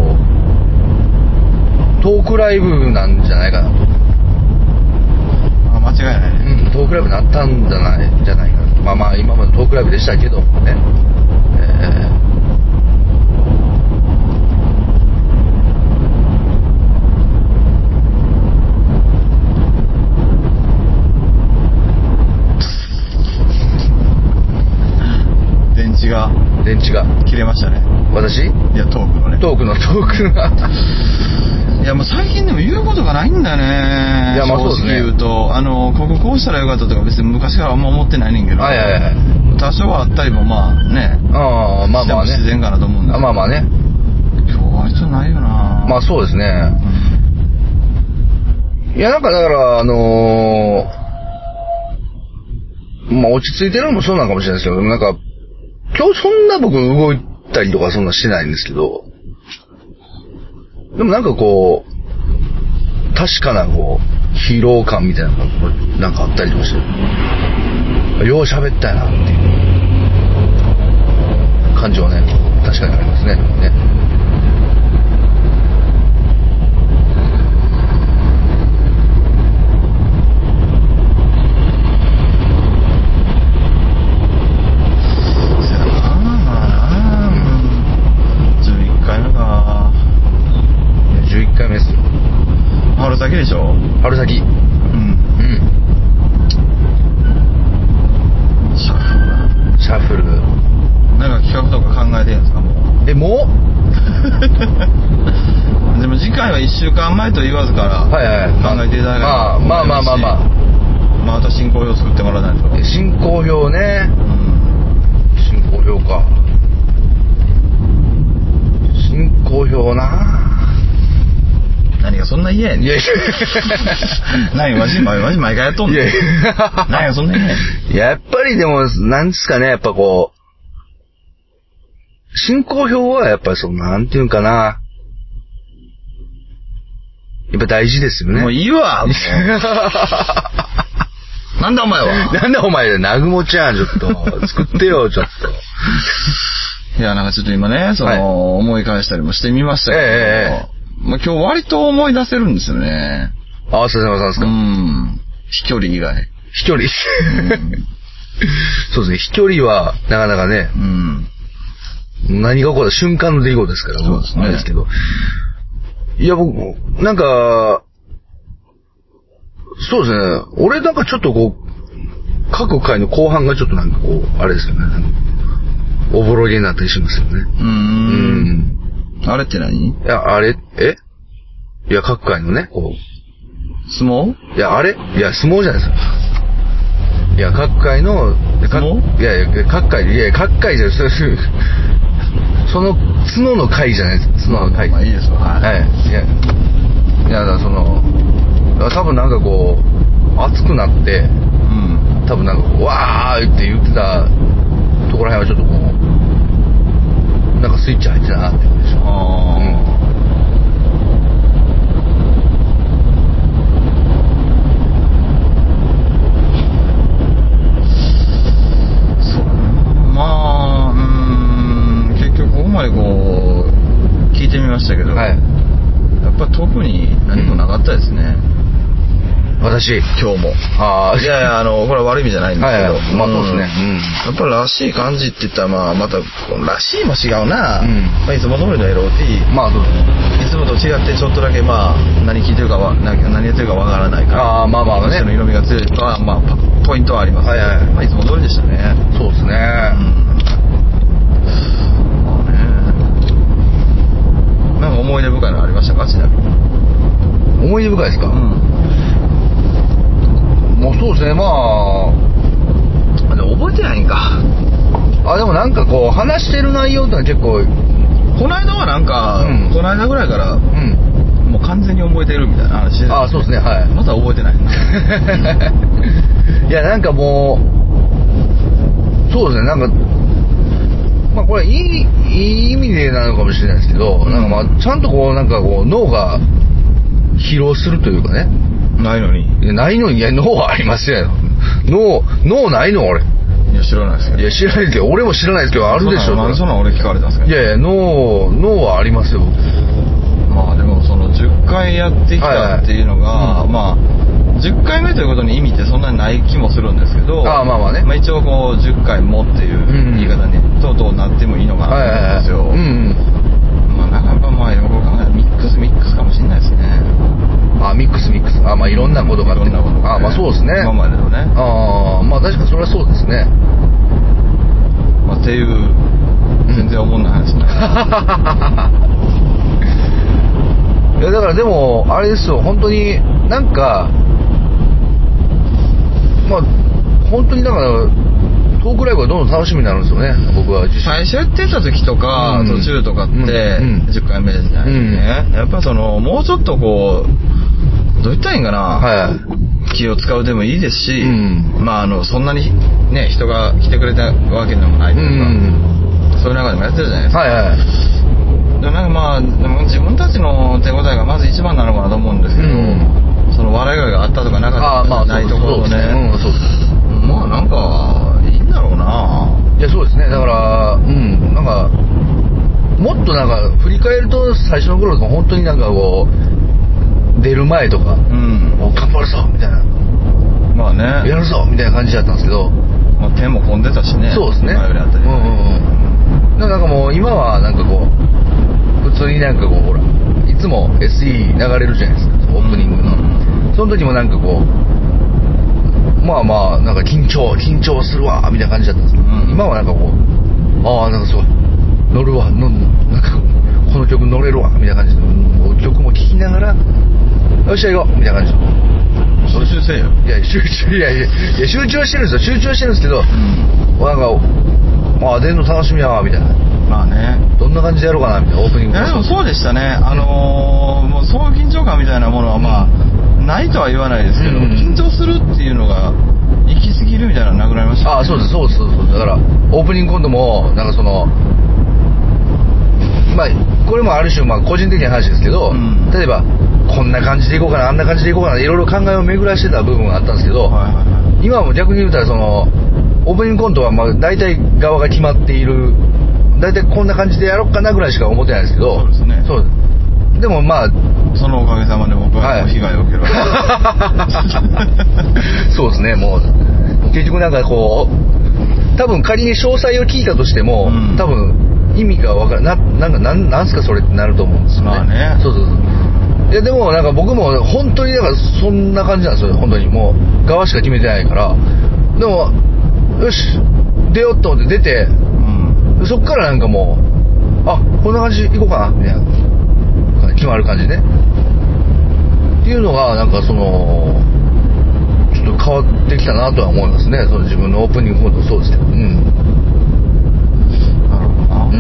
うトークライブなんじゃないかなと。 あ、間違いないね。 うん、トークライブになったんじゃないじゃないかなと。まあまあ今までトークライブでしたけどもね。えー電池が電池が切れましたね。 私？ いやトークのね。 トークのトークがいやもう最近でも言うことがないんだよね。 いやまあそうですね。 正直言うと、あのこここうしたらよかったとか別に昔からあんま思ってないねんけど、 はいはいはい。 多少はあったりもまあね、 ああまあまあね。 自然かなと思うんだけど。 まあまあね。 今日割とないよな。 まあそうですね。うん、いやなんかだからあのー、まあ落ち着いてるのもそうなのかもしれないですけど、なんか今日そんな僕動いたりとかそんなしてないんですけど、でもなんかこう確かなこう疲労感みたいなのがなんかあったりとかして、よう喋ったよなっていう感情はね確かにありますね。ね。じゅういっかいめですよ。 春先でしょ。 春先。うん。うん。 シャッフルな。 シャッフル。 なんか企画とか考えてるんですかもう。 えもう？ でも次回はいっしゅうかんまえと言わずから、はいはい、考えていただければ、 まあまあまあまあまあ。 まあ、また進行表作ってもらわないと。 進行表ね。うん。進行表か。進行表な。 何がそんな嫌やねん。いやいや何マジマジ毎回やっとんの。いやいや何がそんな嫌やねん。 やっぱりでもなんですかね、やっぱこう進行表はやっぱりそのなんていうんかな、やっぱ大事ですよね。 もういいわ。なんだお前は。 なんだお前だ、なぐもちゃんちょっと作ってよちょっと。 いやなんかちょっと今ねその、はい、思い返したりもしてみましたけど。えーまあ、今日割と思い出せるんですよね。 ああ、笹山さんですか。 うん。飛距離以外。 飛距離。うん、そうですね。飛距離はなかなかね。うん。何が起こった瞬間の出来事ですから。 そうですね。 あれですけど。いや僕なんかそうですね。俺なんかちょっとこう各回の後半がちょっとなんかこうあれですよね。おぼろげになったりしますよね。うーん。 うんあれって何？ いや、あれ、えいや、各界のね、こう。 相撲？ いや、あれいや、相撲じゃないですか。いや、各界の、 相撲？ いやいや、各界、いや、各界じゃないです。その、角の会じゃないです。角の会。 まあいいですわ。はい。 はい。いや、いや、だからその、多分なんかこう、熱くなって、うん。多分なんか、わーって言ってたところらへんはちょっとこう、なんかスイッチ入ってたなって思うでしょ。ああ、うん。 そうまあうーん結局ここまでこう聞いてみましたけど、はい、やっぱ特に何もなかったですね。 うん、私今日も。ああいやいやあのこれは悪い意味じゃないんですけど、はいはい、まあそうですね。うん、やっぱらしい感じって言ったらまあまたらしいも違うな。うん、まあ、いつも通りの エルオーティー。まあどういつもと違ってちょっとだけまあ何聞いてるかは何やってるかわからないから。ああまあまあね。の色味が強いとはまあポイントはあります。はいはい。まあいつも通りでしたね。 そうですね。うんなんか思い出深いのありましたか？ちなみに。 思い出深いですか？うん。もうそうですね、まあでも覚えてないんか。 あでもなんかこう話してる内容ってのは結構この間はなんか、うん、この間ぐらいから、うん、もう完全に覚えてるみたいな話で、ね、 あそうですねはい。 まだ覚えてない。 いやなんかもうそうですねなんか。まあこれいい、いい意味でなのかもしれないですけど、うん、なんかまあちゃんとこうなんかこう脳が疲労するというかね。 ないのに。 いやないのにいや脳はありますよ。脳脳ないの俺。 いや知らないですけど。 いや知らないですけど俺も知らないですけどあるでしょ。 なんでそんな俺聞かれたんですか。 いやいや脳脳はありますよ。 まあでもそのじゅっかいやってきたっていうのが、はいはい、まあ。じゅっかいめということに意味ってそんなにない気もするんですけど、 ああまあまあね、 まあ、一応こうじゅっかいもっていう言い方にとうとうなってもいいのかなと思うんですよ。まあなかなかまあ僕考えたらミックスミックスかもしれないですね。 ああミックスミックスあまあいろんなことがあって、いろんなことが、ね、あまあそうですね。 今までのね。 ああまあ確かにそれはそうですね。 まあっていう全然おもんない話になる。 いやだかからでもあれですよ、本当になんかまあ本当にだからトークライブがどんどん楽しみになるんですよね、僕は自身。 最初やってた時とか、うん、途中とかって、うん、じゅっかいめじゃないね、うん、やっぱそのもうちょっとこうどう言ったらいいんかな、はい、気を使うでもいいですし、うん、まああのそんなにね人が来てくれたわけでもないというか、うん、そういう中でもやってるじゃないですか。はいはい。でなんかまあでも自分たちの手応えがまず一番なのかなと思うんですけど、うん、その笑い声があったとかなかったとかないところでね、まあなんかいいんだろうな。 いやそうですね、だからうんなんかもっとなんか振り返ると最初の頃とか本当になんかこう出る前とか、うん、もう頑張るぞみたいな、 まあねやるぞみたいな感じだったんですけど、 まあ、手も込んでたしね。 そうですね。 前よりあったり、うんうんうん、なんかもう今はなんかこう普通になんかこうほらいつも エスイー 流れるじゃないですか、オープニングの、うん、その時もなんかこうまあまあなんか緊張緊張するわみたいな感じだったんですけど、うん、今はなんかこうああなんかすごい乗るわのなんかこの曲乗れるわみたいな感じで、もう曲も聴きながらよっしゃ行こうみたいな感じで集中せよ。 いや集中いやいやいや集中はしてるんですよ、集中はしてるんですけど、うん、なんかまあ出るの楽しみやわみたいな、 まあねどんな感じでやろうかなみたいなオープニング。 いやでもそうでしたね、あのー、もうそう緊張感みたいなものはまあ、うん、ないとは言わないですけど、うん、緊張するっていうのが行き過ぎるみたいなのなくなりました、ね、 ああそうですそうですそうです。だからオープニングコントもなんかそのまあこれもある種まあ個人的な話ですけど、うん、例えばこんな感じでいこうかなあんな感じでいこうかないろいろ考えを巡らしてた部分があったんですけど、はいはいはい、今はもう逆に言うたらそのオープニングコントはまあ大体側が決まっている、大体こんな感じでやろうかなぐらいしか思ってないですけど、 そうですね。 そうでもまあそのおかげさまで僕は被害を受ける、 はい、そうですね。もう結局なんかこう多分仮に詳細を聞いたとしても、うん、多分意味が分からな、なんかなんなんすかそれってなると思うんですよね。 まあね。 そうそうそう。いやでもなんか僕も本当にだからそんな感じなんですよ、本当にもう側しか決めてないから。でもよし出ようと思って出て、うん、そっからなんかもうあこんな感じ行こうかなみたいな決まる感じねっていうのがなんかそのちょっと変わってきたなとは思いますね。その自分のオープニングコントそうですけど、うん、 なるほどな。うん。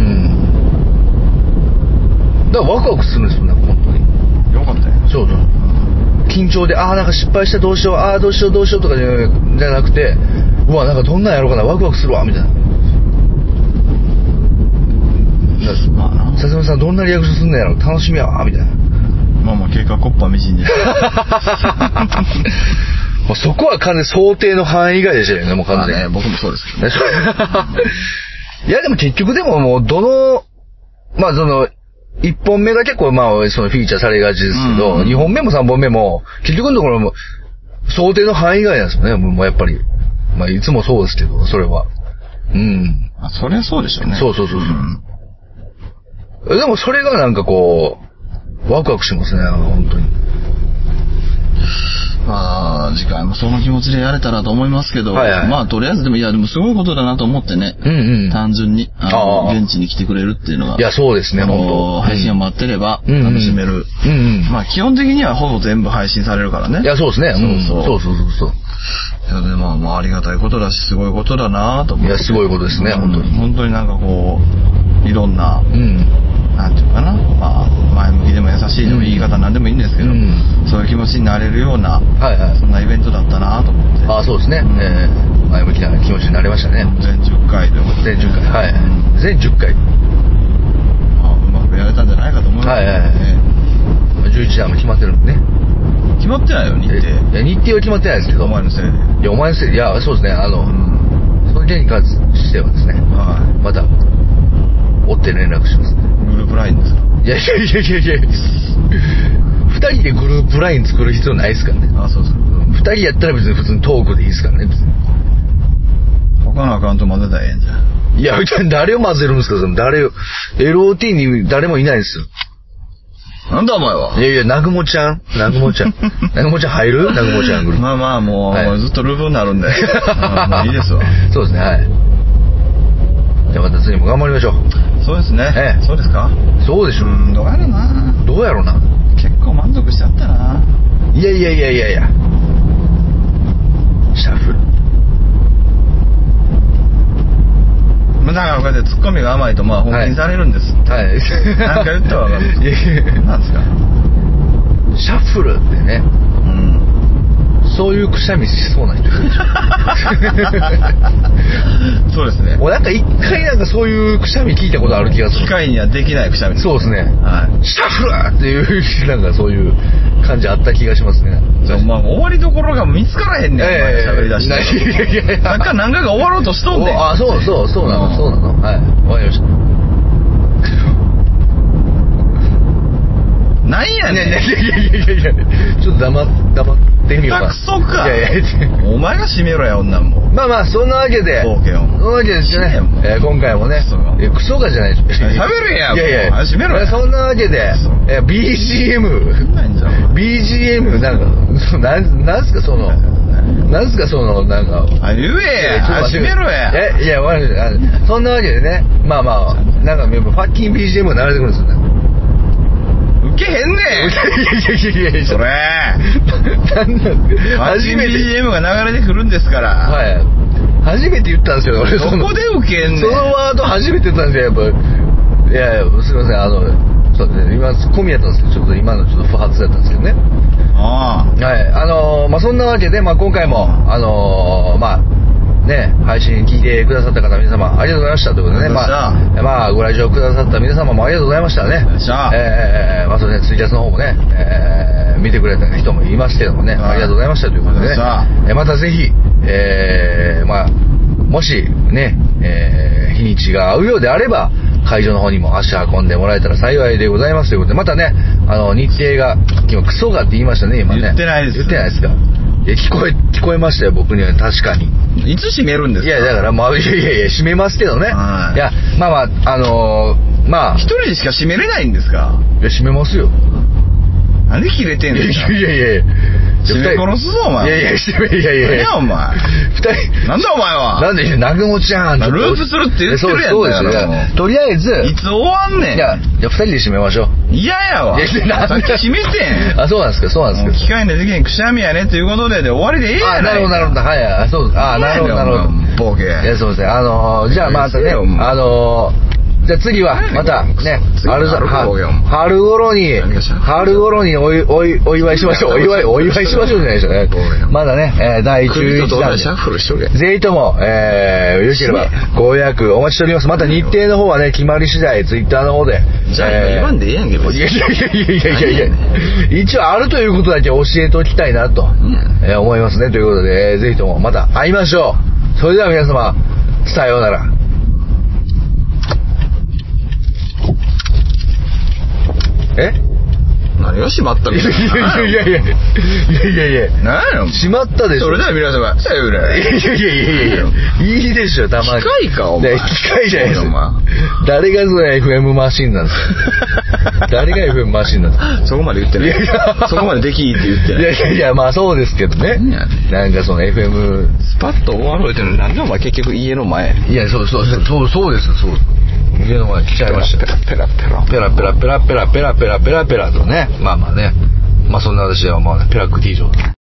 だからワクワクするんですよね本当に。 よかったよ。 そうそう。緊張でああなんか失敗したどうしようああどうしようどうしようとかじゃなくて、うわなんかどんなんやろうかなワクワクするわみたいな。笹山さんどんなリアクションすんのやろ楽しみやわみたいな。 まあまあ結果コッパみじんでもうそこは完全想定の範囲外でしたよねもう完全に、 ね、僕もそうですけど、ね、 いやでも結局でももうどのまあそのいっぽんめが結構まあそのフィーチャーされがちですけど、うん、にほんめもさんぼんめも結局のところも想定の範囲外なんですよね。もうやっぱりまあいつもそうですけどそれはうんあそりゃそうでしょうね。 そうそうそうそう、うん、でもそれがなんかこうワクワクしますね本当に。 まあ次回もその気持ちでやれたらと思いますけど、はいはい、まあとりあえずでもいやでもすごいことだなと思ってね、うんうん、単純にあのあ現地に来てくれるっていうのがいやそうですね本当配信を待ってれば楽しめる、うんうんうん、まあ基本的にはほぼ全部配信されるからね。 いやそうですね、そうそうそうそうそういやでもまあありがたいことだしすごいことだなと思って。 いやすごいことですね、うん、本当に本当になんかこういろんな、うんなんていうかな、まあ、前向きでも優しいでも言い方なんでもいいんですけど、うん、そういう気持ちになれるような、はいはい、そんなイベントだったなと思って。 ああそうですね、うんえー、前向きな気持ちになれましたね。 全じゅっかいでも全じゅっかいはい、うん、全じゅっかい、 まあ、うまくやれたんじゃないかと思います、ね、はいはいはい、 じゅういちだんも決まってるんでね。 決まってないよ日程。 いや日程は決まってないですけど、 お前のせいで。 いやお前のせいでいやそうですねあの、うん、その件に関してはですね、はい、また追って連絡しますね。 グループラインですか。 いやいやいやいやいやふたりでグループライン作る必要ないですからね。 あそうですか。 ふたりやったら別に普通にトークでいいですからね別に。 他のアカウント混ぜたらええんじゃん。 いや誰を混ぜるんですかその誰を エルオーティー に誰もいないんですよ。 なんだお前は。 いやいや南雲ちゃん南雲ちゃん南雲ちゃん入る南雲ちゃんグループ。 まあまあもう、はい、ずっとループになるんでもういいですわ。 そうですねはい。じゃあまた次も頑張りましょう。 そうですね、ええ、そうですか。 そうでしょう。 うんどうやろうなどうやろうな結構満足しちゃったな。 いやいやいやいやいや、シャッフル。 だからこうやってツッコミが甘いとまあ本気にされるんです。 はい。 なんか言ったら分かるんです。なんですか。 シャッフルってね。うん。そういうくしゃみしそうな人いるでしょ。 そうですね。 俺なんか一回なんかそういうくしゃみ聞いたことある気がする。 機械にはできないくしゃみ。 そうですね。 はい。 シャッフルっていうなんかそういう感じあった気がしますね。 じゃあまあ終わりどころが見つからへんねん。えー、喋り出して。 いやいやいや。 なんか何回か終わろうとしとんねん。 あ、そうそうそうなの、そうなの。はい。わかりました。 なんやねん。 いやいやいやいやいや、ちょっと黙黙ってみようか。 クソか。 いやいや、 お前が閉めろや、女も。 まあまあそんなわけで、そんなわけですね。えー、今回もね、えクソかじゃないでしょ。 喋れや。 いやいや、 閉めろや。 そんなわけで、えー、ビージーエム、ビージーエム なんかなんなんすかその。なんすかそのなんかあ言えや閉めろやえいやわかるそんなわけでねまあまあなんかファッキン ビージーエム が流れてくるんですよねウケへんねんいやいやいやいやそれなんなん初めて ビージーエム が流れてくるんですからはい初めて言ったんですよ俺どこでウケんねんそのワード初めて言ったんでやっぱいやいやすいませんあのそうですね今ツッコミやったんですけどちょっと今のちょっと不発だったんですけどねああはいあのー、まあそんなわけでまあ今回もあのー、まあね配信聞いてくださった方皆様ありがとうございましたということでねまあまあご来場くださった皆様もありがとうございましたねえー、まあそれねツイキャスの方もね、えー、見てくれた人もいますけどもねありがとうございましたということでねえまたぜひえー、まあもしね、えー、日にちが合うようであれば会場の方にも足運んでもらえたら幸いでございますということでまたねあの日程が今クソがって言いましたね今ね言ってないです言ってないですかいや聞こえ聞こえましたよ僕には確かにいつ閉めるんですかいやだからまあいやいやいや閉めますけどねいやまあまああのー、まあ一人でしか閉めれないんですかいや閉めますよなんで切れてんのいやいやいや閉め殺すぞお前いやいや閉めいやいやいや何やお前二人なんだお前はなんで南雲ちゃんループするって言ってるやんそうですよとりあえずいつ終わんねんいやじゃあ二人で閉めましょう嫌やわさっき閉めてんあそうなんですかそうなんですか機械でできんくしゃみやねっていうことでで終わりでいいやないあなるほどなるほどはいはいそうあなるほどなるほどボケいやそうですねあのー、じゃあまたねあのーじゃあ次はまたね春春頃に春頃においおいお祝いしましょうお祝いお祝いしましょうじゃないでしょうねまだね、えー、だいじゅういちだんぜひとも、えー、よろしければご予約お待ちしておりますまた日程の方はね決まり次第ツイッターの方でじゃあ言わんでええやんけいやいやいやいやいやいや一応あるということだけ教えておきたいなと、えー、思いますねということで、えー、ぜひともまた会いましょうそれでは皆様さようならえ何が閉まったみたいな。 いやいやいやいやいやいや何やろ閉まったでしょ。 それでは皆様さようなら。 いやいやいやいやいやいいでしょたまに。 機械かお前。 機械じゃないですよ。誰がそれ エフエム マシンなんですか。誰が エフエム マシンなんですか。 そこまで言ってない。そこまでできいって言ってない。 いやいやいやまあそうですけどね。なんかその エフエムスパッと終わろうってのなんでお前結局家の前。 いやそうそうそうそうですそう。家の前来ちゃいました。 ペラペラペラペラペラペラペラペラペラペラペラとねまあまあねまあそんな私はまあペラック T 上